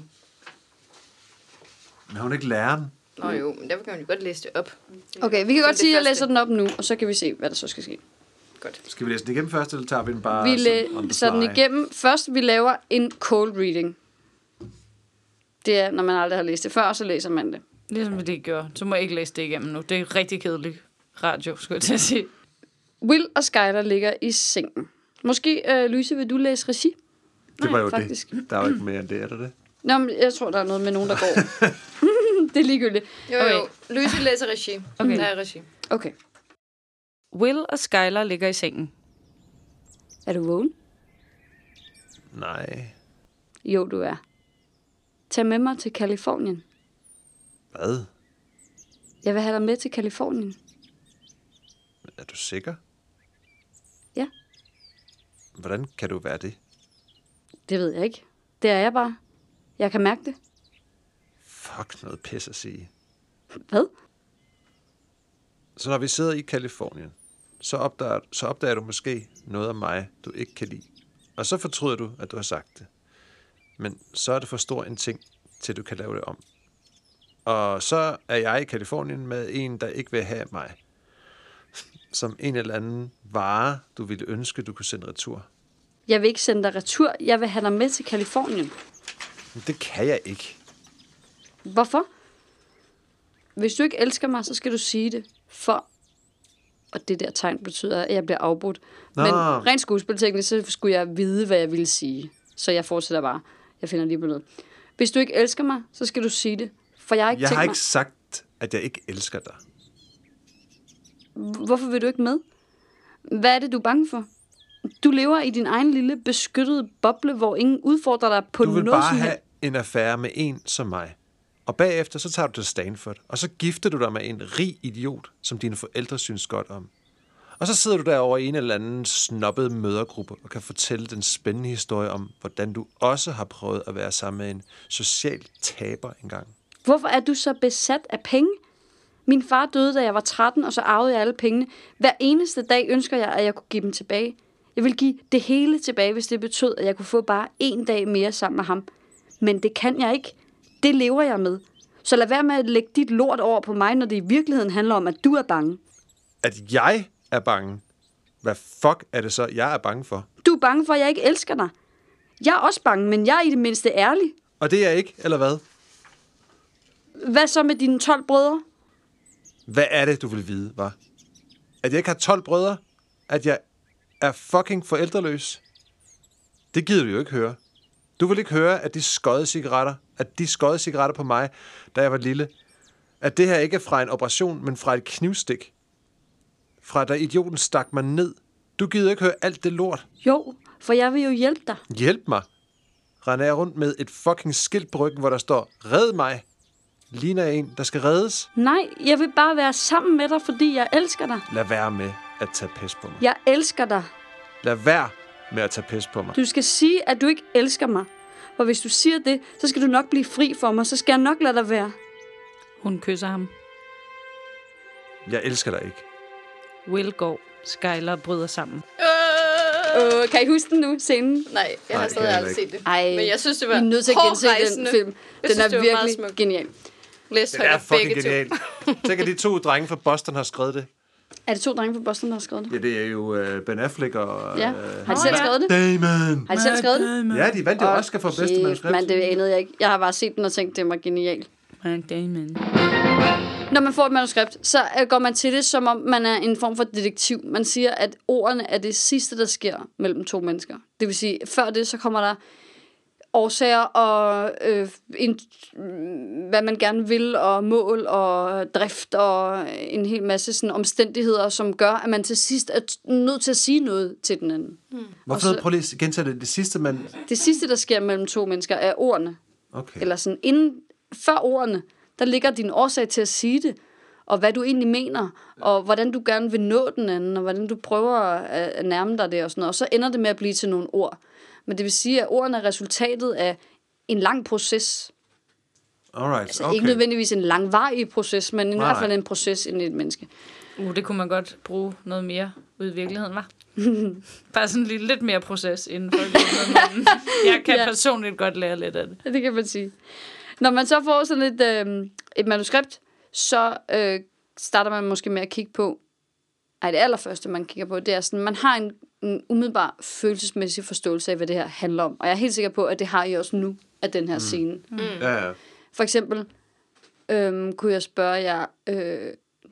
Men hun er ikke læreren. Nå jo, men derfor kan man jo godt læse det op. Okay, vi kan Som godt det sige, at jeg første. læser den op nu, og så kan vi se, hvad der så skal ske. Godt. Skal vi læse den igennem først, eller tager vi den bare Vi sådan on the læser den fly? igennem. Først, vi laver en cold reading. Det er, når man aldrig har læst det før, så læser man det. Ligesom vi det gjorde. Så må jeg ikke læse det igennem nu. Det er rigtig kedeligt radio, skulle jeg til at sige. Will og Skyler ligger i sengen. Måske, øh, Louise, vil du læse regi? Det var jo faktisk. det. Der er jo ikke mere end det, er der det? Nå, men jeg tror, der er noget med nogen, der går. Det er ligegyldigt. Jo, Okay. jo. Louise læser regi. Okay. Der er regi. Okay. Will og Skyler ligger i sengen. Er du vågen? Nej. Jo, du er. Tag med mig til Kalifornien. Hvad? Jeg vil have dig med til Kalifornien. Er du sikker? Ja. Hvordan kan du være det? Det ved jeg ikke. Det er jeg bare. Jeg kan mærke det. Fuck, noget pis at sige. Hvad? Så når vi sidder i Kalifornien, så opdager, så opdager du måske noget af mig, du ikke kan lide. Og så fortryder du, at du har sagt det. Men så er det for stor en ting, til du kan lave det om. Og så er jeg i Kalifornien med en, der ikke vil have mig. Som en eller anden vare, du ville ønske, du kunne sende retur. Jeg vil ikke sende dig retur. Jeg vil have dig med til Kalifornien. Men det kan jeg ikke. Hvorfor? Hvis du ikke elsker mig, så skal du sige det. For... Og det der tegn betyder, at jeg bliver afbrudt. Nå. Men rent skuespilteknisk, så skulle jeg vide, hvad jeg ville sige. Så jeg fortsætter bare. Jeg finder lige på noget. Hvis du ikke elsker mig, så skal du sige det. For jeg har ikke Jeg tænkt har mig... ikke sagt, at jeg ikke elsker dig. Hvorfor vil du ikke med? Hvad er det, du er bange for? Du lever i din egen lille beskyttede boble, hvor ingen udfordrer dig på Du vil noget bare som have helst. en affære med en som mig. Og bagefter så tager du til Stanford, og så gifter du dig med en rig idiot, som dine forældre synes godt om. Og så sidder du derovre i en eller anden snobbet mødergruppe og kan fortælle den spændende historie om, hvordan du også har prøvet at være sammen med en social taber engang. Hvorfor er du så besat af penge? Min far døde, da jeg var tretten, og så arvede jeg alle pengene. Hver eneste dag ønsker jeg, at jeg kunne give dem tilbage. Jeg vil give det hele tilbage, hvis det betød, at jeg kunne få bare en dag mere sammen med ham. Men det kan jeg ikke. Det lever jeg med. Så lad være med at lægge dit lort over på mig, når det i virkeligheden handler om, at du er bange. At jeg er bange. Hvad fuck er det så, jeg er bange for? Du er bange for, at jeg ikke elsker dig. Jeg er også bange, men jeg er i det mindste ærlig. Og det er jeg ikke, eller hvad? Hvad så med dine tolv brødre? Hvad er det, du vil vide, var? At jeg ikke har tolv brødre? At jeg er fucking forældreløs? Det gider du jo ikke høre. Du vil ikke høre, at de skøjede cigaretter, at de skøjede cigaretter på mig, da jeg var lille. At det her ikke er fra en operation, men fra et knivstik. Fra da idioten stak mig ned. Du gider ikke høre alt det lort. Jo, for jeg vil jo hjælpe dig. Hjælp mig. Render jeg rundt med et fucking skilt på ryggen, hvor der står, red mig. Ligner jeg en, der skal reddes? Nej, jeg vil bare være sammen med dig, fordi jeg elsker dig. Lad være med at tage pis på mig. Jeg elsker dig. Lad være med at tage pis på mig. Du skal sige, at du ikke elsker mig. For hvis du siger det, så skal du nok blive fri for mig. Så skal jeg nok lade dig være. Hun kysser ham. Jeg elsker dig ikke. Will går. Skyler bryder sammen. Øh, Øh, kan I huske den nu, scenen? Nej, jeg Nej, har det stadig kan jeg aldrig set det. Ej, Men jeg synes, det var I er nødt til at gense den hårdrejsende. film. Jeg Den synes, er det var meget virkelig smukt. genial. Læs Det højt er af fucking begge to. genialt. Tænk, at de to drenge fra Boston har skrevet det. Er det to drenge fra Boston, der har skrevet det? Ja, det er jo uh, Ben Affleck og... Ja. Uh, Har de selv ja. skrevet det? Damon! Har de selv skrevet det? Ja, de vandt jo Oscar for bedste manuskript. Men det anede jeg ikke. Jeg har bare set den og tænkt, det var genialt. Matt Damon. Når man får et manuskript, så øh, går man til det, som om man er en form for detektiv. Man siger, at ordene er det sidste, der sker mellem to mennesker. Det vil sige, før det, så kommer der årsager og øh, en, hvad man gerne vil, og mål og drift og en hel masse sådan omstændigheder, som gør, at man til sidst er t- nødt til at sige noget til den anden. Mm. Hvorfor noget? Prøv lige at gentage det. Det sidste, man... Det sidste, der sker mellem to mennesker, er ordene. Okay. Eller sådan, inden, før ordene, der ligger din årsag til at sige det, og hvad du egentlig mener, og hvordan du gerne vil nå den anden, og hvordan du prøver at, at nærme dig det og sådan noget. Og så ender det med at blive til nogle ord. Men det vil sige, at ordene er resultatet af en lang proces. Alright, Altså okay. ikke nødvendigvis en langvarig proces, men i Nej, hvert fald nej. en proces ind i et menneske. Uh, det kunne man godt bruge noget mere ud i virkeligheden, var. Bare sådan lidt, lidt mere proces inden for virkeligheden. Jeg kan Ja. personligt godt lære lidt af det. Ja, det kan man sige. Når man så får sådan et, øh, et manuskript, så øh, starter man måske med at kigge på, ej, det allerførste, man kigger på, det er sådan, man har en, en umiddelbar følelsesmæssig forståelse af, hvad det her handler om. Og jeg er helt sikker på, at det har I også nu af den her mm. scene. Mm. Ja, ja. For eksempel øh, kunne jeg spørge jer, øh,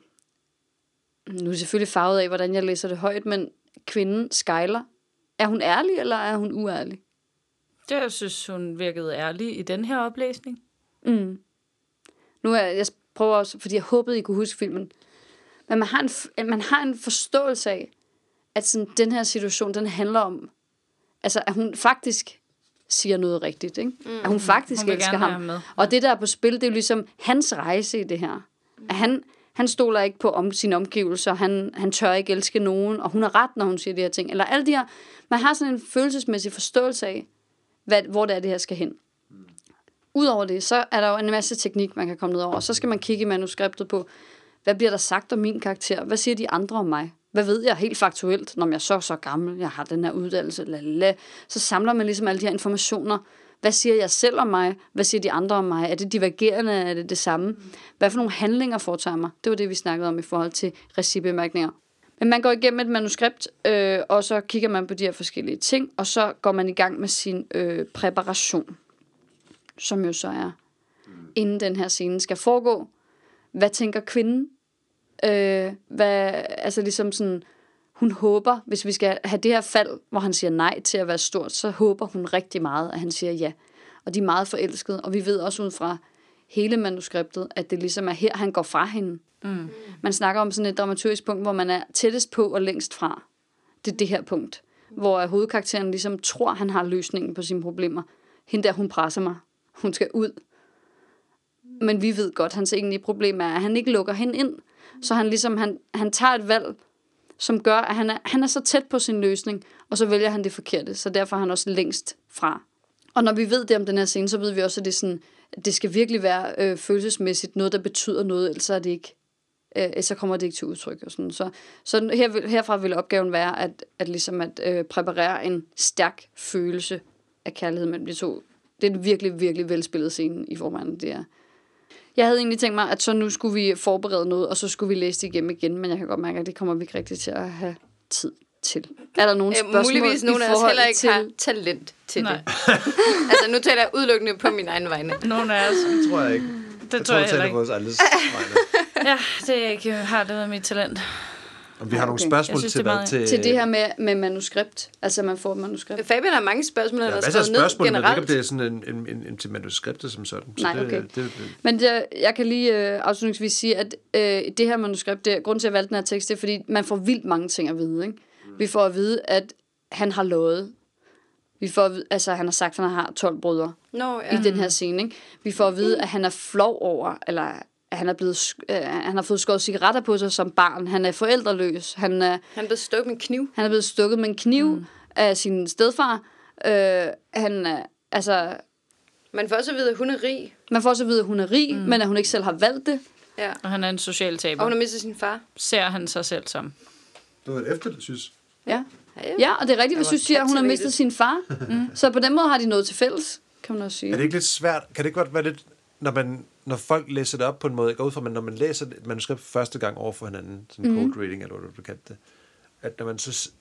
nu er det selvfølgelig farvet af, hvordan jeg læser det højt, men kvinden Skyler, er hun ærlig, eller er hun uærlig? Det, jeg synes, hun virkede ærlig i den her oplæsning. Mm. Nu er jeg prøver også, fordi jeg håbede, I kunne huske filmen. Men man har en, f- man har en forståelse af, at sådan, den her situation, den handler om, altså at hun faktisk siger noget rigtigt, ikke? Mm. At hun faktisk Hun vil elsker gerne ham. have ham med. Og det der er på spil, det er jo ligesom hans rejse i det her. At han, han stoler ikke på om, sine omgivelser, han, han tør ikke elske nogen, og hun har ret, når hun siger de her ting. Eller alle de her, man har sådan en følelsesmæssig forståelse af, hvad, hvor det er, det her skal hen. Udover det, så er der jo en masse teknik, man kan komme ned over. Så skal man kigge i manuskriptet på, hvad bliver der sagt om min karakter? Hvad siger de andre om mig? Hvad ved jeg helt faktuelt, når jeg er så så gammel, jeg har den her uddannelse, lalala. Så samler man ligesom alle de her informationer. Hvad siger jeg selv om mig? Hvad siger de andre om mig? Er det divergerende? Er det det samme? Hvad for nogle handlinger foretager mig? Det var det, vi snakkede om i forhold til recibemærkninger. Men man går igennem et manuskript, øh, og så kigger man på de her forskellige ting, og så går man i gang med sin øh, præparation, som jo så er, inden den her scene skal foregå. Hvad tænker kvinden? Øh, hvad, altså ligesom sådan, hun håber, hvis vi skal have det her fald, hvor han siger nej til at være stort, så håber hun rigtig meget, at han siger ja. Og de er meget forelskede, og vi ved også ud fra hele manuskriptet, at det ligesom er her, han går fra hende. Mm. Man snakker om sådan et dramaturgisk punkt, hvor man er tættest på og længst fra. Det er det her punkt, hvor hovedkarakteren ligesom tror, han har løsningen på sine problemer. Hende der, hun presser mig. Hun skal ud. Men vi ved godt, hans egentlige problem er, at han ikke lukker hende ind. Så han ligesom, han, han tager et valg, som gør, at han er, han er så tæt på sin løsning, og så vælger han det forkerte. Så derfor er han også længst fra. Og når vi ved det om den her scene, så ved vi også, at det, er sådan, at det skal virkelig være øh, følelsesmæssigt noget, der betyder noget, ellers er det ikke, øh, så kommer det ikke til udtryk. Og sådan. Så, så her, herfra vil opgaven være at, at, ligesom at øh, præparere en stærk følelse af kærlighed mellem de to. Det er en virkelig, virkelig velspillet scene i forvejen. Det er. Jeg havde egentlig tænkt mig, at så nu skulle vi forberede noget, og så skulle vi læse det igennem igen, men jeg kan godt mærke, at det kommer vi ikke rigtig til at have tid til. Er der nogle spørgsmål? Øh, muligvis nogle af os heller ikke til... har talent til Nej. det. Altså, nu taler jeg udelukkende på min egen vegne. Nogle af os. Det tror jeg ikke. Det jeg tror jeg heller ikke. Vores alles vegne. Ja, det er ikke, har det været mit talent. Og vi har nogle Okay. spørgsmål synes, til, det er hvad, meget- til, Til det her med, med manuskript. Altså, man får et manuskript. Fabian har mange spørgsmål, han Der er har masser af skrevet ned spørgsmål, men jeg ved ikke, om generelt. det er sådan en, en, en, en til manuskriptet som sådan. Så Nej, det, okay. Det, det, Men det, jeg kan lige øh, afslutningsvis sige, at øh, det her manuskript, det, grunden til, at jeg valgte den her tekst, det er, fordi man får vildt mange ting at vide. Ikke? Mm. Vi får at vide, at han har lovet. Vi får at vide, altså, han har sagt, at han har tolv brødre Nå, ja. ja. i den her scene. Ikke? Vi får at vide, at han er flov over, eller at han, er blevet, sk- øh, han har fået skåret cigaretter på sig som barn. Han er forældreløs. Han er, Han blev stukket med en kniv. han er blevet stukket med en kniv mm. af sin stedfar. Øh, han er, altså... Man får også at vide, at hun er rig. Man får så at vide, at hun er rig, mm. men at hun ikke selv har valgt det. Ja. Og han er en social Og taber. hun har mistet sin far. Ser han sig selv som. det var et efter, det synes. Ja. Ja, ja. Ja, og det er rigtigt, hvis var du siger, at hun har captivated. mistet sin far. Mm. Så på den måde har de noget til fælles, kan man også sige. Er det ikke lidt svært? Kan det ikke godt være lidt, når, man, når folk læser det op på en måde, jeg går ud fra, men når man læser et manuskript første gang over for hinanden, sådan Mhm. code reading, eller hvad du kaldte det, at når man så s-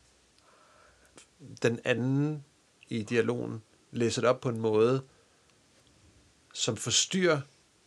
den anden i dialogen læser det op på en måde, som forstyrrer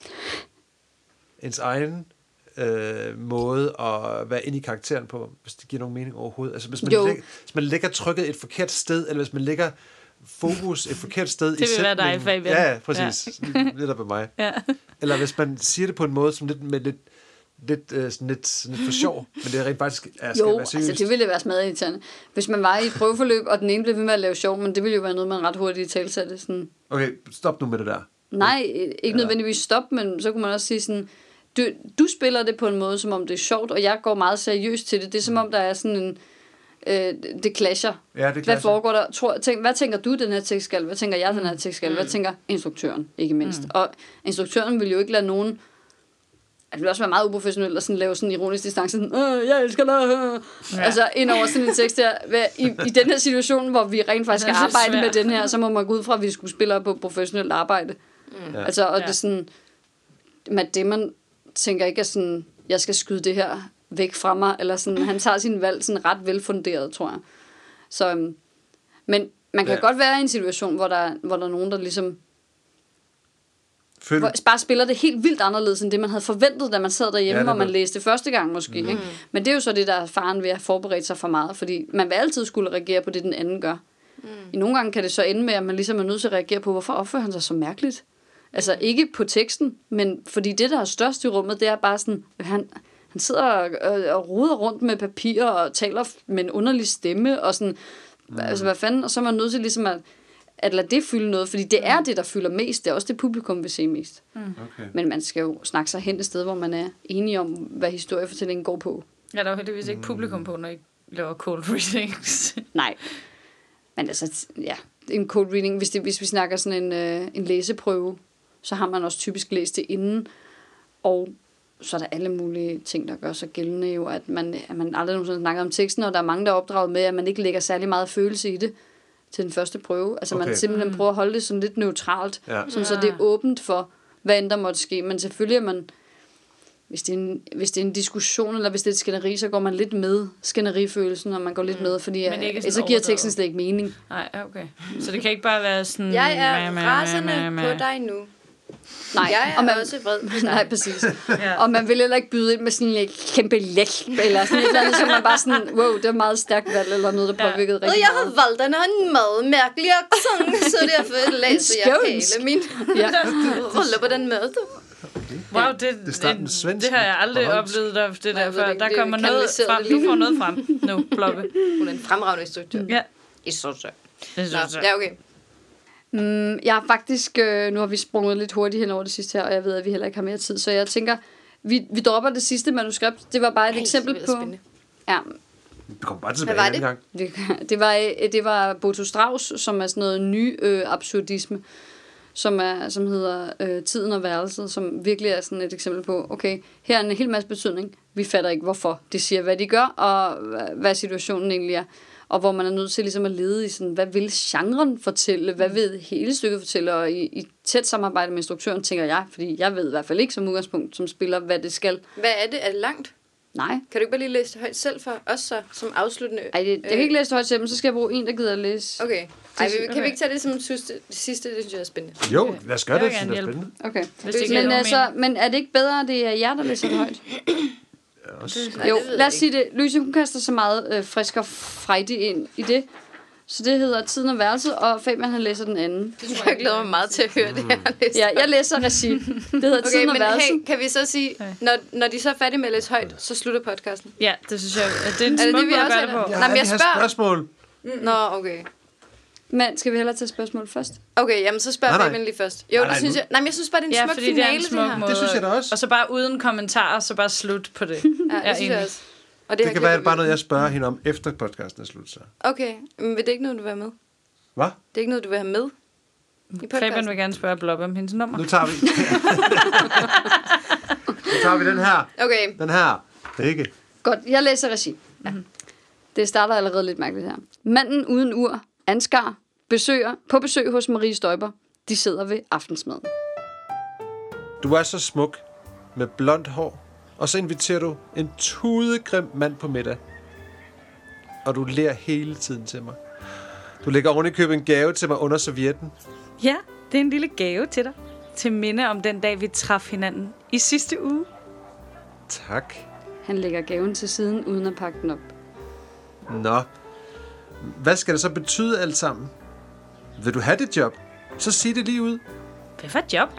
ens egen øh, måde at være inde i karakteren på, hvis det giver nogen mening overhovedet. Altså hvis man, Jo. lægger, hvis man lægger trykket et forkert sted, eller hvis man lægger fokus et forkert sted Det i vil være dig, sætningen. Fabian. Ja, præcis. Ja. Lidt af mig. Ja. Eller hvis man siger det på en måde, som lidt med lidt, lidt, øh, sådan lidt, sådan lidt for sjov, men det er rent faktisk er, skal Jo, være seriøst. altså det ville være smadret. Hvis man var i et prøveforløb, og den ene blev ved med at lave sjov, men det ville jo være noget, man ret hurtigt talsatte. Sådan. Okay, stop nu med det der. Nej, ikke nødvendigvis stop, men så kunne man også sige sådan, du, du spiller det på en måde, som om det er sjovt, og jeg går meget seriøst til det. Det er som om, der er sådan en, øh, det clasher. Ja, det Hvad clasher. foregår der? Tror, tænk, hvad tænker du, den her tekst skal? Hvad tænker jeg, den her tekst skal? Hvad tænker instruktøren, ikke mindst? Mm. Og instruktøren vil jo ikke lade nogen... Det vil også være meget uprofessionelt at sådan lave sådan en ironisk distance. Sådan, Åh, jeg elsker dig. Ja. Altså ind over sådan en tekst her. I, I den her situation, hvor vi rent faktisk skal arbejde svært. med den her, så må man gå ud fra, at vi skulle spille på professionelt arbejde. Mm. Ja. Altså, og ja. det er sådan... Med det, man tænker ikke, at sådan, jeg skal skyde det her væk fra mig. Eller sådan, han tager sin valg sådan ret velfunderet, tror jeg. Så, men man kan ja. godt være i en situation, hvor der, hvor der er nogen, der ligesom... Hvor bare spiller det helt vildt anderledes, end det man havde forventet, da man sad derhjemme, ja, hvor man læste første gang måske. Mm. Ikke? Men det er jo så det, der er faren ved at forberede sig for meget, fordi man vil altid skulle reagere på det, den anden gør. Mm. I nogle gange kan det så ende med, at man ligesom er nødt til at reagere på, hvorfor opfører han sig så mærkeligt? Altså ikke på teksten, men fordi det, der er størst i rummet, det er bare sådan, han, han sidder og, og, og roder rundt med papir og taler med en underlig stemme, og sådan, mm. altså hvad fanden, og så er man nødt til ligesom at at lade det fylde noget, fordi det er det, der fylder mest. Det er også det, publikum vil se mest. Mm. Okay. Men man skal jo snakke sig hen et sted, hvor man er enige om, hvad historiefortællingen går på. Ja, der er jo heldigvis ikke publikum på, når I laver cold readings. Nej. Men altså, ja, en cold reading, hvis, det, hvis vi snakker sådan en, øh, en læseprøve, så har man også typisk læst det inden, og så er der alle mulige ting, der gør sig gældende jo, at man, at man aldrig nogensinde snakker om teksten, og der er mange, der er opdraget med, at man ikke lægger særlig meget følelse i det til den første prøve. Altså okay. man simpelthen prøver at holde det sådan lidt neutralt, ja. sådan, så det er åbent for, hvad end der måtte ske. Men selvfølgelig er man, hvis det er en, hvis det er en diskussion, eller hvis det er et skænderi, så går man lidt med skænderifølelsen, og man går lidt med, fordi ja, så giver teksten slet ikke mening. Nej, okay. Så det kan ikke bare være sådan... Jeg er rasende på dig nu. Nej, jeg er og man, også vred på dig. Nej, præcis. Ja. Og man vil heller ikke byde ind med sådan en kæmpe læk, eller sådan et eller andet, så man bare sådan, wow, det er meget stærkt valg, eller noget, der påvirkede ja. rigtig meget. Og jeg har valgt, den har en meget mærkelig accent, så derfor læser jeg hele min ja. rolle på den måde. Wow, det, det, det, det har jeg aldrig oplevet, der, det der før. Der kommer noget frem. Du får noget frem nu, Ploppe. Hun er en fremragende instruktør. Ja. I så så. Ja, okay. Mm, jeg har faktisk, øh, nu har vi sprunget lidt hurtigt hen over det sidste her, og jeg ved, at vi heller ikke har mere tid, så jeg tænker, vi, vi dropper det sidste manuskript. Det var bare et Ej, eksempel på... Spændende. Ja. Vi kommer bare tilbage en gang. Det, det, var, det var Boto Strauss, som er sådan noget ny øh, absurdisme, som, er, som hedder øh, Tiden og Værelset, som virkelig er sådan et eksempel på, okay, her er en hel masse betydning. Vi fatter ikke, hvorfor det siger, hvad de gør, og hvad situationen egentlig er. Og hvor man er nødt til ligesom at lede i sådan, hvad vil genren fortælle, hvad vil hele stykket fortælle, og i, i tæt samarbejde med instruktøren, tænker jeg, fordi jeg ved i hvert fald ikke som udgangspunkt, som spiller, hvad det skal. Hvad er det? Er det langt? Nej. Kan du ikke bare lige læse det højt selv for os så, som afsluttende? Ej, det, jeg kan ikke læse det højt selv, men så skal jeg bruge en, der gider at læse. Okay. Ej, vi, kan okay. vi ikke tage det som sidste? Det sidste, det synes jeg er spændende. Jo, lad os gøre det, det er spændende. Okay. Men, altså, men er det ikke bedre, at det er jer, der læser det højt? Nej, jo, lad os sige det. Louise, hun kaster så meget øh, frisk og frejdig ind i det. Så det hedder Tiden og Værelset, og Fabian han læser den anden. Det tror jeg glæder mig meget til at høre det her. Ja, jeg læser regi. Det hedder okay, Tiden og Værelset. Hey, kan vi så sige, når, når de så er færdige med at læse højt, så slutter podcasten? Ja, det synes jeg. Det er en smuk måde at gøre det på. Ja, Nej, men jeg spørger. Spørgsmål. Nå, okay. Men skal vi hellere tage spørgsmål først? Okay, jamen så spørger Fabian lige først. Jo, nej, nej, det synes jeg. Nej, men jeg synes bare, det er en ja, smuk fordi finale, det er en smuk det her. Det synes jeg da også. Og så bare uden kommentarer, så bare slut på det. Ja, det synes jeg også. Og det, det kan være bare noget, jeg spørger hende om, efter podcasten er slut, så. Okay, men vil det ikke noget, du vil have med? Hvad? Det er ikke noget, du vil have med i podcasten? Fabian vil gerne spørge Blob om hendes nummer. Nu tager vi... nu tager vi den her. Okay. Den her. Ikke. Godt, jeg læser regi. Ja. Det starter allerede lidt mærkeligt her. Manden uden ur, Ansgar, besøger, på besøg hos Marie Støjber. De sidder ved aftensmaden. Du er så smuk, med blondt hår, og så inviterer du en tudegrim mand på middag. Og du ler hele tiden til mig. Du lægger oven i købet en gave til mig under servietten. Ja, det er en lille gave til dig. Til minde om den dag, vi traf hinanden i sidste uge. Tak. Han lægger gaven til siden, uden at pakke den op. Nå. Hvad skal det så betyde alt sammen? Vil du have det job? Så sig det lige ud. Hvad for et job?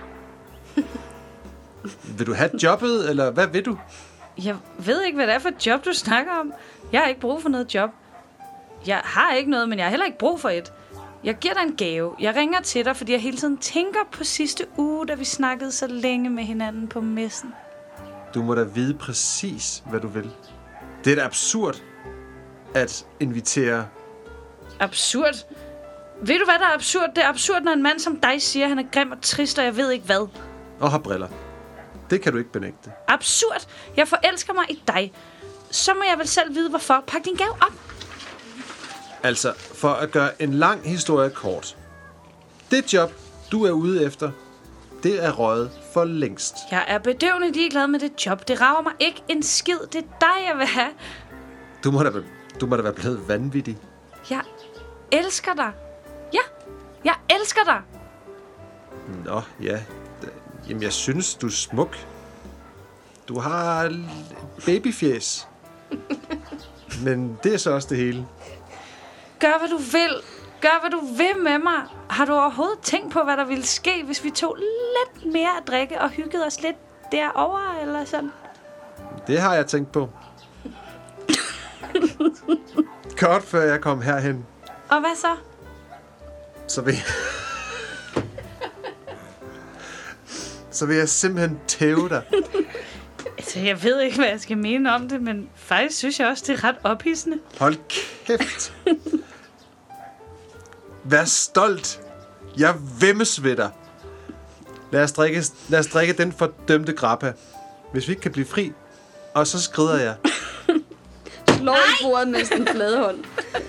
Vil du have jobbet, eller hvad vil du? Jeg ved ikke, hvad det er for et job, du snakker om. Jeg har ikke brug for noget job. Jeg har ikke noget, men jeg har heller ikke brug for et. Jeg giver dig en gave. Jeg ringer til dig, fordi jeg hele tiden tænker på sidste uge, da vi snakkede så længe med hinanden på messen. Du må da vide præcis, hvad du vil. Det er da absurd at invitere... Absurd? Ved du, hvad der er absurd? Det er absurd, når en mand som dig siger, at han er grim og trist, og jeg ved ikke hvad. Og har briller. Det kan du ikke benægte. Absurd? Jeg forelsker mig i dig. Så må jeg vel selv vide, hvorfor. Pak din gave op. Altså, for at gøre en lang historie kort. Det job, du er ude efter, det er røget for længst. Jeg er bedøvende ligeglad med det job. Det rager mig ikke en skid. Det er dig, jeg vil have. Du må da, du må da være blevet vanvittig. Jeg elsker dig. Ja, jeg elsker dig. Nå, ja. Jamen, jeg synes, du er smuk. Du har babyfjæs. Men det er så også det hele. Gør, hvad du vil. Gør, hvad du vil med mig. Har du overhovedet tænkt på, hvad der ville ske, hvis vi tog lidt mere at drikke og hyggede os lidt derovre, eller sådan? Det har jeg tænkt på. Kort før jeg kom herhen. Og hvad så? Så vil jeg... så vil jeg simpelthen tæve dig. Altså, jeg ved ikke, hvad jeg skal mene om det, men faktisk synes jeg også, det er ret ophidsende. Hold kæft. Vær stolt. Jeg vemmes ved dig. Lad os drikke, lad os drikke den fordømte grappa. Hvis vi ikke kan blive fri. Og så skrider jeg. Slår i bordet med sådan en fladehånd.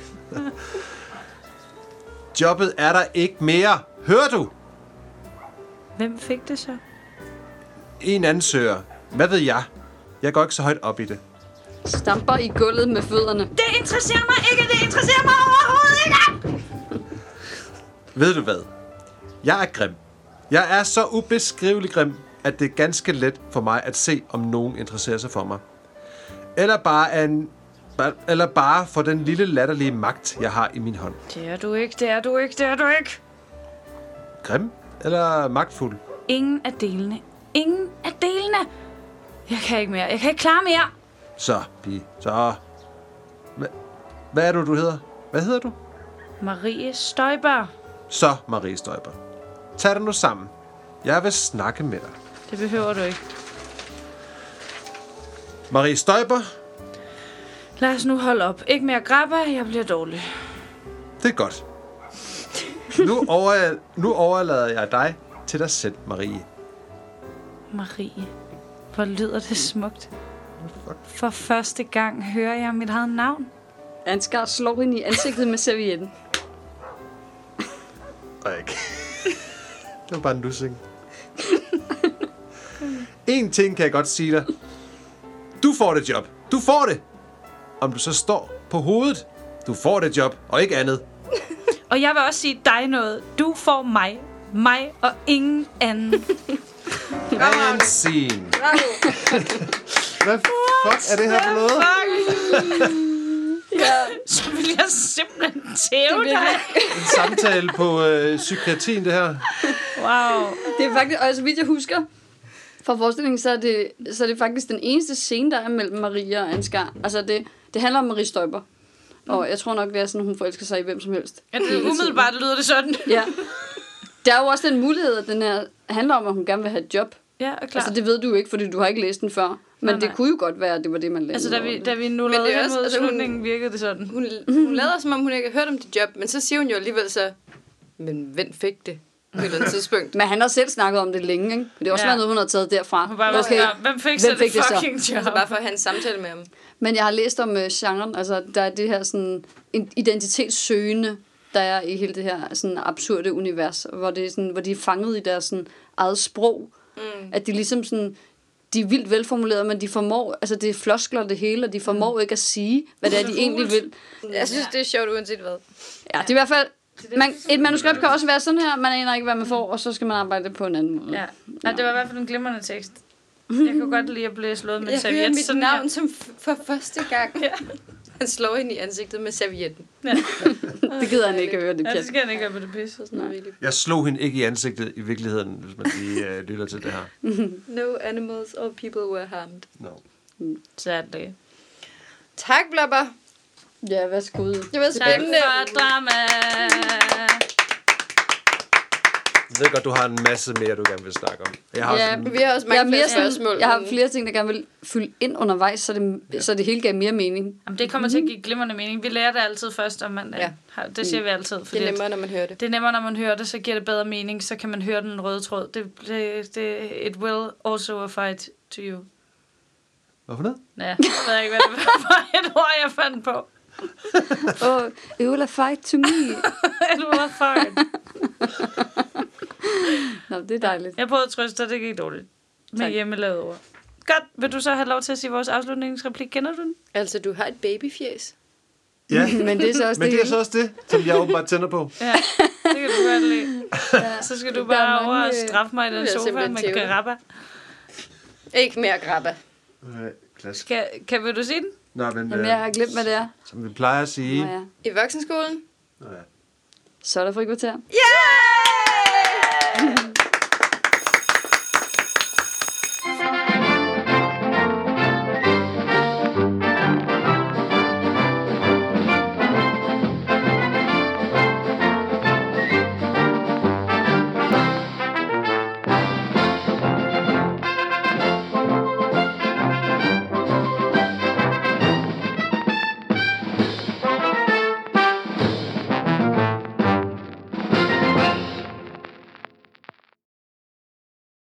Jobbet er der ikke mere. Hører du? Hvem fik det så? En ansøger. Hvad ved jeg? Jeg går ikke så højt op i det. Stamper i gulvet med fødderne. Det interesserer mig ikke. Det interesserer mig overhovedet ikke. Ved du hvad? Jeg er grim. Jeg er så ubeskrivelig grim, at det er ganske let for mig at se, om nogen interesserer sig for mig. Eller bare, en, eller bare for den lille latterlige magt, jeg har i min hånd. Det er du ikke, det er du ikke, det er du ikke. Grim eller magtfuld? Ingen af delene. Ingen af delene. Jeg kan ikke mere. Jeg kan ikke klare mere. Så, pige. Så. Hva, hvad er du, du hedder? Hvad hedder du? Marie Støjberg. Så, Marie Støjberg. Tag dig nu sammen. Jeg vil snakke med dig. Det behøver du ikke. Marie Støjberg. Lad os nu holde op. Ikke mere grabba, jeg bliver dårlig. Det er godt. Nu, over, nu overlader jeg dig til dig selv, Marie. Marie. Hvor lyder det smukt. For første gang hører jeg mit eget navn. Ansgar slår hende i ansigtet med servietten. Og ikke. Det var bare en lussing. En ting kan jeg godt sige dig. Du får det job. Du får det. Om du så står på hovedet. Du får det job, og ikke andet. Og jeg vil også sige dig noget. Du får mig. Mig og ingen anden. And scene. Hvad fuck er det her for noget? Ja. Så vil jeg simpelthen tæve dig. En samtale på øh, psykiatrien, det her. Wow. Det er faktisk, og så vidt jeg husker fra forestillingen, så er, det, så er det faktisk den eneste scene, der er mellem Maria og Ansgar. Altså det, det handler om Marie Støjberg. Og jeg tror nok, det er sådan, hun forelsker sig i hvem som helst. Ja, det er umiddelbart lyder det sådan. Ja. Der er jo også den mulighed, at den her handler om, at hun gerne vil have et job. Ja, og klart. Altså det ved du jo ikke, fordi du har ikke læst den før. Men nej, det nej. kunne jo godt være, at det var det, man lavede. Altså, da vi, da vi nu Men lavede det er hen også- mod altså, hun- slutningen, virkede det sådan. Hun, hun lader, som om hun ikke har hørt om det job, men så siger hun jo alligevel så, men hvem fik det på et eller andet tidspunkt? Men han har selv snakket om det længe, ikke? Det er også Ja. ja. noget, hun har taget derfra. Hun bare okay. Hvem fik så Hvem fik det det så? fucking job? Altså bare for at have en samtale med ham. Men jeg har læst om uh, genren, altså der er det her sådan en identitetssøgende, der er i hele det her sådan absurde univers, hvor det er sådan, hvor de er fanget i deres sådan eget sprog, mm. at de ligesom sådan, de er vildt velformuleret, men de formår, altså det er floskler det hele, og de formår ikke at sige, hvad det er, de egentlig vil. Jeg synes, det er sjovt uanset hvad. Ja, det er i hvert fald, man, et manuskript kan også være sådan her, man aner ikke, hvad man får, og så skal man arbejde på en anden måde. Ja. Nej, det var i hvert fald en glimrende tekst. Jeg kunne godt lide at blive slået med en Jeg hører serviet. mit sådan navn her. som f- for første gang. Ja. Han slår hende i ansigtet med servietten. Ja. Det gider han ikke at høre, det Ja, det pjat. skal han ikke gøre på det pisse. Sådan noget virkelig. Jeg slog hende ikke i ansigtet i virkeligheden, hvis man lige øh, lytter til det her. No animals or people were harmed. No. Sadly. Tak, Blubber. Ja, værsgo. Det var Tak spændende. for drama. Jeg ved godt, du har en masse mere, du gerne vil snakke om. Jeg har Ja, sådan, Vi har også Jeg, er mange mere flere sådan, spørgsmål. jeg har men- flere ting, der gerne vil fylde ind undervejs, så det, ja. så det hele gav mere mening. Jamen, det kommer til at give glimrende mening. Vi lærer det altid først, om man... Ja. Ja. Det siger vi altid. Det Fordi er nemmere, når man hører det. det er nemmere, når man hører det, så giver det bedre mening. Så kan man høre den røde tråd. Det, det, det, it will also apply to you. hvorfor noget? Ja, jeg ved ikke, hvad det var for et ord, jeg fandt på. Oh, it will fight to me. It will apply. Nå, det er dejligt. Jeg prøvede at trøste dig, det gik dårligt. Med Tak. hjemmelavede ord. Godt, vil du så have lov til at sige vores afslutningsreplik? Kender du den? Altså, du har et babyfjes. Ja, Men det er så også men det, det er så også det, som jeg åbenbart tænder på. Ja, det kan du godt lide. Så skal du Der er bare mange- over og straffe mig i den Det er sofa simpelthen med tævle. grabba. Ikke mere grabba. Okay, klasse. Kan, kan vil du sige den? Nå, men Jamen, øh, jeg har glemt, hvad det er. som vi plejer at sige... Nå, ja. I voksenskolen? Nå, ja. Så er der frikvarter. Yeah!